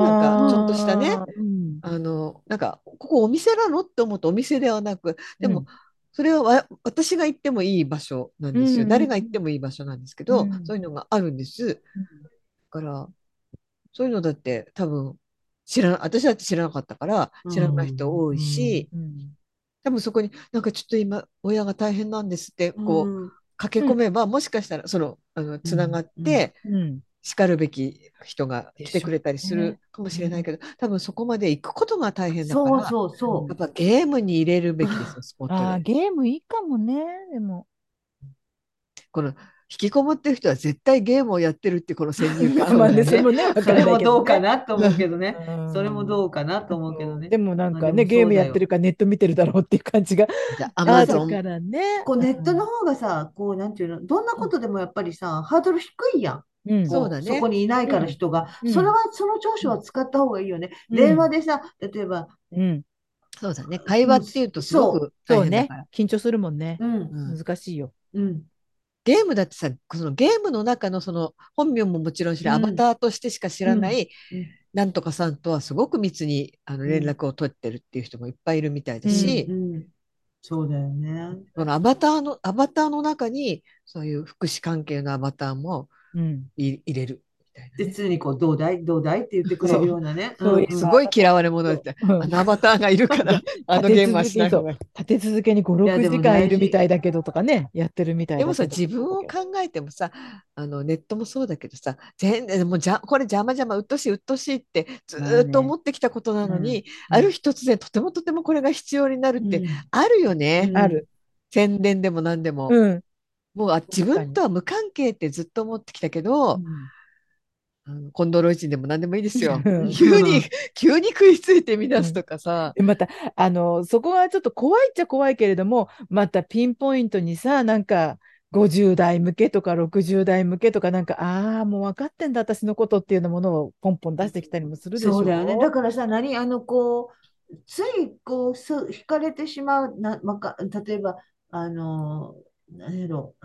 なんかうん、 ちょっとしたね、 ああ、うん。 なんかここお店なのって思うとお店ではなく、でもうん。 それは私が行ってもいい場所なんうですよ。誰ん。 が行ってもいい場所なんですけど、 うん。 そういうのがあるんです。だうん。 からそういうのだって多分私だって知らなかったからう知らない人ん、 多いうん、 し、 うん。 多分そこになんかちょっと今親が大変なんですってうこうん、 駆け込めば、もしかしたらつながうん、 っうん。 てうん。 しかるべき人がでしょ来てくれたりうね。 するかもうん。 しれないけど、多分そこまで行くことが大変だから、 そうそうそやっぱゲームに入れるべきですよ、スポットああ、 で。 ゲームいいかもね。でも。 この引きこもってる人は絶対ゲームをやってるってこの先入う。 観。 まあね、 そうだよね。 それもね、わそからないれもどうかけどね。 なと思うけどね。 うそれもん。 どうかなと思うけどね。 そうでもなんまあでもかね、ゲームそうだよ。 やってるかネット見てるだろうっていう感じがじゃあ、アでもさ、 あるかマゾン。 らね。 ネットの方がさ、なんていうの、どんなことでもやっぱりさ、ハードル低いやん。 うん。 そこそうだね。 にいないからうん。 人が。 うん。 その長所は使った方がいいよね。電話うん。 でさ、例えば、 うん。 そうだね。会話うん、 っていうとすごそく大そうね。 変だから。 緊張するもんね。 う、うん、 うん、 難しいよ。 うん、 ゲームだってさ、そのゲームの中のその本名ももちろん知るアバうん、 ターとしてしか知らうん、 ないうん、 なんとかさんとはすごく密に連うん、 絡を取ってるっていう人もいっぱいいるみたいだうん。 し、 うん。そうだよね。 そのアバターの中にそういう福祉関係のアバターもうん。 入れるみたいなで、 ね。 常にどうだいって言ってくれるそう。 ようなね。うん、 そういううん。 すごい嫌われ者だっそて、 う。うん。 あのアバターがいるからあ立てのゲームは続けに、そう。 しない方がいい。 立て続けに5、 いや、 6 でも時間いるみた大事。 いだけどとかね、やってるみたいでもさ、 だけど。 自分を考えてもさ、ネットもそうだけどさ、全然もうこれ邪魔、うっとしい、うっとしいってずーっとまあね。 思ってきたことなうん、 のに、 うん、 ある日突然とてもこれが必要になるってうん、 あるよね。 うん。 ある。 宣伝でも何でも。 うん。 もう自確かに。 分とは無関係ってずっと思ってきたけど、 うん。 コンドロイチンでも何でもいいですよ。 うん。 急に、急に食いついてみ出うん。 すとかさ、 で、また、そこがちょっと怖いっちゃ怖いけれども、またピンポイントにさ、なんか、50代向けとか60代向けとか、なんか、ああ、もう分かってんだ、私のことっていうようなものをポンポン出してきたりもするでしそうだよね。だょ？ からさ、つい惹かれてしまう、例えば、何やろ、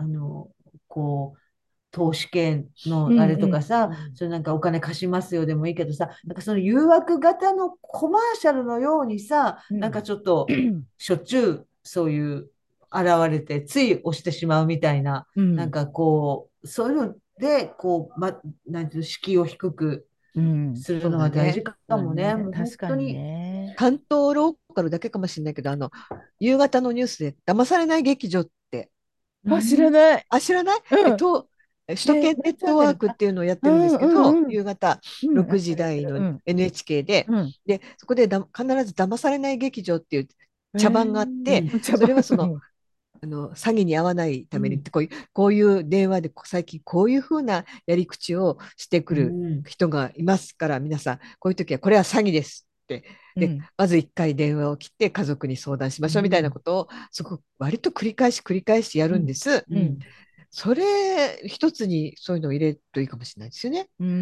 投資系うのあれとかんうん。 さ、 うん。 それなんかお金貸しますよでもいいけどさ、なんかその誘惑型のコマーシャルのようにさ、なんかうん。 ちょっとしょっちゅうそういう現れて、つい押してしまうみたいな、 うん。 なんかそういうので、なんていうの、敷居を低くうん。 するそうのは大事だね。 かもね。 まあね、 もう本確かに当に。 ね。 関東ローカルだけかもしれないけど、夕方のニュースで騙されない劇場ってあ、知ら何？ ない。 知らないうん。 首都圏ネ何ットワーチャンネル？あ、 クっていうのをやってるんでうんすけど、 うんうん。 夕方うん。や 6 ってるやってる。 時台のうん。 NHK で、 うん。 で、そこで必ず騙されない劇場っていうえ茶番があって、 うん、 茶番。 それはその、 うん。 詐欺に遭わないためにっうん、 てこういう電話で最近こういうふうなやり口をしてくうるん、 人がいますから、皆さん、こういう時はこれは詐欺ですっ 。で、 うん。 まず1回電話を切って家族に相談しましょうみたいなことをすごく割と繰り返しやるんです。 うん。 それ一つにそういうのを入れるといいかもしれないですよね。 うん。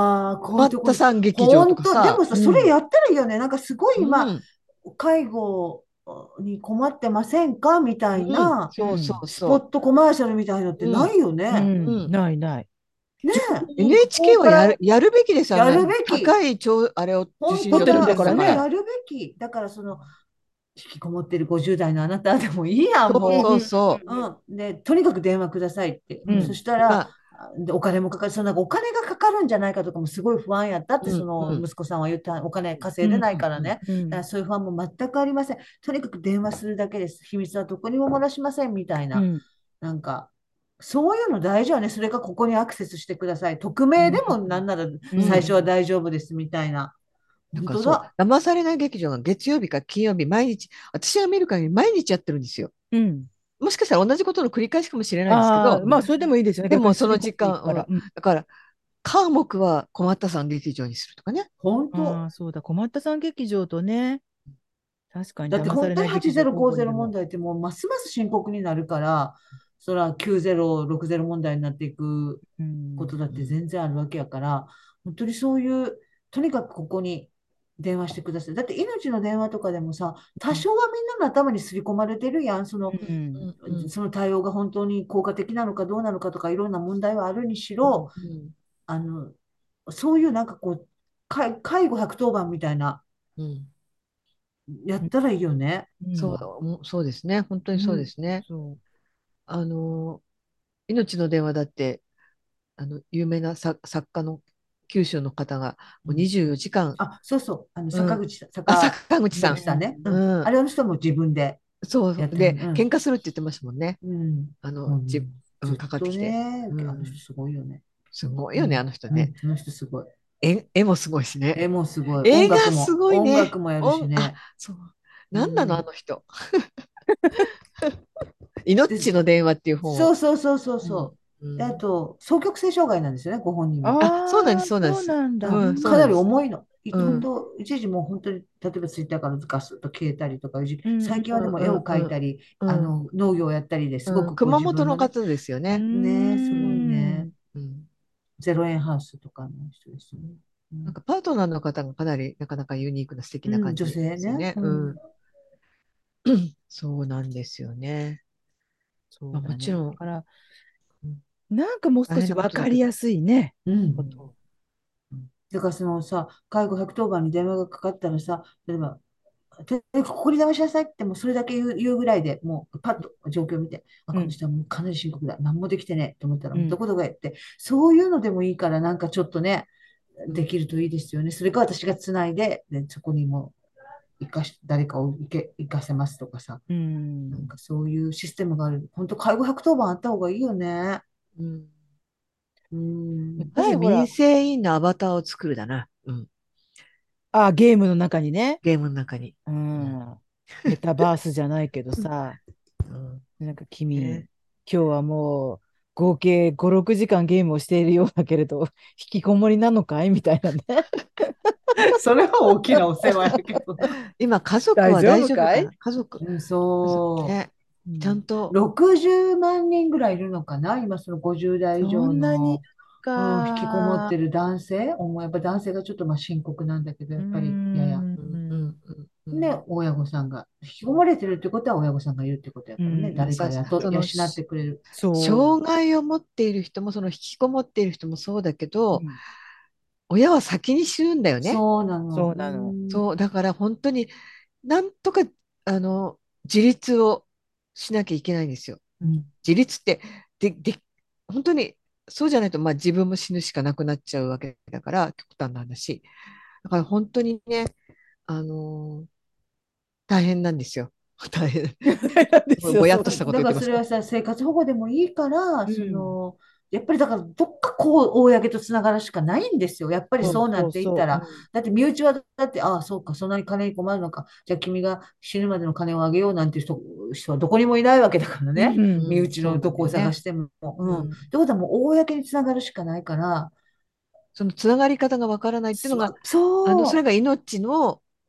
ああ、こういうところ、 困ったさん劇場と本当、でかさ。 もさ、それやったらいいよね。なんかすごい今、 うん、 介護に困ってませんかみたいうん、 な、 そうそうん。 スポうそットコマーシャルみたいのってう。うん、 ないよね。 うん。 うん。 ないない。 ねちょうどえ。 いい。 こ NHK はこからやるべきですよ。 やるべき。 高いあれを受本当だ。 信料取って取ってるんだるんだから。 からね。 それやるべき。だから引きこもってる50代のあなたでもいいやん、 そうそうもうんうんそう。うん。で、とにかく電話くださいって。 うん。 そしたら、 今、 で、お金もかかる、なんかお金がかかるんじゃないかとかもすごい不安やったって、 うんうん。 息子さんは言った、お金稼いでうんないからね。 うん。 だからそういう不安も全くありません。とにかく電話するだけです。秘密はどこにも漏らしませんみたいな。 うん。 なんか、そういうの大事よね。それかここにアクセスしてください。匿うん名でもなんならう最初はん。 大丈夫ですみたいな。 だからそう、 本当だ。 騙されない劇場が月曜日か金曜日、毎日、私が見る限り毎日やってるんですよ。 うん。 もしかしたら同じことの繰り返しかもしれないですけど、 ああ、まあ、それでもいいですよね。 でも逆にすり込んその時間、 でいくから。うん。 だから、科目は困ったさん劇場にするとかね。 本当。 ああ、そうだ。困ったさん劇場とね。確かに騙されだって本当にない劇場交互に 8050 でも。 問題ってもうますます深刻になるから、それは90、60問題になっていくうん。 ことだって全然あるわけやから、本当にそういう、とにかくここに電話してください。だって命の電話とかでもさ、多少はみんなの頭に刷り込まれてるやん。 うん。 うんうんその対応が本当に効果的なのかどうなのかとかいろんな問題はあるにしろ、 うんうんあの、そういうなんか介護110番みたいな、 うん。 やったらいいよね。 うん。 そうですね。本当にそうでうん。 すね。 そあの、命の電話だって、有名な作家の九州の方がもううん 24時間、 あ、そうそう。 うん、 坂口さん、 坂口さん、 口さんね。うん。 うん、 あれ、あの人も自分でそうで、 やってはる。 喧嘩するって言ってましたもんね。 うん。 あの、 うじ、 ん。 うん、かかってずっときて。 ね、あの人うん、 すごいよね。 すごいよね、あうん。 の人ね。 うん。あの人すごい。 絵もすごいし絵ね。 もすごい。 映画すごい音ね。 楽もやるしね。 そう。 うなんなの、あん。 の人。 で、 命の電話っていう本を。 そうそうそうそううん、 そう。で、あうん。 と、双極性障害なんですよね、ご本人う。 も。 そうなんああ、 です、そうなんでそうす。 なんだ。 うん、そうかなりなんです。 重いの。 うん、 本当、一時もう本当に、例えばツイッターからガスッと消えたりとか、 うんうん最近はでも絵をうん、うん、 描いたり、 うん、 農業をやったりですごうん。 くこう熊本自分のね、 の方ですようーね。 ね、すごいね。 ん。 うん。 ゼロ円ハウスとかの人ですよね。うん、 なんかパートナーの方がかなりなかなかユニークな素敵なうん、 感じで女性ね。 すよね。ううん、 ん。そうなんですよね。まあ、 そうだね。 もちろん、 だから、 うん、 なんかもう少し大変なこわかりやとだけど。 すいね。 うん。 こと。うん、 だからそのさ、介護110番に電話がかかったらさ、例えば、とにかくここに電話しなさいってもうそれだけ言うぐらいでもうパッと状況を見て、あ、 うん。 この人はもうかなり深刻だ。何もできてねと思ったら、 うん。 どこどこへって、そういうのでもいいからなんかちょっとね、 うん、 できるといいですよね。それか私がつないで、そこにも誰かを行かせますとかさ、 うん。 なんかそういうシステムがある。本当介護110番あった方がいいよね。 うん。 うやっん。 ぱりほら、 まず民生委員のアバターを作るだな。うん。 あ、ゲームの中にね。 ゲームの中に。 ううん。 ん。メタバースじゃないけどさ、 うん。 なんか君、 ね。 今日はもう合計5、6時間ゲームをしているようだけれど、引きこもりなのかいみたいなね。 それは大きなお世話やけどな。 今、家族大丈は大夫かい？ 丈夫かな。 うん、 ね。ちゃうん。 んと、 60万人ぐらいいるのかな今、その50代以そ上んなにいるの、うん、引きこもってか。 る男性、やっぱ男性がちょっとまあ深刻なんだけど、 うーやっぱりやや。 うんうんん。 うんうね、 ん。 親御さんが、引きこもれてるってことは親御さんがいるってことやうからね、誰かん。 養その、 ってくれる。 そ障害を持っている人も、その引きこもっている人もそうだけう。うど、 ん。 親は先に死ぬんだよね。 そうなの。うそうなの。 ん。 そう、だから本当になんとか、自立をしなきゃいけないんですよ。 うん。 自立って、本当にそうじゃないと、まあ自分も死ぬしかなくなっちゃうわけだから、極端な話。だから本当にね、あの大変なんですよ。大変。 なんですよ、 ぼやっそう。 としたことだから言ってますけど。 それはさ、生活保護でもいいから、 うん。 やっぱりだからどっかこう、公とつながるしかないんですよ。やっぱりそうそうなそうそっていったら。だって身内はだって、ああ、そうか、そんなに金に困るのか。じゃあ君が死ぬまでの金をあげようなんていう人はどこにもいないわけだからう。うね。 ん。 身うん、そう内のどこをなんだよね。 探しても。うん。っうん。 てことはもう公につながるしかないから、 そのつながり方がわからないっていうのが、それそが命の、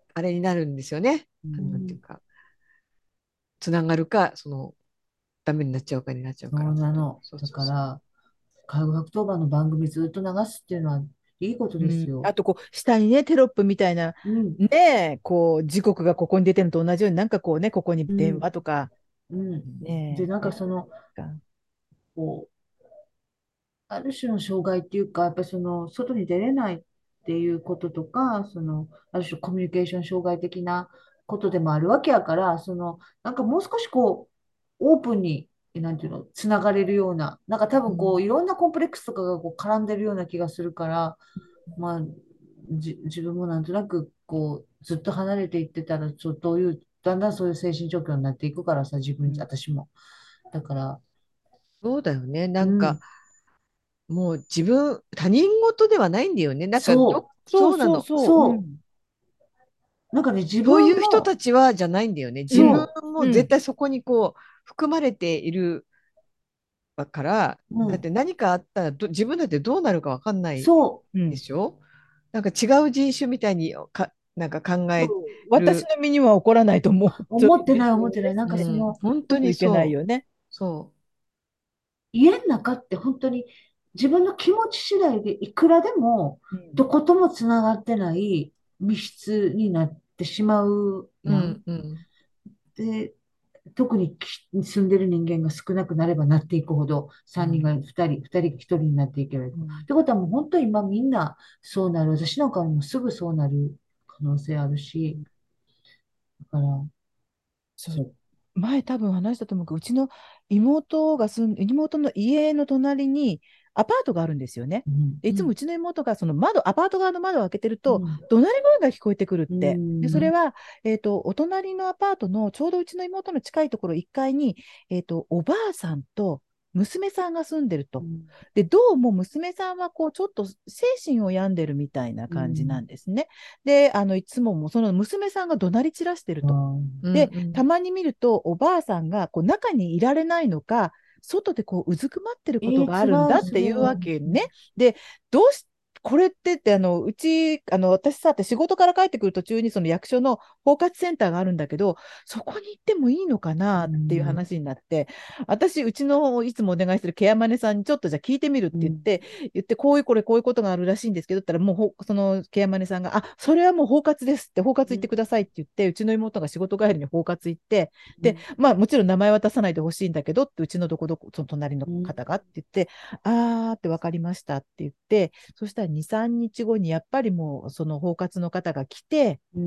あれになるんですよね。なんていうか、つながるか、ダメになっちゃうかになっちゃうから、 そう本当に。 なの。だそうそうそう。 から、介護110番の番組ずっと流すっていうのはいいことうん。 ですよ。 あと、こう、下にね、テロップみたいな、 うん、 ねえ、こう、時刻がここに出てるのと同じように、なんかこうね、ここに電うん、 話とか、 うん。で、 ねえ、 こう、ある種の障害っていうか、やっぱり外に出れないっていうこととか、ある種コミュニケーション障害的なことでもあるわけやから、なんかもう少しオープンに、なんていうの、つながれるような、なんか多分うん、 いろんなコンプレックスとかが絡んでるような気がするから、まあ、自分もなんとなく、ずっと離れていってたら、ちょっとだんだんそういう精神状況になっていくからさ、私も。だから、 そうだよね。なうんか、 ん、 もう他人事ではないんだよね。なんか、 そうそうそうなの。 そう、うそん、 う。なんかね、自そういう分も、 人たちはじゃないんだよね。自分うん、 そもうん、 絶対そこに含まれているから、 う、うん、 だって何かあったら自分だってどうなるかわかんないそうん。 でしょ。なんか違う人種みたいになんか考えそう私る。 の身には起こらないと思う。そういう事象思ってない。 をね、 なんかうん、本当にちょっといけないそう。 よね。 そ家の中って本当に自分の気持ち次第でいくらでもうん、 どこともつながってない密室になってしまうう。うやん。 んうん。 で、特に住んでる人間が少なくなればなっていくほど、3人が2人、2人が1人になっていけばいく。っうん、 てことはもう本当に今みんなそうなる。私なんかもすぐそうなる可能性あるし、だから、 そう、 そう。 前多分話したと思うけど、うちの妹の家の隣にアパートがあるんですよね。 うん、 でいうん、 つもうちの妹がそのアパート側の窓を開けてると、 うん、 怒鳴り声が聞こえてくるっうて。で、それん、 は、お隣のアパートのちょうどうちの妹の近いところ1階に、おばあさんと娘さんが住んでると。 うん、 で、どうも娘さんはこうちょっと精神を病んでるみたいなう感じなん、 んですね。で、いつもその娘さんが怒鳴り散らしてるあと。 ー、 うんで、 うん。 たまに見ると、おばあさんがこう中にいられないのか、外でこううずくまってることがあるん辛い、 だっていうわそれは。 けね。で、どうし、これってうち、私さ、って仕事から帰ってくる途中にその役所の包括センターがあるんだけど、そこに行ってもいいのかうなっていうん、 話になって、私、うちのいつもお願いしてるケアマネさんにちょっとじゃあ聞いてみるってうん、 言って、こういうことがあるらしいんですけど、って言ったらもうそのケアマネさんが、あ、それはもう包括ですって、包括行ってくださいって言って、うちの妹が仕事帰りに包括行って、で、 うん、 まあもちろん名前は出さないでほしいんだけどって、うちのどこどこ、その隣のうん、 方がって言って、あーって分かりましたって言って、そしたら2、3日後にやっぱりもうその包括の方が来て、 うん、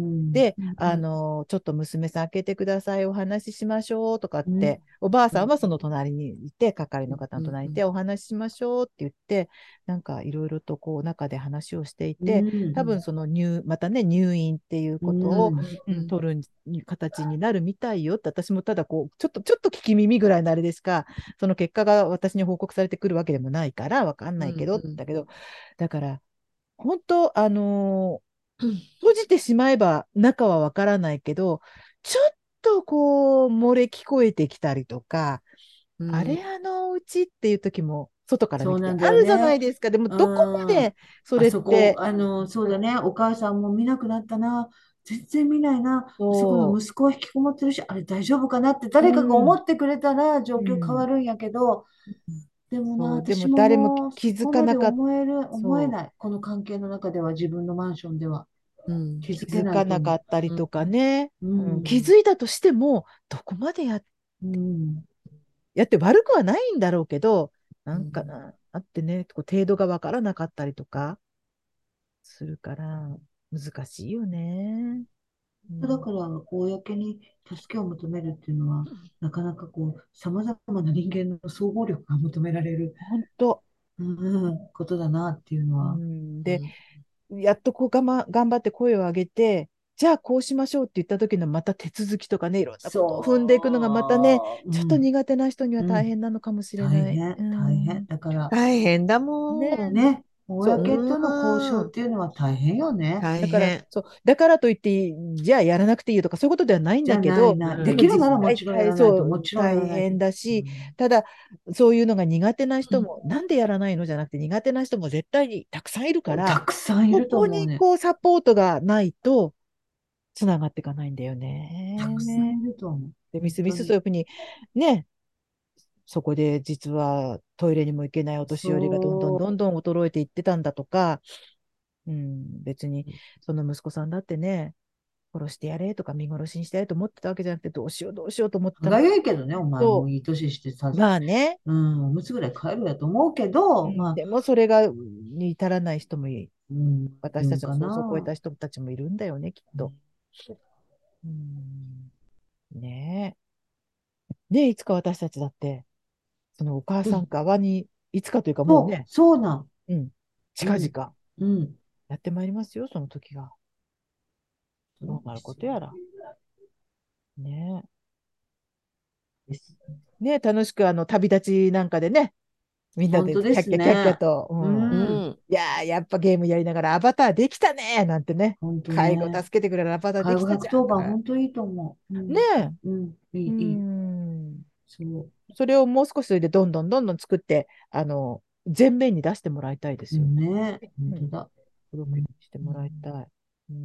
で、ちょっと娘さん開けてください、お話ししましょうとかっうん、 て、おばあさんはその隣にいて、係の方うん、 の隣にいて、お話ししましょうって言って、なんかいろいろとこう中で話をしていうて、多分ん、 またね、入院っていううことを、 ん、 取る形になるみたいよって、私もただこう、ちょっと聞き耳ぐらいのあれでしか、その結果が私に報告されてくるわけでもないから、わかんうないけど、 んうん。 だけど、だから、本当、 うん。 閉じてしまえば中はわからないけど、ちょっとこう、漏れ聞こえてきたりとか、 うん。 あれうちっていう時も、外から見ててそうなんだあるじゃないよね。 ですか。でも、 うどこまん。 でそあれっそこ、 て、 そうだね。お母さんも見なくなったな。全然見ないな。あそこのそ息子は引きこもってるし、あれ大丈夫かなってう、 誰かがうん、 思ってくれたら状況変わうん、 るんやけど、でもな、 そう、で私もも誰ももう気そこまでづかなかった、 思えそう、 ない。この関係の中では自分のマンションではうん。 気づけ気づかないと思なかったりうん。 とかね、 う。う気ん。 づいたとしても、どこまでうん。 やって悪くはないんだろうけど、なんかうん。 な、あってね、こう程度がわからなかったりとかするから、難しいよね。うん、 だから、公に助けを求めるっていうのは、なかなか様々な人間の総合力が求められる、 本当。 ことだなっていうのは。 うん、で、 うん。 やっとこう頑張って声を上げて、じゃあこうしましょうって言った時のまた手続きとかね、いろんなことを踏んでいくのがまたね、 そう、うちょっとん、 苦手な人には大うん、 変なのかもしれない。う大変。 ん、 だから、 大変だもん。 ね。 ね、 そう。 公との交渉うん。 っていうのは大変よね。 だから、 大変。 そう、だからといって、じゃあやらなくていいよとか、そういうことではないんじゃないだけど、 な。でうん。 きるならもちろんやらないと、もちろんやら大変ないと。 だし、 うん、 ただ、そういうのが苦手な人も、なんでやらないのじゃなくて、苦手な人も絶対にたくさんいるから、 たくさんいるとここ思うね。 にこうサポートがないと、 つながっていかないんだよたくさんね。 いると思う。 で、みすみ本当に。 すそういうふうに、ね、そこで実はトイレにも行けないお年寄りがどんどんどんそどん衰えていってたんだとか、うん、別にその息子さんだってね、殺してやれとか見殺しにしてやれと思ってたわけじゃなくて、どうしようどうしようと思ってう。 たのがゆいけどね、お前もと、 ういい年してさ、 まあね、 うん、おむつぐらい帰るやと思うけど、まあ、 でもそれがに至らない人もうん、い私たちのるんか想像を超えな。 た人たちもいるんだよね、きっと。うん、ねえ。ねえ、いつか私たちだって、そのお母さんうん、 側に、いつかというかもうそう、 ね、 そうなん。 うん、 うん、 近々 うん。 やってまいりますよ、その時が。 そうどうなるですよことやら。ねです。 え。ねえ、楽しく旅立ちなんかでね、みんなで本当でキャッキャキャッキャすね。 と、 ううん。 ん、 ん。 いやー、やっぱゲームやりながらアバターできたねなんてね。 本当介護助ね。 けてくれるアバターで介護きたじゃん 110番、 とか。 本当いいと思う。うねん、 え。 うん、いうい、いい。 ん。 そう。 それをもう少しそれでどんどんどんどん作って、前面に出してもらいたいですよね。 うんね、本うん。 当だ。 ブロックにうんしてもらいうんたい。うん。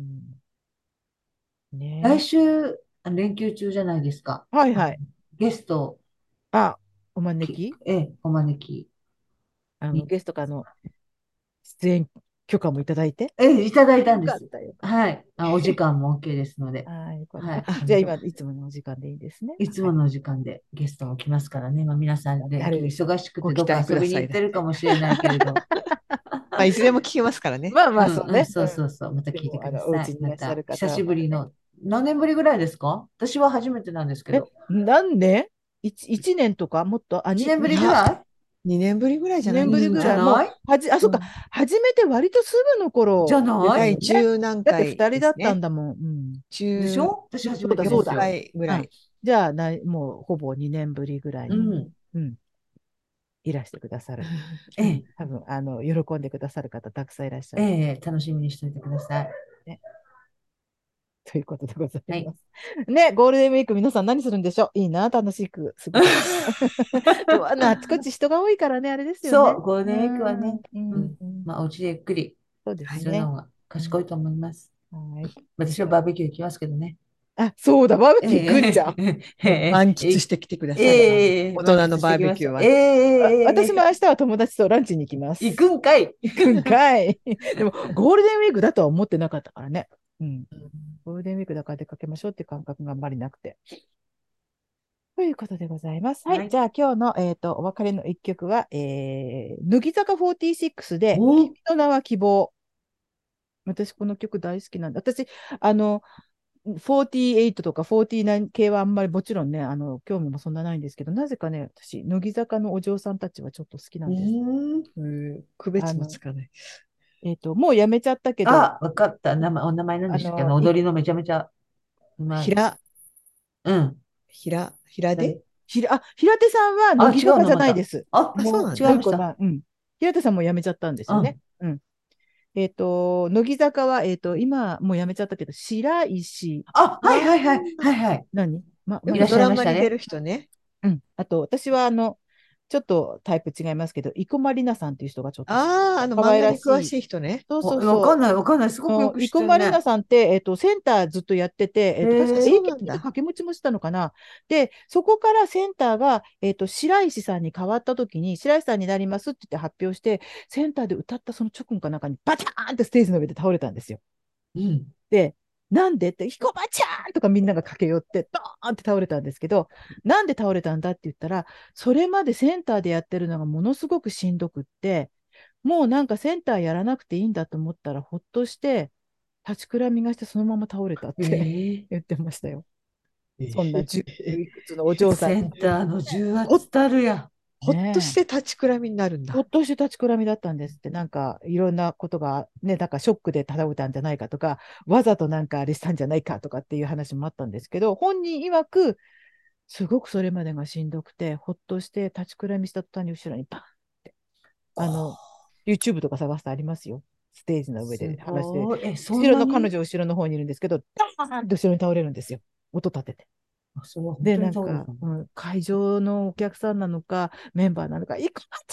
ね来週、連休中じゃないですか。 え。はいはい。 ゲスト、 あ、お招きお招きに、 ゲストからの出演許可もいただいて。 いただいたんよです。 かった、よかっはい。お時間も OK ですので。 た。はい、よかった。 はい。 あ、じゃあ今、いつものお時間でいいですね。はい。 いつもの時間でゲストも来ますからね。まあ、皆さん連休誰でしょ忙しくてどっご期待くか遊びにださいね。 行ってるかもしれないけれど。 まあ、いつでも聞きますからね。 まあまあ、 うんうん、 そうね。 そうそうそう。また聞いてでも、おください。 家にいらっしゃまた、久る方はまたね。 しぶりの、何年ぶりぐらいですか？私は初めてなんですけえ、 ど。 何年？一年とかもっと、 1年ぶいや、 りぐらい？ 2年ぶりぐらいじゃない年ぶですか。 りぐらい、もう、 じゃない？ そっか、 うん。 初めて割とすぐのじゃ頃ですない第よね。 十何だって回二人だったんですね。 だもん。うん。 でし 14 ょ？私初めてそうだ。 ですよ。 回ぐらい。 うん。じゃあ、もうほぼ2年ぶりぐらいに、 うん。 うん、いらしてくださる。 ええ、 多分、喜んでくださる方たくさんいらっしゃる。 楽しみにしておいてください。 ね。ということでございはい。 ます。ね、ゴールデンウィーク皆さん何するんでしょう？いいな、楽しく過ごせる。でも、あちこち人が多いからね、あれですよね。 そう、ゴールうデンウィークはん、 ね、 うん、 うん。 うん。 まあ、お家でゆっくりそうではい。 すね。 するのがうん、 賢いと思います。 はい。 私はバーベキュー行きますけどね。 あ、そうだ、バーベえキュー行くんじゃん。 ええもうえええ満喫してきてください。大満人のバー喫してきました。 ベキューは。 私も明え日は友達とランチに行きま行くす。 んかい。 行くんかい。でも、ゴールデンウィークだとは思ってなかったからね。うん。ゴールデンウィークだから出かけましょうっていう感覚があんまりなくて。ということでございます。はい。 はい。 じゃあ今日の、お別れの一曲は、乃木坂46で、君お、 の名は希望。私、この曲大好きなんで、私、48とか49系はあんまりもちろんね、興味もそんなないんですけど、なぜかね、私、乃木坂のお嬢さんたちはちょっと好きなうんです。 ーん。 区別もあの、 つかない。 もうやめちゃったけど、 あ、わかった。お名前なんでしたっけ？ あの、い、 踊りのめちゃめちゃうまい。 平、 うん。 平で。 誰？ 平手さんはあ、 乃木坂じゃ違うのまた。 ないです。 あ、 あ、そうもうなんだ。 違いました。 もう一個うん。平手さんも辞めちゃったんですよね。 うん。 うん。乃木坂は、今もう辞めちゃったけど、白石、 あ、はいあはいはい。はいはい。 まだ、 いらっしゃいよくドラましたね。 マに出る人ね。 うん。あと、私は、ちょっとタイプ違いますけど、生駒里奈さんっていう人がちょっと好き。 ああ、 可愛漫画に詳らしい。 しい人ね。 そうそうわかんそう。 ないわかんない。すごくよく知っ生駒里てるね。 奈さんって、センターずっとやってて、 へ確かあ、 え。 そうなん AKB のだ。 掛け持ちもしたのかな。で、そこからセンターが、白石さんに変わった時に、白石さんになりますって言って発表して、センターで歌ったその直後かなんかに、バチャーンってステージの上で倒れたんですよ。 うん。 で、なんでって、彦摩ちゃんとかみんなが駆け寄って、ドーンって倒れたんですけど、なんで倒れたんだって言ったら、それまでセンターでやってるのがものすごくしんどくって、もうなんかセンターやらなくていいんだと思ったら、ほっとして、立ちくらみがしてそのまま倒れたっえてえ。 言ってましたよ。そんなえ 10いくつのお嬢さんに。 センターの重ほ、 圧たるや。 ほっとしねえ。 て立ちくらみになるんだ。 ほっとして立ちくらみだったんですって、なんかいろんなことがね、なんかショックで倒れたんじゃないかとか、わざとなんかあれしたんじゃないかとかっていう話もあったんですけど、本人曰く、すごくそれまでがしんどくて、ほっとして立ちくらみした途端に後ろにバンって、あの、YouTube とか探すとありますよ。ステージの上すで話して、 ごい。そ後ろの彼んなに？ 女後ろの方にいるんですけど、ダーンって後ろに倒れるんですよ。音立てて。 あ、それは本で、 当になんか、 倒れたの？ 会場のお客さんなのか、メンバーなのか、生駒ちゃん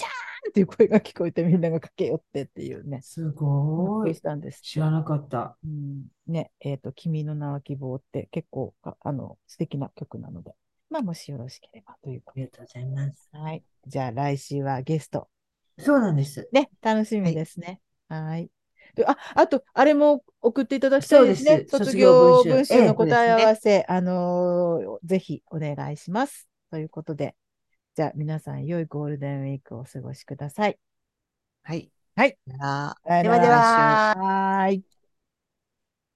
っていう声が聞こえてみんなが駆け寄ってっていうね。 すびっごい。 くりしたんですって。 知らなかった。 うん、ね、君の名は希望って結構素敵な曲なので、まあ、もしよろしければというこありがとうございます。 と。はい。じゃあ来週はゲスト。 そうなんです。 ね、楽しみはい。 ですね。はい。で、あと、あれも送っていただきたいですね。 そうです。 卒卒業文業文集。 集のそうで答え合わすね。 せ、ぜひお願いします。ということで、じゃあ皆さん良いゴールデンウィークをお過ごしください。 はい。 はい。 じゃあ、 さよなではでまた来週。 ら。 は。 はーい。